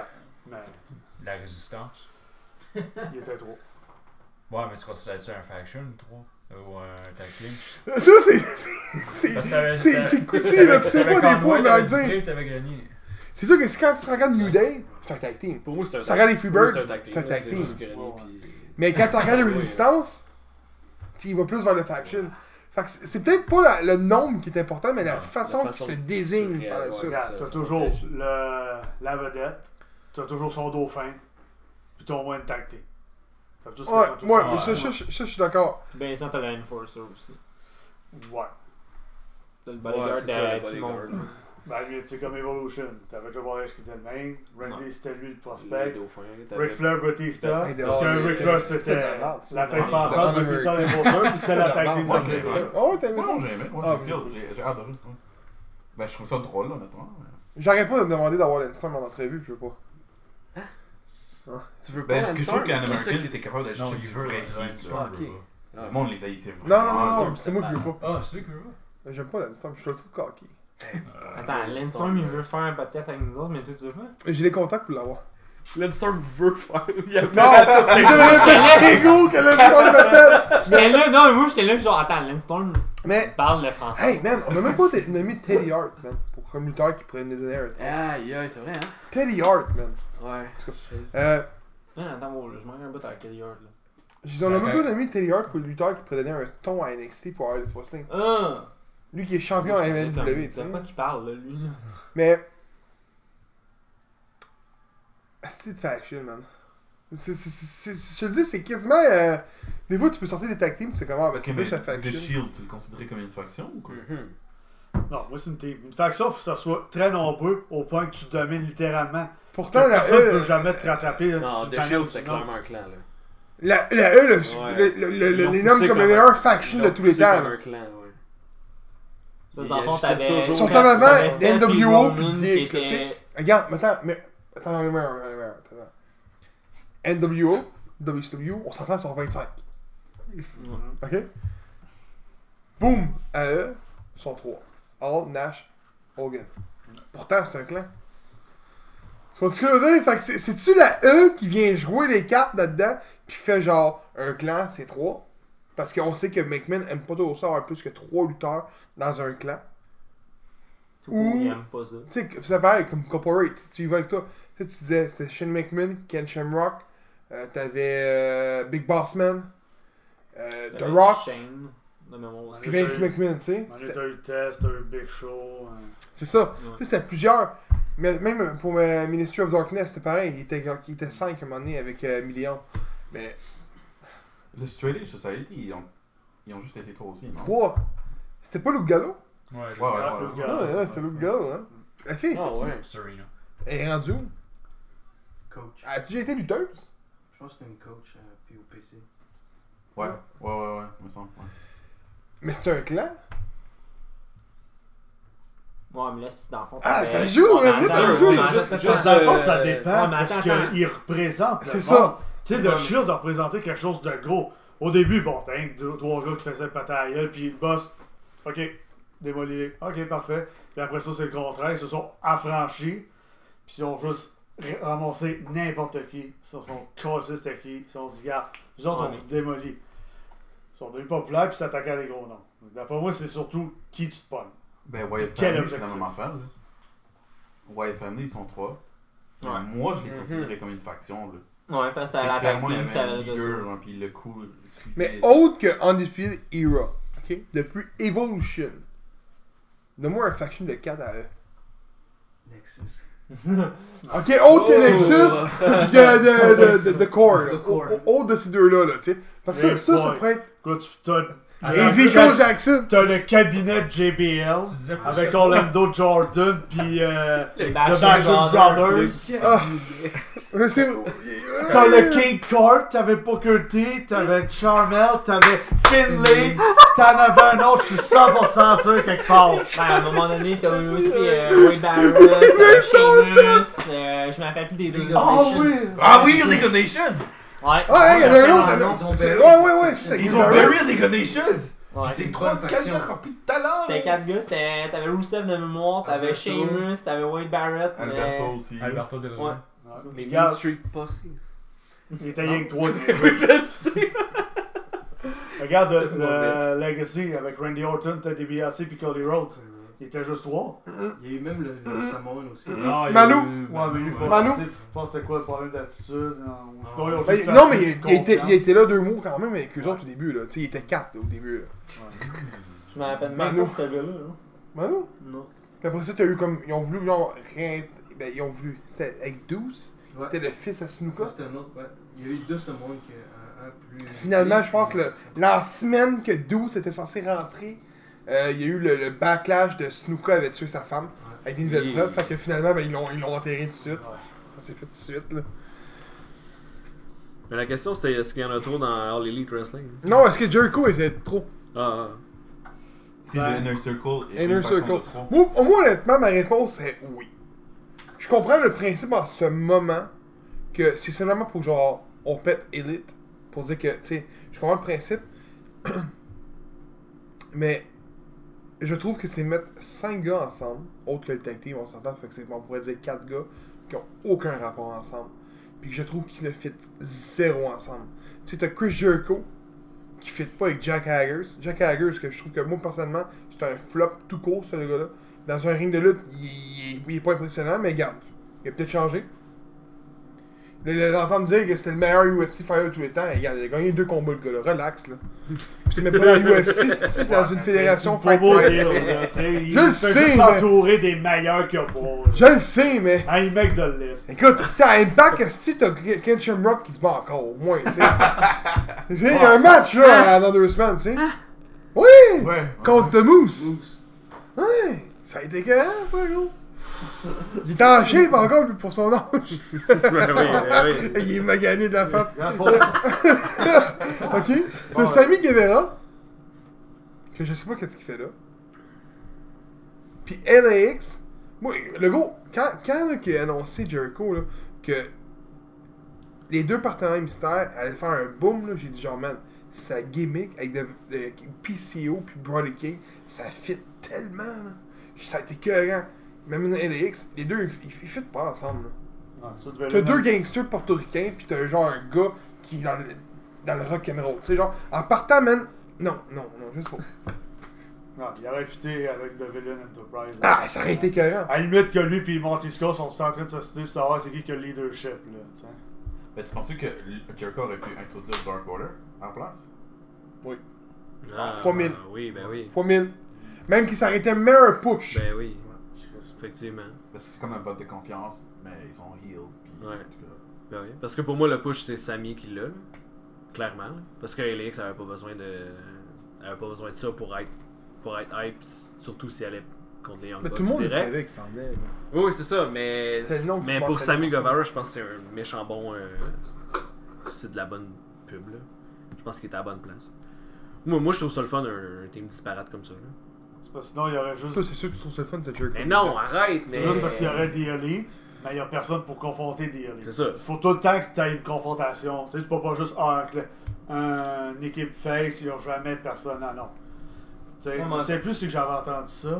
Mais La résistance. il était trop. Ouais, mais tu considères ça un faction, trois? Ou un tag team? Ça, c'est. c'est- Parce que t'avais- C'est t'avais- c'est coussé, t'avais- là, tu sais t'avais pas des fois, Conway, mais t'avais dire. Display, t'avais gagné. C'est sûr que c'est quand tu regardes New Day, c'est un tag team. Pour moi, c'est un Tu regardes les Freebirds, c'est un tag team. c'est un tag C'est team. juste Granny, Ouais. puis- Mais quand tu regardes Ouais. Résistance, tu il va plus vers le faction. Fait que c'est c'est peut-être pas la- le nombre qui est important, mais la Non, façon la qu'il façon se que désigne c'est par la réel, ouais. suite. Regarde, ça, t'as faut toujours protéger. le, la vedette, t'as toujours son dauphin, puis t'as au moins une tag team. T'as tout ce Ouais, que t'as moi, tout- ça, ça, ça, ça, je suis d'accord. Ben, ça, t'as le Enforcer aussi. Ouais. T'as le Ouais, bodyguard c'est ça, de le tout le bodyguard. monde. Ben, lui, c'est comme Evolution. T'avais Joe Wallace qui était le main, Randy Ouais. c'était lui le Le prospect, dauphin, t'avais- Ric Flair, Batista, Hey, puis dehors, un il- Ric Flair c'était c'était de la merde, ça. la tête Ouais. pensante, Ouais. Batista l'imposteur, puis c'était la tag team Ouais, de j'ai- Flair. Oh, ouais, t'as aimé Ouais, ça? non, j'ai aimé. Moi, Ah, j'ai feel, j'ai- j'ai adoré. ouais. Ben, je trouve ça drôle, là, honnêtement. mais- J'arrête pas de me demander d'avoir Landstorm en entrevue, je veux pas. Tu veux pas Ben, ce que je trouve Landstorm? qu'un Qu'est-ce American était capable d'aller Non, chercher il du veut vrai un heat, Landstorm. là. Ah, ok. Le monde les haïssait Non, non, vraiment. non, non, Landstorm, c'est moi qui c'est veux pas. Ah, c'est que veux. J'aime pas Landstorm, je le trouve cocky. Attends, Landstorm, il veut faire un podcast avec nous autres, mais toi, tu veux pas? J'ai les contacts pour l'avoir. Landstorm veut faire. Il a Non! Il devrait être égaux que Landstorm m'appelle! J'étais là, non, mais moi, j'étais là, genre, attends, Landstorm Mais, parle le français. hey man, on a même pas t- nommé Teddy Hart, man, pour un lutteur qui pourrait nous donner un. Aïe, aïe, c'est vrai, hein? Teddy Hart, man. Ouais. Euh, Ah, attends, oh, je manque un bout avec Kelly Hart, là. j'ai dit, on a même Ok. pas nommé Teddy Hart pour le lutteur qui pourrait donner un ton à N X T pour Harley Wrestling. Ah! Lui qui est champion à M L W, tu sais. C'est pas qu'il parle, là, lui, là. Mais. C'est de faction, man. C'est, c'est, c'est, c'est- je te le dis, c'est quasiment. Euh, des fois, tu peux sortir des tag teams, c'est comment? Ben, Ok, c'est mais plus la The faction. Shield, tu le considérais comme une faction ou quoi? Mhm. Non, moi c'est une team. Une faction, faut que ça soit très nombreux au point que tu domines littéralement. Pourtant, Que la personne ne E, peut jamais te rattraper. Non, d'une The manière Shield, ou c'était d'une autre. clairement un clan, là. la, la E, le, Ouais. le, le, le, le- Ils l'ont les nomme poussé comme la comme meilleure un- faction Ils de l'ont tous les poussé temps. comme là. un clan, ouais. Parce Il que dans le fond, agissait t'avais. toujours- Ils sont en t'avais avant, Seth N W O, puis Roman puis qui D X, là, tu sais. était- Regarde, attends, mais. Attends, mais, mais, mais, mais, attends. N W O, W C W, on s'entend sur vingt-cinq. Ok? Boum! A E, ils sont trois. Hall, Nash, Hogan. Pourtant, c'est un clan. Tu vois ce que je veux dire? Fait que c'est- c'est-tu la E qui vient jouer les cartes là-dedans, puis fait genre un clan, c'est trois? Parce qu'on sait que McMahon aime pas trop ça avoir plus que trois lutteurs dans un clan. Tout court, Ou- il aime pas ça. Tu sais, c'est pareil, comme Corporate, tu y vas avec toi. Tu sais, tu disais, c'était Shane McMahon, Ken Shamrock, euh, t'avais euh, Big Boss Man, euh, The T'avais Rock, Shane, de mémoire aussi. puis Vince McMahon, tu sais. On C'était- était eu Test, t'as eu Big Show. hein. C'est ça. Ouais. Tu sais, c'était plusieurs. Mais même pour euh, Ministry of Darkness, c'était pareil. Il était, il était cinq à un moment donné avec euh, Million. Mais Le Straight Edge Society, ils ont, ils ont juste été trois aussi, non? trois. C'était pas Luke Gallo? Ouais, Ouais, ouais, Ah, ouais. le Ah, gars. ouais, c'était Luke Gallo, hein. La fille, c'était Ah, qui? ouais. Serena. Elle est rendue où? Coach. As-tu déjà été lutteuse? Je pense que c'était une coach à P O P C. Ouais, ouais, ouais, ouais, me semble. Ouais. Mais c'est un clan? Ouais, mais là, c'est dans le fond. Ah, t'avais- ça joue, Ouais, hein, mais ça, attends, ça attends, joue. attends, Juste- attends, juste, Dans le fond, euh, ça dépend ouais, mais parce attends, qu'il représente. le C'est monde. ça. Tu sais, le Shield a représenté quelque chose de gros. Au début, bon, c'était rien que deux, trois gars qui faisaient le patin à la gueule, puis le boss, ok, démoli, ok, parfait. Puis après ça, c'est le contraire, ils se sont affranchis, puis ils ont juste r- ramassé n'importe qui. Ils se sont cassés c'était qui, ils se sont dit, regarde, nous autres, on Ouais. vous démolit. Ils sont devenus populaires, puis s'attaquaient à des gros noms. D'après moi, c'est surtout qui tu te pognes. Ben, Wyatt Quel Family, c'est la objectif? même affaire, là. Wyatt Family, ils sont trois. Ouais. Moi, je les Mhm. considérais comme une faction, là. Ouais, parce que t'avais la tag Clairement, il y team, avait un t'avais le leader, dessus. hein, puis le coup... Mais autre que Undisputed Era, ok? Depuis Evolution, donne-moi un faction de quatre à eux. Nexus. Ok, autre que Nexus, pis de, de, de, de, de Core, là. De Core. Au- au- Autre de ces deux-là, là, tu sais. Parce que Mais ça, ça, ça boy. pourrait être Écoute, tu t'as. Ezekiel Jackson. T'as le cabinet de J B L Tu disais plus avec que- Orlando Jordan puis euh, Les le Bashir Bashir Brothers. Brothers. Ah, mais c'est. T'as le King Court, t'avais Booker T, t'avais Charmel, t'avais Finlay, t'en avais un autre, je suis cent pour cent sûr quelque part. Ouais, à un moment donné, t'as eu aussi euh, Wade Barrett, euh, Sheamus, euh, je me rappelle plus des deux. League of Ah Nations. oui! Ah oui, League of Nations! Ouais. Ah, il y en a un autre. Ouais, un Ils autre. ont C'est- bury. Ouais, ouais, ouais, c'est ça. Ils Ils ont ont bury League of Nations! Ouais. C'est une trois bonne faction. quelqu'un rempli de talent! C'était quatre gars, c'était- t'avais Rusev de mémoire, t'avais Alberto. Sheamus, t'avais Wade Barrett. Alberto mais- aussi. Alberto Del Rio. Ouais. Ouais. Les Regarde, Mean Street Posse. il était rien que trois. Je le sais. Regarde C'était le, le Legacy avec Randy Orton, Ted DiBiase et Cody Rhodes. Il était juste trois. Il y a eu même le, le Samoan aussi. Non, il y a Manu. eu- Ouais, mais lui, ouais. pas Manu. Je pense que c'était quoi le problème d'attitude? Non, ou sinon, ils ont Ben, juste non, perdu mais il, de il était, il confiance. était là deux mois quand même avec eux autres au début. Là. Tu sais, il était quatre là, au début. Là. Je me rappelle même Manu. pas ce gars-là. là. Ben non. Non. Puis après ça, t'as eu comme. Ils ont voulu. Ils ont, rien, ben, ils ont voulu. C'était avec douze. Ouais. C'était le fils à Snuka. Ça, c'était un autre, ouais. Il y a eu deux Samoans qui un, un plus. Finalement, je pense que le- la semaine que douze était censé rentrer, euh, il y a eu le, le backlash de Snuka avait tué sa femme. Avec des nouvelles Oui. preuves. Fait que finalement, ben, ils l'ont ils l'ont enterré tout de suite. Ouais. Ça s'est fait tout de suite. Là. Mais la question c'était est-ce qu'il y en a trop dans All Elite Wrestling? Non, est-ce que Jericho était trop? Ah, Si le Inner Circle est Inner une façon Circle. de trop. Moi, moi, honnêtement, ma réponse est oui. Je comprends le principe en ce moment que c'est seulement pour genre on pète Elite. Pour dire que, tu sais, je comprends le principe. Mais je trouve que c'est mettre cinq gars ensemble, autre que le tag team, on s'entend, fait que c'est, on pourrait dire quatre gars qui ont aucun rapport ensemble. Puis que je trouve qu'ils ne fit zéro ensemble. Tu sais, t'as Chris Jericho qui fit pas avec Jack Haggers. Jack Haggers, que je trouve que moi personnellement, c'est un flop tout court, ce gars-là. Dans un ring de lutte, il, il, il est pas impressionnant, mais regarde, il a peut-être changé. L'entendre dire que c'était le meilleur U F C fighter de tous les temps, et regarde, il a gagné deux combats le gars là, relax là. Puis c'est même pas dans l'U F C, c'est c'est dans une fédération C'est fight pas beau night. deal, là, tu sais. Il Je le fait sais, juste mais- s'entourer des meilleurs qu'il y a pas. Je le sais, mais. Un mec de liste. Écoute, si à Impact, si t'as Ken Shamrock qui se bat encore, au moins, tu sais. Il y a un match là, dans deux semaines, tu sais. Oui! Ouais. Contre The Moose. Moose. Ouais! Ça a été écœurant, ça, gros. Il est en shape encore, lui, pour son âge. oui, oui. Il est magané de la face. Regarde, pas- Ok? T'as Sammy Guevara, que je sais pas qu'est-ce qu'il fait là. Puis L A X. Moi, le gros, quand, quand là, qu'il a annoncé Jericho, là, que les deux partenaires mystères allaient faire un boom, là, j'ai dit genre, man, sa gimmick avec le, le P C O puis Brody King, ça fit tellement, là. Ça a été écœurant. Même L A X, les deux, ils, ils fit pas ensemble, là. Ah, ça devait T'as le- deux gangsters portoricains, pis t'as genre un gars qui est dans le, dans le rock'n'roll. Tu sais, genre, en partant, man. Non, non, non, juste pas. Non, il aurait fité avec The Villain Enterprise. Ah, ça aurait été écœurant. À la limite que lui et Monty Scott sont en train de se citer pour savoir c'est qui qui a le leadership, là, tu sais. Ben, tu penses que Jericho aurait pu introduire Dark Order en place? Ah, Fois mille. Oui, ben oui. Fois mille. Même qu'il s'arrêtait un meilleur push. Ben oui, effectivement. Parce que c'est comme un vote de confiance, mais ils sont heal. Puis, Ouais. en tout cas, Ben oui. Parce que pour moi, le push, c'est Sami qui l'a, là. Clairement. Là. Parce que L A X avait pas besoin de. Elle avait pas besoin de ça pour être, pour être hype, surtout si elle est contre les Young Mais Bucks. tout le monde le direct. savait qu'il s'en venait. là. Oui, oui, c'est ça, mais, C'est le nom que mais tu pour pensais. Sammy Guevara, je pense que c'est un méchant bon. euh, c'est de la bonne pub, là. Je pense qu'il était à la bonne place. Moi, moi je trouve ça le fun, un, un team disparate comme ça. Là. C'est parce que sinon, il y aurait juste. Toi, c'est sûr que tu trouves ça le fun de Jericho. Mais non, arrête! C'est Mais... juste parce qu'il y aurait des élites, mais il n'y a personne pour confronter des élites. C'est ça. Il faut tout le temps que tu aies une confrontation. Tu sais, c'est pas, pas juste ah, un, cl- un, une équipe face, il n'y a jamais de personne. Non, non. Tu sais, Ouais, je mais- sais plus si j'avais entendu ça.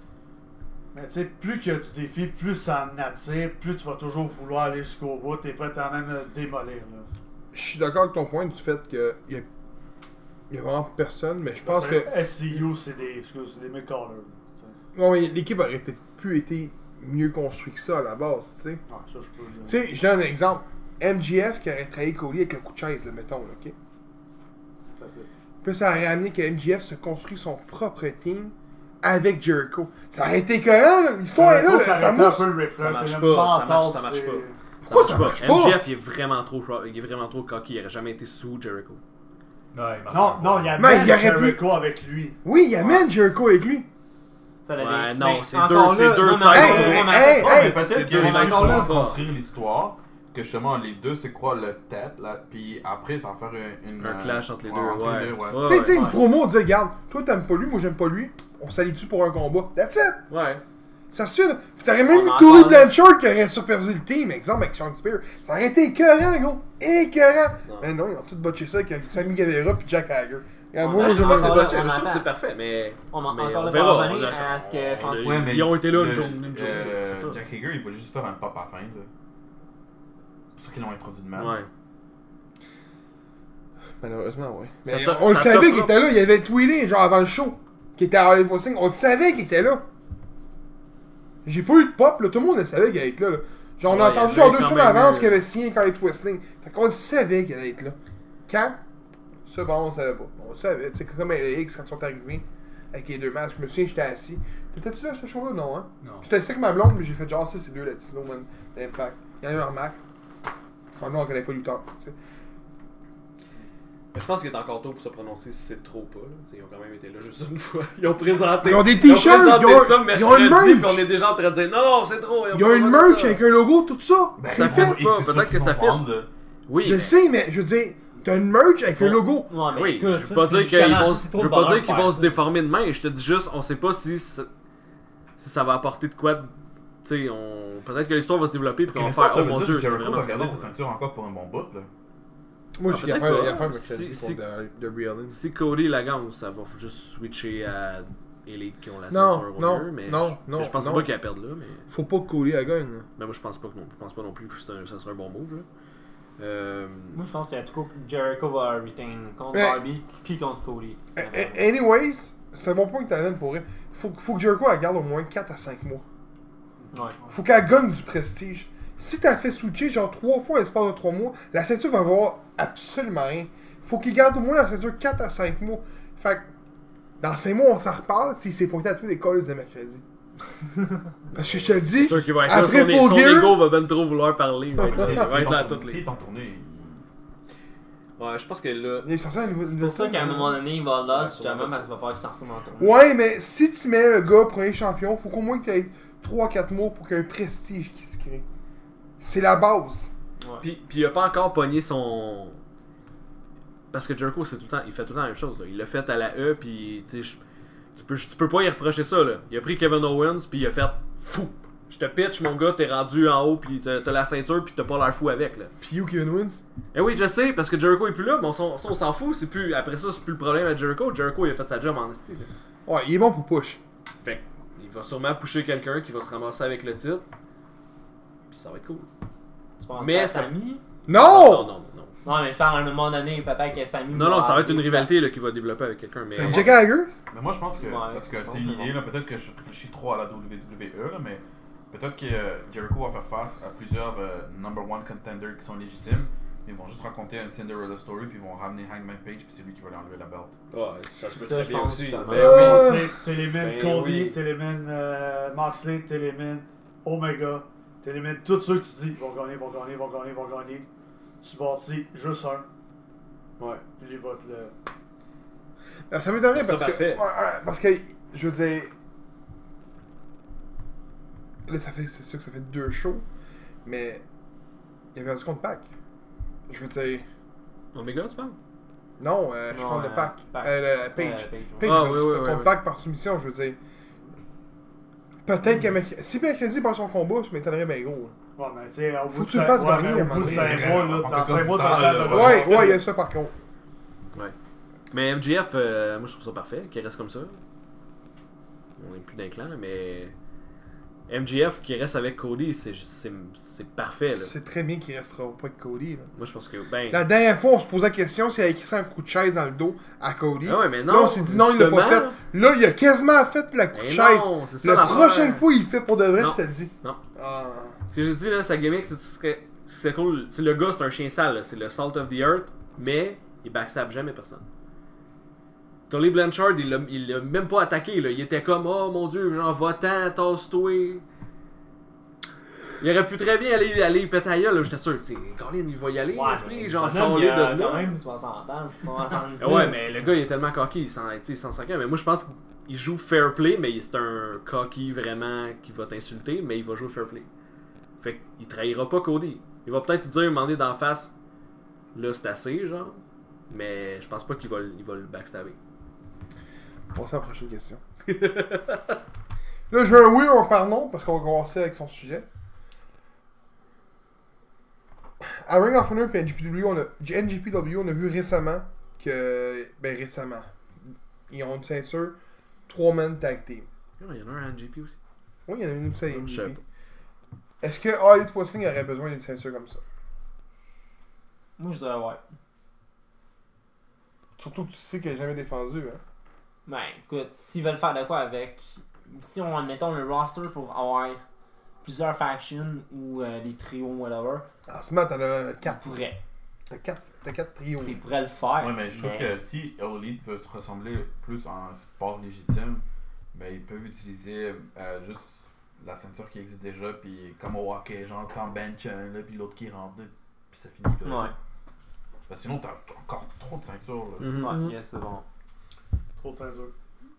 Mais tu sais, plus que tu défies, plus ça en attire, plus tu vas toujours vouloir aller jusqu'au bout. T'es prêt à même le démolir. Là. Je suis d'accord avec ton point du fait que il y a, il y a vraiment personne, mais je pense Parce que. S C U, c'est des, excuse, c'est des mid-callers. tu sais. Non, mais l'équipe aurait peut-être plus été mieux construite que ça à la base, tu sais. Ouais, ça, je peux le dire. Tu sais, je donne un exemple. M J F qui aurait trahi Cody avec le coup de chaise, là, mettons, là, ok? Facile. Puis ça aurait amené que M J F se construit son propre team avec Jericho. Ça aurait été écœurant, là. L'histoire est là, là, ça ça aurait été un mousse. peu le refresh, Ça marche c'est pas, le ça mental, marche- ça marche c'est- pas. Pourquoi ça marche pas? M J F il est vraiment trop il est vraiment trop cocky, il aurait jamais été sous Jericho. Non, il marche Non, pas. non, il y a Mais même il aurait Jericho avec lui. Oui, il amène Jericho avec lui. Ça l'avait- Ouais, non, mais c'est encore deux- c'est là- deux non, mais tailles. encore Hey, là, mais hey, encore- Ouais, mais hey, peut-être c'est que deux les mecs gens qui vont font construire l'histoire, que justement les deux c'est quoi le tête, là, puis après ça va faire une. une, Un euh, clash entre les deux, entre ouais. les deux, ouais. Ouais, Tu sais, tu sais, ouais. une promo, dire, regarde, toi t'aimes pas lui, moi j'aime pas lui, on s'allie-tu pour un combat? That's it! Ouais. Ça se fait, là. Puis t'aurais même On eu en Tully parle. Blanchard qui aurait supervisé le team, exemple avec Sean Spear. Ça aurait été écœurant, gros. Écœurant! Non. Mais non, ils ont tout botché ça avec Sammy Guevara puis Jack Hager. Regarde, On moi, a- je Je me trouve que c'est Encore pas- là, je on trouve que attend. c'est parfait, mais. On en- mais encore on là, verra. pour revenir On a- à ce que on- François- on a- Ouais, mais Ils ont été là une le- journée. Une journée, euh, c'est tout. Jack Hager il va juste faire un pop à la fin, là. pour ça qu'ils l'ont introduit de même. Ouais. Malheureusement, oui. Ça Mais t'a- on le ça savait t'a qu'il pas- était là. Il avait tweeté, genre avant le show, qu'il était à Harley Wrestling. On le savait qu'il était là. J'ai pas eu de pop, là. Tout le monde le savait qu'il allait être là. là. Genre, on Ouais, a il y entendu avait genre deux quand semaines même avant eu- qu'il avait signé avec Harley Wrestling. Fait qu'on le savait qu'il allait être là. Quand? Ça, bon, on le savait pas. On le savait. C'est comme L A X quand ils sont arrivés avec les deux masques. Je me souviens, j'étais assis. T'étais-tu là, ce show-là? Non, hein? Non. J'étais assis avec ma blonde, mais j'ai fait genre, ça, c'est deux latinos, man, d'Impact. Il y en a eu leur max. Sans nous, on connaît pas Luther, tu sais. Mais je pense qu'il est encore tôt pour se prononcer si c'est trop pas. Là. T'sais, ils ont quand même été là juste une fois. Ils ont présenté. Ils ont des t-shirts, Ils ont présenté ils ont- ça ils ont une mercredi, merch. puis on est déjà en train de dire non, c'est trop. Il y a une merch avec un logo, tout ça. Ben, c'est ils fait. vont- pas, et c'est peut-être ça que qu'ils ça vont fait. vendre, là. Oui. Je mais- sais, mais je veux dire, t'as une merch avec un Bon. logo. Ouais, mais Oui, écoute, je veux ça, pas c'est dire qu'ils justement- vont, c'est trop je veux de pas bonheur dire qu'ils faire vont ça. se déformer demain. Je te dis juste, on sait pas si ça, si ça va apporter de quoi. de- Tu sais, on peut-être que l'histoire va se développer puis qu'on va Mais faire ça, ça oh veut mon dire dieu, que c'est Jericho vraiment va très garder bon. sa ceinture encore pour un bon bout, là. Moi, Ah, je suis peut-être capable, pas. il y a pas Si- mercredi si- pour de Real Si Cody la gagne, ça va juste switcher à Elite qui ont la Non, ceinture non, Warrior, mais non, je, non, mais je pense non. pas qu'ils la perdent là, mais, Faut pas que Cody la gagne. là. mais moi je pense pas que non, je pense pas non plus que c'est un- ça serait un bon move là. Euh, Moi, je pense que Jericho va retain contre Mais- Darby puis contre Cody. A- a- Anyways, c'est un bon point que t'amènes pour elle. Faut, faut que Jericho elle garde au moins quatre à cinq mois. Ouais. Faut qu'elle gagne du prestige. Si t'as fait switcher genre trois fois en l'espace de trois mois, la ceinture va avoir absolument rien. Faut qu'il garde au moins la ceinture quatre à cinq mois. Fait que, dans cinq mois, on s'en reparle s'il s'est pointé à tous les calls de mercredi. Parce que je te le dis, c'est sûr qu'il va être là, après son, Full son Gear, ego va ben trop vouloir parler. Il va être, il va être là à toutes S'ils les. t'ont tourné, Ouais, je pense que là. il est sorti un nouveau. C'est pour ça qu'à un moment donné, il va là, Ouais, justement, sûrement parce qu'il va falloir qu'il s'en retourne en tournée. Ouais, mais si tu mets le gars premier champion, faut qu'au moins qu'il ait trois à quatre mois pour qu'il y ait un prestige qui se crée. C'est la base. Ouais. Puis, puis il a pas encore pogné son. Parce que Jericho, c'est tout le temps, il fait tout le temps la même chose. Là. Il l'a fait à la E, puis tu sais, je- tu peux, tu peux pas y reprocher ça. Là. Il a pris Kevin Owens, puis il a fait fou. Je te pitch, mon gars, t'es rendu en haut, puis t'as t'as la ceinture, puis t'as pas l'air fou avec. Là. Puis you, Kevin Owens. Eh oui, je sais, parce que Jericho est plus là, mais on, s'en- ça, on s'en fout. C'est plus, après ça, c'est plus le problème à Jericho. Jericho, il a fait sa job en esti. là. Ouais, il est bon pour push. Fait que, il va sûrement pusher quelqu'un qui va se ramasser avec le titre. Puis ça va être cool. Tu penses Mais à ça- Sami? Non, Non! non, non. Non, Non, mais je parle à un moment donné, peut-être que Sami. non, non ça va être une rivalité là, qui va développer avec quelqu'un. Mais C'est Jack Hager? Mais moi, je pense que, Ouais, parce que je pense c'est une que idée, non. là, peut-être que je réfléchis trop à la W W E, là, mais peut-être que euh, Jericho va faire face à plusieurs euh, number one contenders qui sont légitimes. Ils vont juste raconter un Cinderella story, puis ils vont ramener Hangman Page, puis c'est lui qui va lui enlever la belt. Ouais, ça se peut Ça, très je bien pense aussi. que ça- Ben Euh, oui. Tu sais, t'élimines Ben Cody, oui. t'élimines euh, Moxley, t'élimines Omega, t'élimines tous ceux que tu dis vont gagner, vont gagner, vont gagner, vont gagner. Tu bâtis juste un, Ouais. puis il va te le. Ah, ça m'étonnerait Ça, parce que. parfait. Ouais, ouais, parce que, je veux dire. Là, ça fait, c'est sûr que ça fait deux shows, mais. Il a perdu contre Pac. Je veux dire. Omega, tu parles? Non, euh, je Non, parle de euh, Pac. Pac. Euh, le- Page. Euh, Page, ouais. Page Ah, a perdu oui, oui, contre oui, oui. Pac par soumission, je veux dire. Peut-être que merc- si mercredi perd son combat, ça m'étonnerait bien gros. Ouais, mais tu sais, au Faut bout que de tu le cinq fasses ouais, gagner, mais à au un bout de moment cinq donné. mois, là, On dans peut cinq comme mois, du t'as temps, le là. temps de Ouais, revenir, ouais, il y tu a ça par contre. Ouais. Mais M J F, euh, moi je trouve ça parfait, qu'il reste comme ça. On est plus d'un clan, là, mais. M J F qui reste avec Cody, c'est, c'est, c'est parfait. Là. C'est très bien qu'il restera pas avec Cody. Là. Moi je pense que. Ben. La dernière fois, on se posait la question s'il avait écrit ça un coup de chaise dans le dos à Cody. Ah ouais, mais non. Là, on s'est dit non, il l'a pas fait. justement. Là, il a quasiment fait la coup de Mais chaise. non, c'est ça La l'affaire. prochaine fois, il le fait pour de vrai, Non. je te le dis. Non. Ah. Ce que j'ai dit là, sa gimmick, c'est ce que c'est cool. C'est le gars, c'est un chien sale, là. C'est le Salt of the Earth, mais il backstab jamais personne. Tully Blanchard, il l'a, il l'a même pas attaqué, là. Il était comme, oh mon dieu, genre, va-t'en, tasse-toi. Il aurait pu très bien aller, aller péter à gueule, là, j'étais sûr. Tu sais, Colin, il va y aller, Ouais, l'esprit, mais genre, le sans bonhomme, les il a de quand là. même soixante ans, soixante-dix. Ouais, mais le gars, il est tellement cocky, il s'en, tu sais, il s'en sort. Mais moi, je pense qu'il joue fair play, mais c'est un cocky vraiment qui va t'insulter, mais il va jouer fair play. Fait qu'il trahira pas Cody. Il va peut-être te dire, demander d'en face, là, c'est assez, genre. Mais je pense pas qu'il va, il va le backstabber. On passe à la prochaine question. Là, je veux un oui ou un par non, parce qu'on va commencer avec son sujet. À Ring of Honor et N G P W, on a, N G P W, on a vu récemment que. Ben, récemment. Ils ont une ceinture trois man tag team. Ah, il y en a un à N G P aussi. Oui, il y en a une aussi à Je sais N G P. pas. Est-ce que Harley Wrestling aurait besoin d'une ceinture comme ça? Moi, je dirais ouais. Surtout que tu sais qu'il n'a jamais défendu. Hein. Ben, écoute, s'ils veulent faire de quoi avec. Si on admettons le roster pour avoir plusieurs factions ou euh, des trios, whatever, En ce moment, t'en as ils quatre. pourraient. T'as quatre, t'as quatre trios. Ils pourraient le faire. Ouais, mais je trouve que si All Elite veut se ressembler plus à un sport légitime, ben ils peuvent utiliser euh, juste la ceinture qui existe déjà, puis comme au hockey, genre t'en bench un, là, puis l'autre qui rentre, là, puis ça finit là. Ouais. Ben, sinon, t'as t'as encore trop de ceintures. Là. Mhm. Ouais, yes, c'est bon. Trop de ceinture.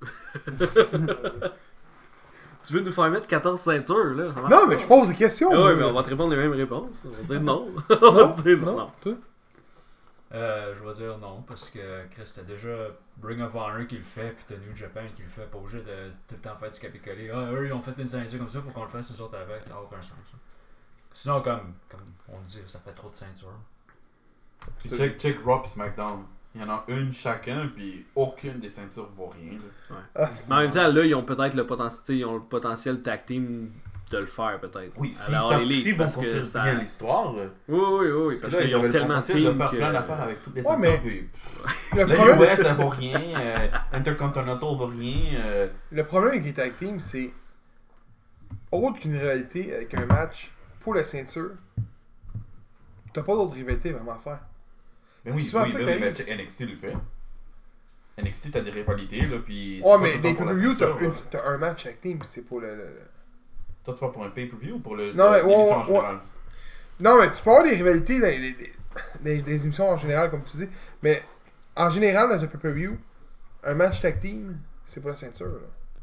Tu veux nous faire mettre quatorze ceintures, là? Ça marche Non, pas. mais je pose des questions. Ah moi. ouais, mais on va te répondre les mêmes réponses. On va dire non. on va dire non. Non, toi? Euh, je vais dire non, parce que Chris, t'as déjà Ring of Honor qui le fait, puis t'as New Japan qui le fait, pas obligé de tout le temps faire du copier-coller. Ah, eux, ils ont fait une ceinture comme ça, faut qu'on le fasse nous autres avec. Ça n'a aucun sens. Ça. Sinon, comme, comme on dit, ça fait trop de ceintures. Puis check, check Raw et SmackDown. Il y en a une chacun, puis aucune des ceintures vaut rien. Là. Ah, Mais en même temps, là, ils ont peut-être le potentiel, ils ont le potentiel tag team de le faire, peut-être. Oui, À s'ils la savent- All Elite, s'ils vont parce que construire ça- bien l'histoire, là. Oui, oui, oui, parce, Parce que là, qu'ils ils ont avaient le tellement de potentiel de teams faire que... plein d'affaires avec toutes les Ouais, ceintures. mais- Puis, Le la problème, U S, ça vaut rien. euh, Intercontinental vaut rien. euh, le problème avec les tag teams, c'est autre qu'une rivalité avec un match pour la ceinture, t'as pas d'autre rivalité vraiment à faire. Mais oui, C'est souvent oui, ça mais qui oui, mais arrive. check, N X T le fait. N X T, t'as des rivalités, là, puis... c'est Ouais, pas mais tout le des temps pour la pay-per-view, t'as, ceinture, une- là. t'as un match tag team, pis c'est pour le. le- le- Toi, tu parles pour un pay-per-view ou pour le, Non, mais l'émission ouais, en ouais, général? Non, mais tu peux avoir des rivalités dans les, les- les- les émissions en général, comme tu dis, mais en général, dans un pay-per-view, un match tag team, c'est pour la ceinture. Là.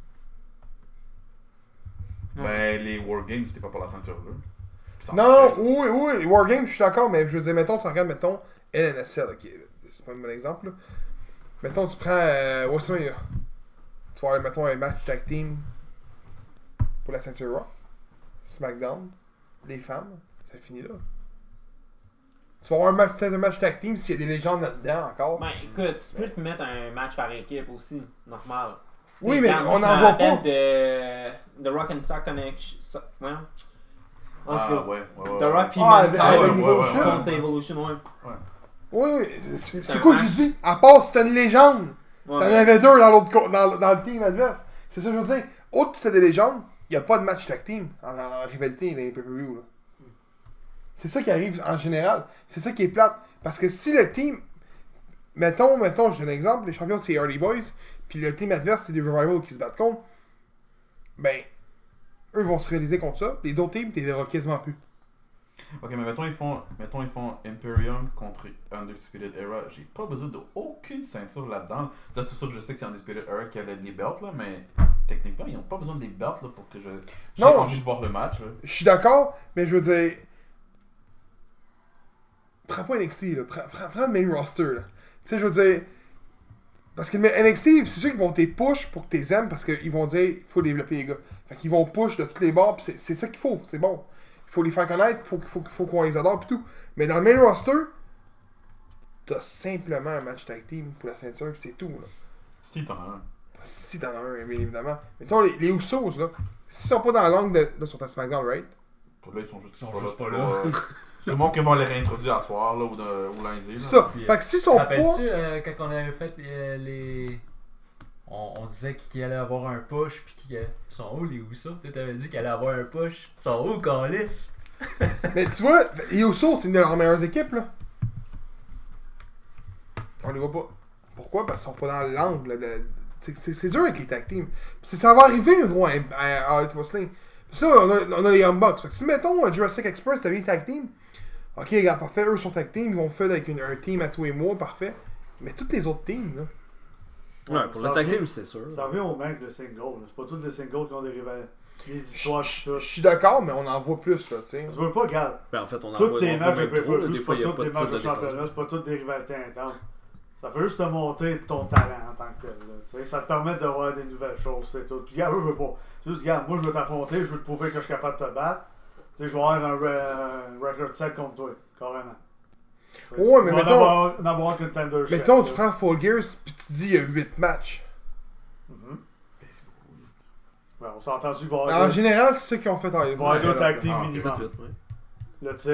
Ben, les Wargames, c'était pas pour la ceinture, là. Puis ça en Non, fait. oui, oui, les Wargames, je suis d'accord, mais je veux dire, mettons, tu regardes, mettons, L N S L, ok, c'est pas un bon exemple, là. Mettons, tu prends euh, WrestleMania. Tu vas avoir, mettons, un match tag team pour la ceinture Raw, SmackDown, les femmes, ça finit là. Tu vas avoir un match, peut-être un match tag team s'il y a des légendes là-dedans encore. Ben, écoute, tu peux te mettre un match par équipe aussi, normal. Oui, T'sais, mais regarde, moi, on je n'en me voit rappelle pas. de, de Rock and Sock Connection. So, ouais. En Ah, tout cas, ouais, ouais, ouais. The Rock puis Ah, Mankind avec ouais, Evolution. ouais, ouais. contre Evolution, ouais. Oui, oui, c'est, C'est c'est un quoi match. je dis? À part si t'as une légende. Ouais, T'en mais- avais deux dans, l'autre co- dans, dans le team adverse. C'est ça que je veux dire. Autre que t'as des légendes, il a pas de match tag team en, en, en rivalité dans les pay-per-view. Là. C'est ça qui arrive en général. C'est ça qui est plate. Parce que si le team. Mettons, mettons, je donne un exemple, les champions c'est Hardy Boys, puis le team adverse c'est des Revival qui se battent contre. Ben, eux vont se réaliser contre ça. Les d'autres teams, t'es verras quasiment plus. Ok, mais mettons ils font, mettons ils font Imperium contre Undisputed Era. J'ai pas besoin d'aucune ceinture là-dedans. Là, c'est sûr que je sais que c'est Undisputed Era qui a les belts, là, mais techniquement, ils ont pas besoin des belts là, pour que je. J'ai Non, envie je- de voir le match. Là. Je suis d'accord, mais je veux dire. Prends pas N X T, là. Prends, prends, prends le main roster, là. Tu sais, je veux dire. Parce que le N X T, c'est sûr qu'ils vont te push pour que tu les aimes parce qu'ils vont dire il faut développer les gars. Fait qu'ils vont push de tous les bords, pis c'est, c'est ça qu'il faut, c'est bon. Il faut les faire connaître, il faut, faut, faut qu'on les adore, pis tout. Mais dans le main roster, t'as simplement un match tag team pour la ceinture, pis c'est tout, là. Si t'en as un. Si t'en as un, bien évidemment. Mettons, les, les Usos, là. S'ils sont pas dans la langue de. Là, ils sont à SmackDown, right? Pour là, ils sont juste Ils sont pas juste là. pas pour, là. euh, Sûrement qu'ils vont les réintroduire à soir, là, ou, de, ou lundi. là. C'est ça. puis, Fait que s'ils Tu sont te pas. rappelles-tu euh, quand on avait fait euh, les. On, on disait qu'il allait avoir un push, puis qu'ils sont où les Usos? Tu t'avais dit qu'il allait avoir un push. Ils sont où, Calis? Mais tu vois, les Usos, c'est une de leurs meilleures équipes, là. On les voit pas. Pourquoi? Parce qu'ils sont pas dans l'angle, là, de... c'est, c'est, c'est dur avec les tag teams. Puis ça va arriver, gros, à, à, à Elite Wrestling. Puis ça, on a, on a les Young Bucks. Fait que si, mettons, Jurassic Express devient tag team, ok, regarde, parfait, eux sont tag team, ils vont faire avec une, un team à tous les mois, parfait. Mais tous les autres teams, là. Ouais, pour Ça le tag revient- team, c'est sûr. Ça revient au mec de single. là. C'est pas tous les singles qui ont des rivalités. Les histoires, pis Je tout. suis d'accord, mais on en voit plus, là, tu sais. Tu veux pas, regarde. Ben, en fait, on en Tous voit tes on voit matchs de même trop, là. pay-per-view, Des c'est fois, pas il n'y a tous pas tes de matchs titre de de défense. championnat, c'est pas toutes des rivalités intenses. Ça fait juste te montrer ton talent en tant que tel. là, tu sais. Ça te permet de voir des nouvelles choses, c'est tout. Puis, regarde, eux, je veux pas. C'est juste, regarde, moi, je veux t'affronter, je veux te prouver que je suis capable de te battre. Tu sais, je vais avoir un, re- un record set contre toi, carrément. Tu sais. Ouais, mais Tu vas mettons- en avoir- en avoir un contender chef, Mettons, là. tu prends Full Gears, pis tu dis il y a huit matchs. Mhm. Ben, c'est beaucoup. Ouais, on s'est entendu qu'il va y avoir En deux- général, c'est ça qu'ils ont fait en il va y avoir deux tag teams Ah, minimum. sept huit, ouais. Le titre,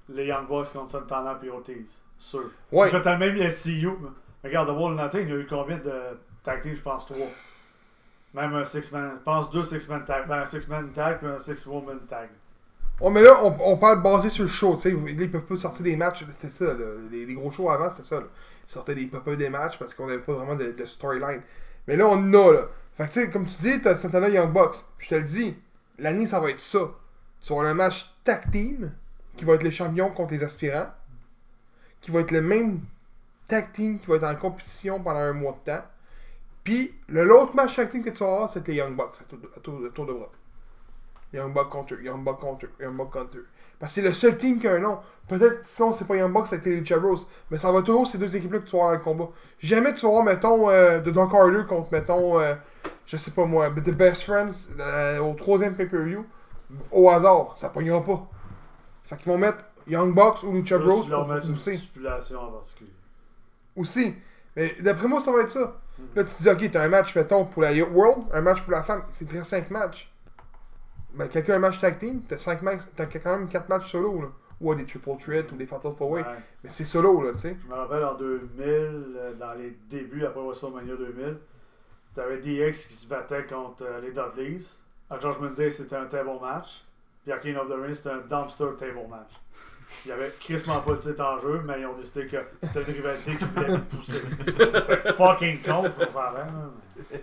les Young Bucks contre Santana et Ortiz. Sûr. Ouais. Là, t'as même les C U. Regarde, The Wall Nothing, il y a eu combien de tag team? Je pense trois. Même un six-man. Je pense deux six-man tag. Ben, un six-man tag et un six-woman tag. Oh, mais là, on, on parle basé sur le show, tu sais. Ils peuvent pas sortir des matchs, c'était ça, là. Les, les gros shows avant, c'était ça, là. Ils sortaient des pop des matchs parce qu'on avait pas vraiment de, de storyline. Mais là, on en a, là. Fait que, tu sais, comme tu dis, t'as Santana Young Bucks. Je te le dis, l'année, ça va être ça. Tu vas avoir un match tag team, qui va être les champions contre les aspirants, qui va être le même tag team qui va être en compétition pendant un mois de temps. Puis, le l'autre match tag team que tu vas avoir, c'est les Young Bucks à tour de, à tour, à tour de bras. Young Bucks contre eux, Young Bucks contre eux, Young Bucks contre eux. Parce que c'est le seul team qui a un nom. Peut-être, sinon, c'est pas Young Bucks, c'est les Lucha Bros. Mais ça va toujours ces deux équipes-là que tu vas avoir dans le combat. Jamais tu vas voir, mettons, euh, de Don Carter contre, mettons, euh, je sais pas moi, The Best Friends euh, au troisième pay-per-view. Au hasard, ça pognera pas. Fait qu'ils vont mettre Young Bucks ou Lucha Bros Là, tu leur pour mets une pousser. stipulation en particulier. Aussi. Mais d'après moi, ça va être ça. Là, tu te dis, ok, t'as un match, mettons, pour la World, un match pour la femme. C'est déjà cinq matchs. Ben, quelqu'un a un match tag team, t'as cinq matchs, t'as quand même quatre matchs solo, là. Ou des triple threat ou des fatal four way. Ouais. Mais c'est solo, là, tu sais. Je me rappelle en deux mille, euh, dans les débuts après WrestleMania deux mille, t'avais D X qui se battait contre euh, les Dudleys. À Judgment Day, c'était un table match. Puis à King of the Ring, c'était un dumpster table match. Il y avait crissement pas de titre en jeu, mais ils ont décidé que c'était une rivalité qui voulait les pousser. C'était fucking con, je s'en rend, mais...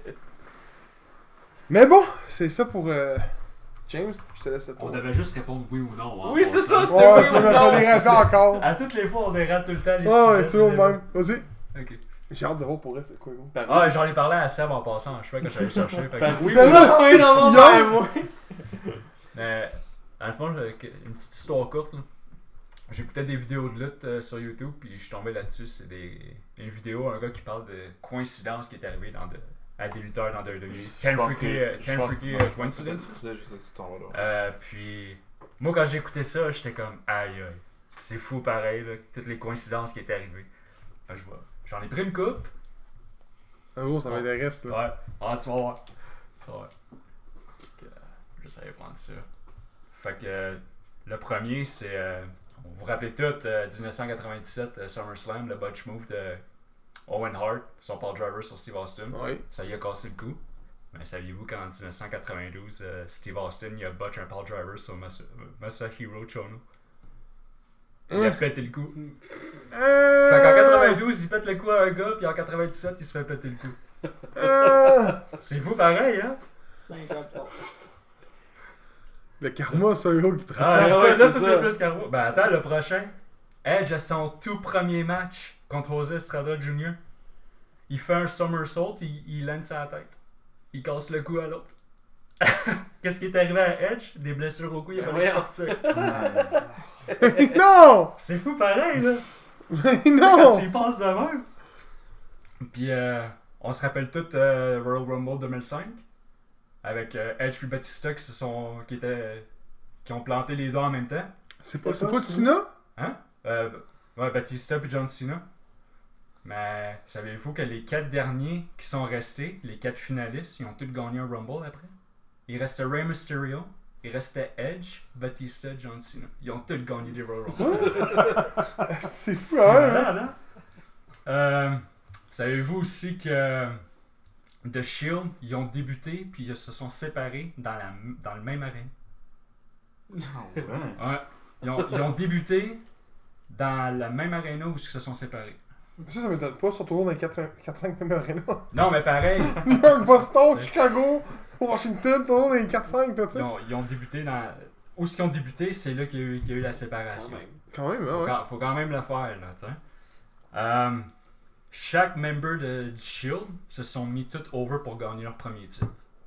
Mais bon, c'est ça pour euh, James. Je te laisse le On tour. devait juste répondre oui ou non. hein, Oui, pour c'est ça, ça. c'était Ouais, oui c'est ou ma non. dernière fois encore. À toutes les fois, on dérape tout le temps les Ouais, ouais, sujets, toujours le mais- même. Vas-y. Ok. J'ai hâte de voir pour elle, c'est quoi, gros. Ah, j'en ai parlé à Seb en passant, je sais que j'allais chercher. fait que- Ben, oui, Celle-là, oui, c'est non, non, young. ben, moi. Mais, dans le fond, j'ai une petite histoire courte. là. J'écoutais des vidéos de lutte euh, sur YouTube, puis je suis tombé là-dessus. C'est des... une vidéo, un gars qui parle de coïncidence qui est arrivée dans de... à des lutteurs dans W W E. ten freaky, euh, ten freaky euh, coincidences. Là, juste ce temps-là. Euh, puis, moi, quand j'ai écouté ça, j'étais comme, aïe aïe, c'est fou pareil, là, toutes les coïncidences qui étaient arrivées. Fait que je vois. J'en ai pris une coupe. Un jour, ça m'intéresse, là. Ouais, ah, tu vas voir. Tu vas voir. Fait que, euh, je savais prendre ça. Fait que, euh, le premier, c'est. Euh, vous vous rappelez tout, euh, dix-neuf cent quatre-vingt-dix-sept, euh, SummerSlam, le botch move de Owen Hart, son power driver sur Steve Austin. Oui. Ça y a cassé le cou. Mais saviez-vous qu'en dix-neuf cent quatre-vingt-douze, euh, Steve Austin il a botch un power driver sur Masa- Masahiro Chono. Il a Hein? pété le cou. Euh... Fait qu'en quatre-vingt-douze, il pète le cou à un gars, puis en quatre-vingt-dix-sept, il se fait péter le cou. Euh... C'est fou pareil, hein? cinquante ans. Le karma, c'est un gros qui Ah, traverse. ça, ouais, là, c'est ça, ça. c'est plus carreau. Ben attends, le prochain. Edge a son tout premier match contre Jose Estrada junior Il fait un somersault, il, il lance sa tête. Il casse le cou à l'autre. Qu'est-ce qui est arrivé à Edge? Des blessures au cou, il a Ben pas pu voyons. sortir. Non! C'est fou pareil, là. Mais Quand non! tu y penses de même. Puis, euh, on se rappelle tout euh, Royal Rumble deux mille cinq. Avec euh, Edge et Batista qui, se sont, qui, étaient, qui ont planté les deux en même temps. C'est pas, C'était c'est pas pas Tina? Hein? Euh, ouais, Batista puis John Cena. Mais savez-vous que les quatre derniers qui sont restés, les quatre finalistes, ils ont tous gagné un Rumble après? Il restait Rey Mysterio, il restait Edge, Batista, John Cena. Ils ont tous gagné des Royal Rumble. C'est fou, C'est hein? malade, hein? Euh, savez-vous aussi que The Shield, ils ont débuté puis ils se sont séparés dans, la, dans le même arène. Ouais. Ils ont, ils ont débuté dans la même aréna où ils se sont séparés. Ça, ça m'étonne pas, ils sont toujours dans les quatre cinq mêmes arénas. Non, mais pareil, New York, Boston, Chicago, Washington, toujours dans les quatre cinq, tu sais. ils ont, ils ont débuté dans. Où est-ce qu'ils ont débuté, c'est là qu'il y a eu, qu'il y a eu la Quand séparation. même. Quand même, hein, Faut, ouais. quand, faut quand même le faire, là, tu sais. Euh, chaque member de, du Shield se sont mis tout over pour gagner leur premier titre.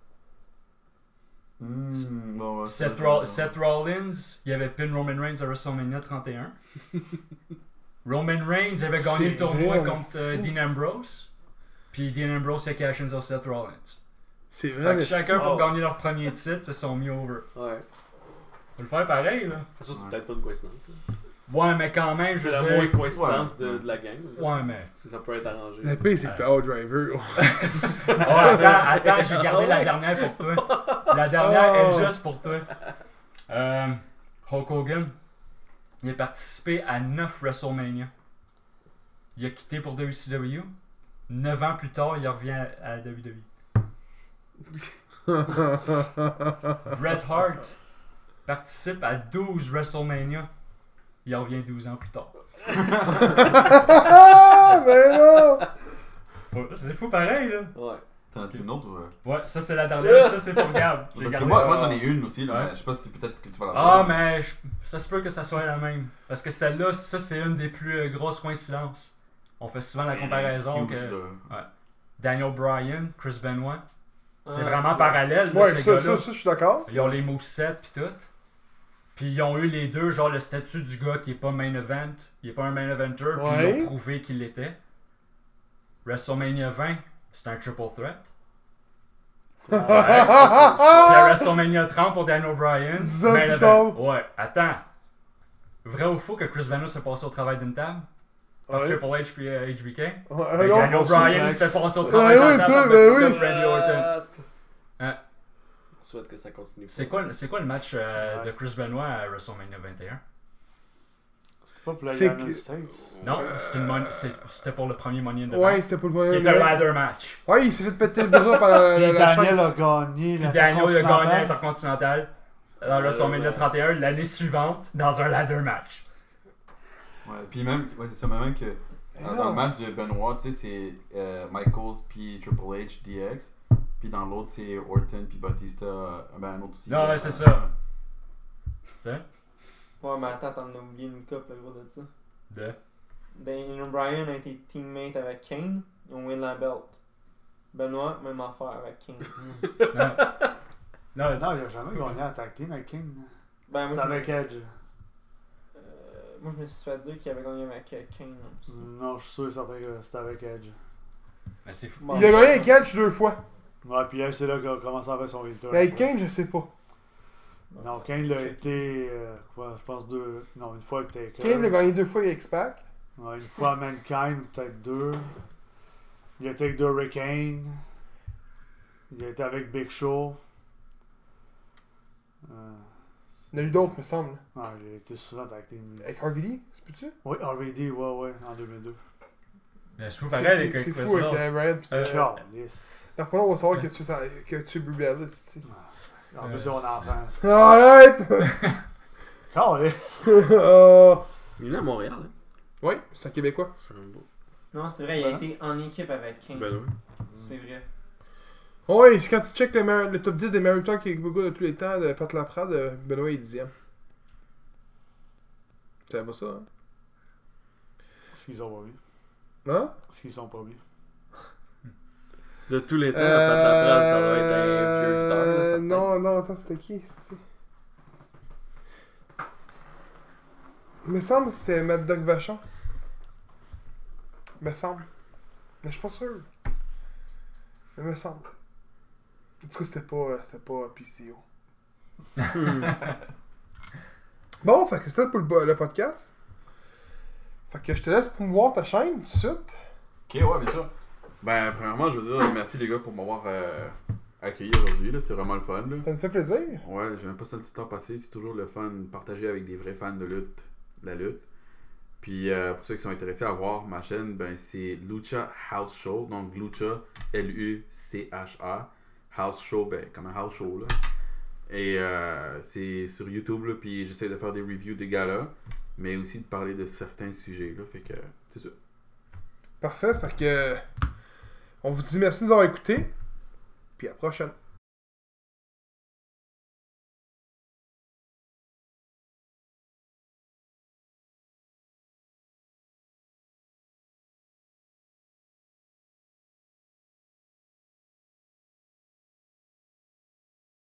Hmm, bon, ouais, Seth, c'est- Roll- Seth Rollins, il avait pin Roman Reigns à WrestleMania trente et un. Roman Reigns avait gagné le C'est tournoi vrai, contre euh, c'est- Dean Ambrose. Puis Dean Ambrose a cash in sur Seth Rollins. C'est Fait vrai, que mais chacun pour Oh. gagner leur premier titre se sont mis over. Ouais. Faut le faire pareil, là. Ça, c'est peut-être pas une coïncidence. là. Ouais, mais quand même, je C'est veux la dire... moins coïncidence ouais, de, ouais. de la gang. Ouais, mais... Ça, ça peut être arrangé. la paix, c'est le Power Driver. Oh, attends, attends, j'ai gardé la dernière pour toi. La dernière Oh. est juste pour toi. Euh, Hulk Hogan. Il a participé à neuf WrestleMania. Il a quitté pour W C W. neuf ans plus tard, il revient à, à W W E. Bret Hart participe à douze WrestleMania. Il revient douze ans plus tard. Ah, mais non! Faut- C'est fou pareil, là. Ouais. T'en as une autre ou... euh? Ouais, ça c'est la dernière, ça c'est pour Gab. J'ai Parce que gardé- moi, moi j'en ai une aussi, là, Ouais. mais je sais pas si peut-être que tu vas la Ah, voir. mais je- ça se peut que ça soit la même. Parce que celle-là, ça c'est une des plus euh, grosses coïncidences. On fait souvent la comparaison Huge, que là. Daniel Bryan, Chris Benoit, c'est Ah, vraiment c'est- parallèle, là, Ouais, ces ça, gars-là. ça, ça, je suis d'accord. Ils ont les movesets pis tout. Puis ils ont eu les deux, genre le statut du gars qui est pas main event, il est pas un main eventer, puis Ouais. ils ont prouvé qu'il l'était. WrestleMania vingt, c'est un triple threat. Puis à WrestleMania trente pour Daniel Bryan, Dix ans main plus event. tard. Ouais, attends. Vrai ou faux que Chris Benoit s'est passé au travail d'une table? Par Ouais. Triple H puis euh, H B K? Ouais, Fait que non, Daniel c'est- Bryan s'était passé au travail Ouais, d'une oui, table toi, par ben Batista oui. puis Randy Orton. Hein? Je souhaite que ça continue. C'est quoi, c'est quoi le match euh, Ouais. de Chris Benoit à WrestleMania vingt et un? C'est pas pour la C'est United que- States. Non, c'était, une mon- c'est- c'était pour le premier Money in the Ouais, Bank. c'était pas le Qui premier. était un ladder match. Ouais, il s'est fait péter le bras par la, la, Puis la Daniel a chaise. gagné Puis la Daniel a gagné Intercontinental. l'Intercontinental dans WrestleMania trente et un l'année suivante dans un ladder match. Ouais, puis même, ouais, c'est ça, mais même que Mais dans non. le match de Benoit, tu sais, c'est euh, Michaels puis Triple H, D X. Puis dans l'autre, c'est Orton puis Batista. euh, Ben, un autre aussi. Non, euh, ouais, c'est ça. Tu sais? Ouais, mais attends, t'en as oublié une coupe, le gros de ça. De. Daniel Bryan a été teammate avec Kane, ils ont win la belt. Benoit, même affaire avec Kane. Non. Non, Non, il a jamais gagné la tag team avec King. Ben, C'est moi, avec Edge. euh, moi, je me suis fait dire qu'il avait gagné avec euh, Kane aussi. Non, je suis sûr et certain que c'était avec Edge. mais c'est fou. Bon. Il a gagné avec Edge deux fois. Ouais, puis Edge, c'est là qu'il a commencé à faire son victoire. Mais avec Kane, je sais pas. Non, Kane l'a été, euh, quoi, je pense deux. Non, une fois avec Taker. Kane l'a gagné deux fois avec X-Pac. Ouais, une fois à Mankind, peut-être deux. Il a été avec Hurricane. Il a été avec Big Show. Euh, Il y en a eu d'autres, me semble. ouais, il a été souvent tag team. Avec Harvey Lee, c'est plus-tu? Oui, R V D, ouais, ouais, en deux mille deux. Mais je trouve C'est pareil avec c'est- c'est Chris fou avec Benoit. euh, Bryan. pis- Euh, Calice. La première, on va savoir que tu es que tu es Brie Bella, c'est En plus, Euh, on a c'est- enfant. Arrête! Calice. Euh, Il est né à Montréal. Hein. Oui, c'est un Québécois. Je sais même pas. Non, c'est vrai, il a Hein? été en équipe avec Kane. Ben oui. C'est vrai. Oui, c'est quand tu checkes le, meilleur- le top dix des meilleurs temps québécois de tous les temps de Pat Laprade, euh, Benoît est dixième. Tu savais pas ça, hein? Est-ce qu'ils ont pas vu? Hein? Est-ce qu'ils sont pas vus? De tous les temps, la Pat Laprade, ça doit être un vieux lutteur. là, Euh, certain. non, non, attends, c'était qui? c'est- Il me semble que c'était Mad Dog Vachon. Il me semble. Mais je suis pas sûr. Mais il me semble. En tout cas, c'était pas, euh, c'était pas P C O. Bon, fait que c'est ça pour le, le podcast. Fait que je te laisse promouvoir ta chaîne tout de suite. Ok, ouais, bien sûr. Ben, premièrement, je veux dire merci les gars pour m'avoir euh, accueilli aujourd'hui. Là. C'est vraiment le fun. Là. Ça me fait plaisir. Ouais, j'aime pas ça le petit temps passé. C'est toujours le fun de partager avec des vrais fans de lutte, de la lutte. Puis euh, pour ceux qui sont intéressés à voir ma chaîne, ben c'est Lucha House Show. Donc Lucha, L U C H A. House Show, ben comme un house show là. Et euh, c'est sur YouTube là, puis j'essaie de faire des reviews des galas, mais aussi de parler de certains sujets là. Fait que c'est ça. Parfait, fait que on vous dit merci de nous avoir écoutés. Puis à la prochaine.